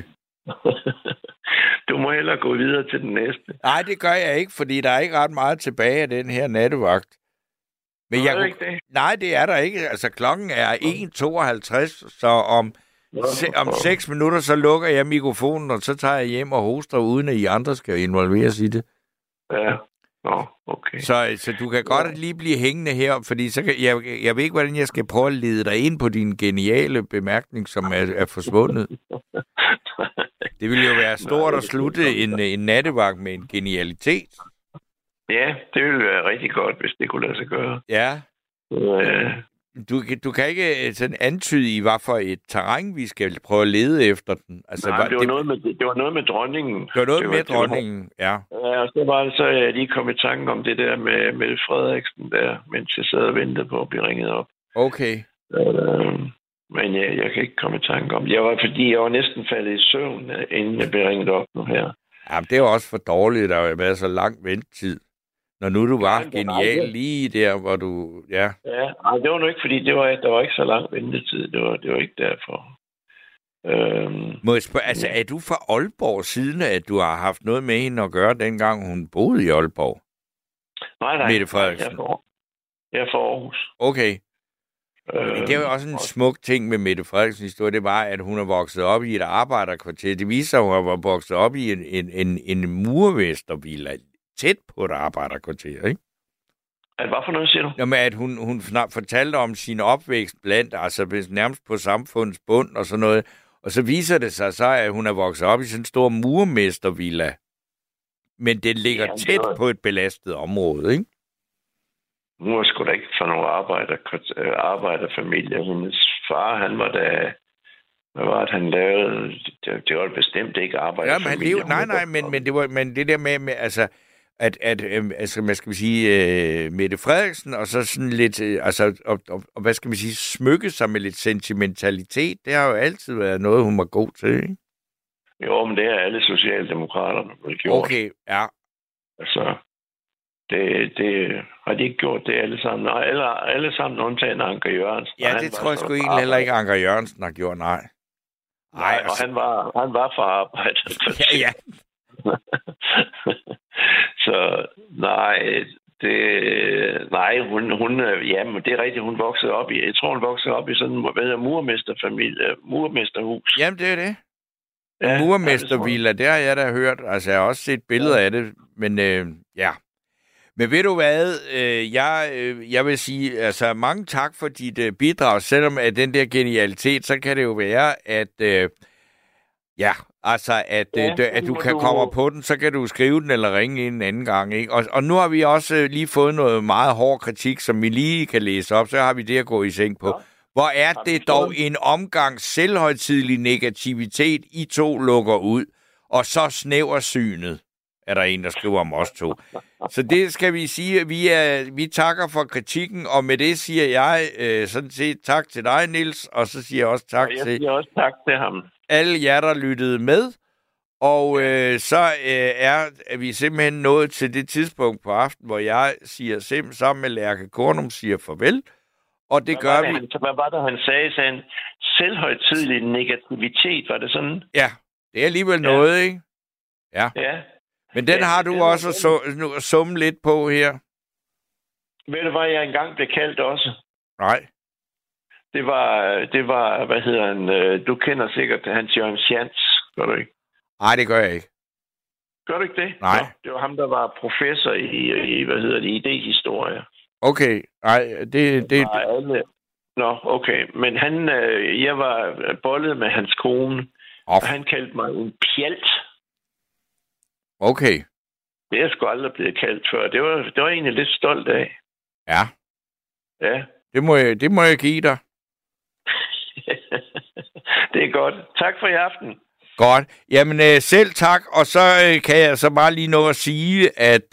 Du må hellere gå videre til den næste. Nej, det gør jeg ikke, fordi der er ikke ret meget tilbage af den her nattevagt. Men nej, det er der ikke. Altså, klokken er 1:52, så om 6 minutter, så lukker jeg mikrofonen, og så tager jeg hjem og hoster, uden at I andre skal involveres i det. Ja, okay. Så du kan godt lige blive hængende her, fordi så kan, jeg ved ikke, hvordan jeg skal prøve at lede dig ind på din geniale bemærkning, som er forsvundet. Det ville jo være stort at slutte en nattevagt med en genialitet. Ja, det ville være rigtig godt, hvis det kunne lade sig gøre. Ja. Du kan ikke sådan antyde i, hvad for et terræn, vi skal prøve at lede efter den. Altså, nej, det var noget med dronningen. Det var noget med dronningen, ja. Ja, og så var det så, at jeg lige kom i tanke om det der med Mette Frederiksen der, mens jeg sad og ventede på at blive ringet op. Okay. Men jeg kan ikke komme i tanke om det. Fordi jeg var næsten faldet i søvn, inden jeg blev ringet op nu her. Ja, det er jo også for dårligt, at der har været så lang ventetid. Når nu du var genial lige der, hvor du... Ja, det var nu ikke, fordi der var ikke så lang ventetid. Det var ikke derfor. Må jeg spørge, altså, er du fra Aalborg, siden at du har haft noget med hende at gøre, dengang hun boede i Aalborg? Nej. Mette Frederiksen. Jeg er fra Aarhus. Okay. Det er jo også en smuk ting med Mette Frederiksens historie, det var, at hun er vokset op i et arbejderkvarter. Det viser sig, at hun var vokset op i en murvestervilla, tæt på et arbejderkvarter, ikke? Hvad for noget, siger du? Jamen, at hun fortalte om sin opvækst blandt, altså nærmest på samfundets bund og sådan noget. Og så viser det sig så, at hun er vokset op i sådan en stor murmestervilla. Men den ligger tæt på et belastet område, ikke? Hun var sgu da ikke for nogen arbejderfamilie. Hendes far, han var da... Hvad var det, han lavede? Det var bestemt ikke arbejderfamilie. Ja, men det der med altså... altså, hvad skal man sige, Mette Frederiksen, og så sådan lidt, og hvad skal man sige, smykke sig med lidt sentimentalitet, det har jo altid været noget, hun var god til, ikke? Jo, men det er alle socialdemokraterne vel gjort. Okay, ja. Altså, det har de ikke gjort det alle sammen. Og alle sammen undtagen Anker Jørgensen. Ja, det tror jeg sgu egentlig heller ikke, Anker Jørgensen har gjort, nej. Nej, og han var for arbejde. Ja. Så nej, hun jamen det er rigtigt, hun voksede op i, jeg tror hun voksede op i sådan en murmesterfamilie, murmesterhus. Jamen det er det. Ja, murmestervilla, det har jeg da hørt. Altså jeg har også set billeder af det, men ja. Men ved du hvad, jeg vil sige, altså mange tak for dit bidrag, selvom at den der genialitet, så kan det jo være, at at du kan komme på den, så kan du skrive den eller ringe en anden gang, ikke? Og nu har vi også lige fået noget meget hård kritik, som vi lige kan læse op, så har vi det at gå i seng på. Hvor er det dog en omgang selvhøjtidelig negativitet, I to lukker ud, og så snæversynet, er der en, der skriver om os to. Så det skal vi sige, vi takker for kritikken, og med det siger jeg sådan set tak til dig, Niels, og så siger jeg også tak til... Jeg siger også tak til ham. Alle jer, der lyttede med, og så er vi simpelthen nået til det tidspunkt på aftenen, hvor jeg siger sammen med Lærke Kornum siger farvel, og det gør vi... Hvad var det, han sagde? Sagde en selvhøjtidelig negativitet, var det sådan? Ja, det er alligevel noget, ikke? Ja. Men den har du også at summe lidt på her. Ved du, hvad jeg engang blev kaldt også? Nej. Det var, hvad hedder han, du kender sikkert Hans Jørgen Schantz, gør du ikke? Nej, det gør jeg ikke. Gør du ikke det? Nej. Nå, det var ham, der var professor i hvad hedder det, idéhistorie. Okay, nej, det... Nå, okay, men jeg var bollet med hans kone, og han kaldte mig en pjalt. Okay. Det er jeg sgu aldrig blevet kaldt før. Det var egentlig lidt stolt af. Ja. Ja. Det må jeg give dig. Det er godt. Tak for i aften. Godt. Jamen selv tak, og så kan jeg så bare lige nå at sige, at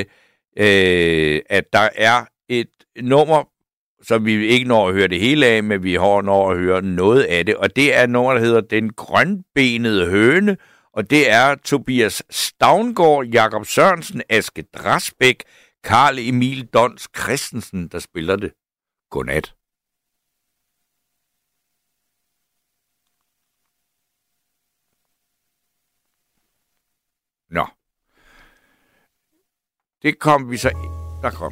der er et nummer, som vi ikke når at høre det hele af, men vi når at høre noget af det, og det er nummer, der hedder Den Grønbenede Høne, og det er Tobias Stavngård, Jakob Sørensen, Aske Drasbæk, Karl Emil Dons Christensen, der spiller det. Godnat. Nå. Det kom vi så... Der kom.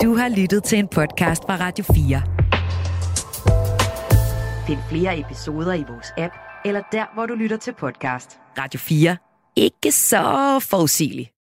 Du har lyttet til en podcast fra Radio 4. Find flere episoder i vores app, eller der, hvor du lytter til podcast. Radio 4. Ikke så forudsigeligt.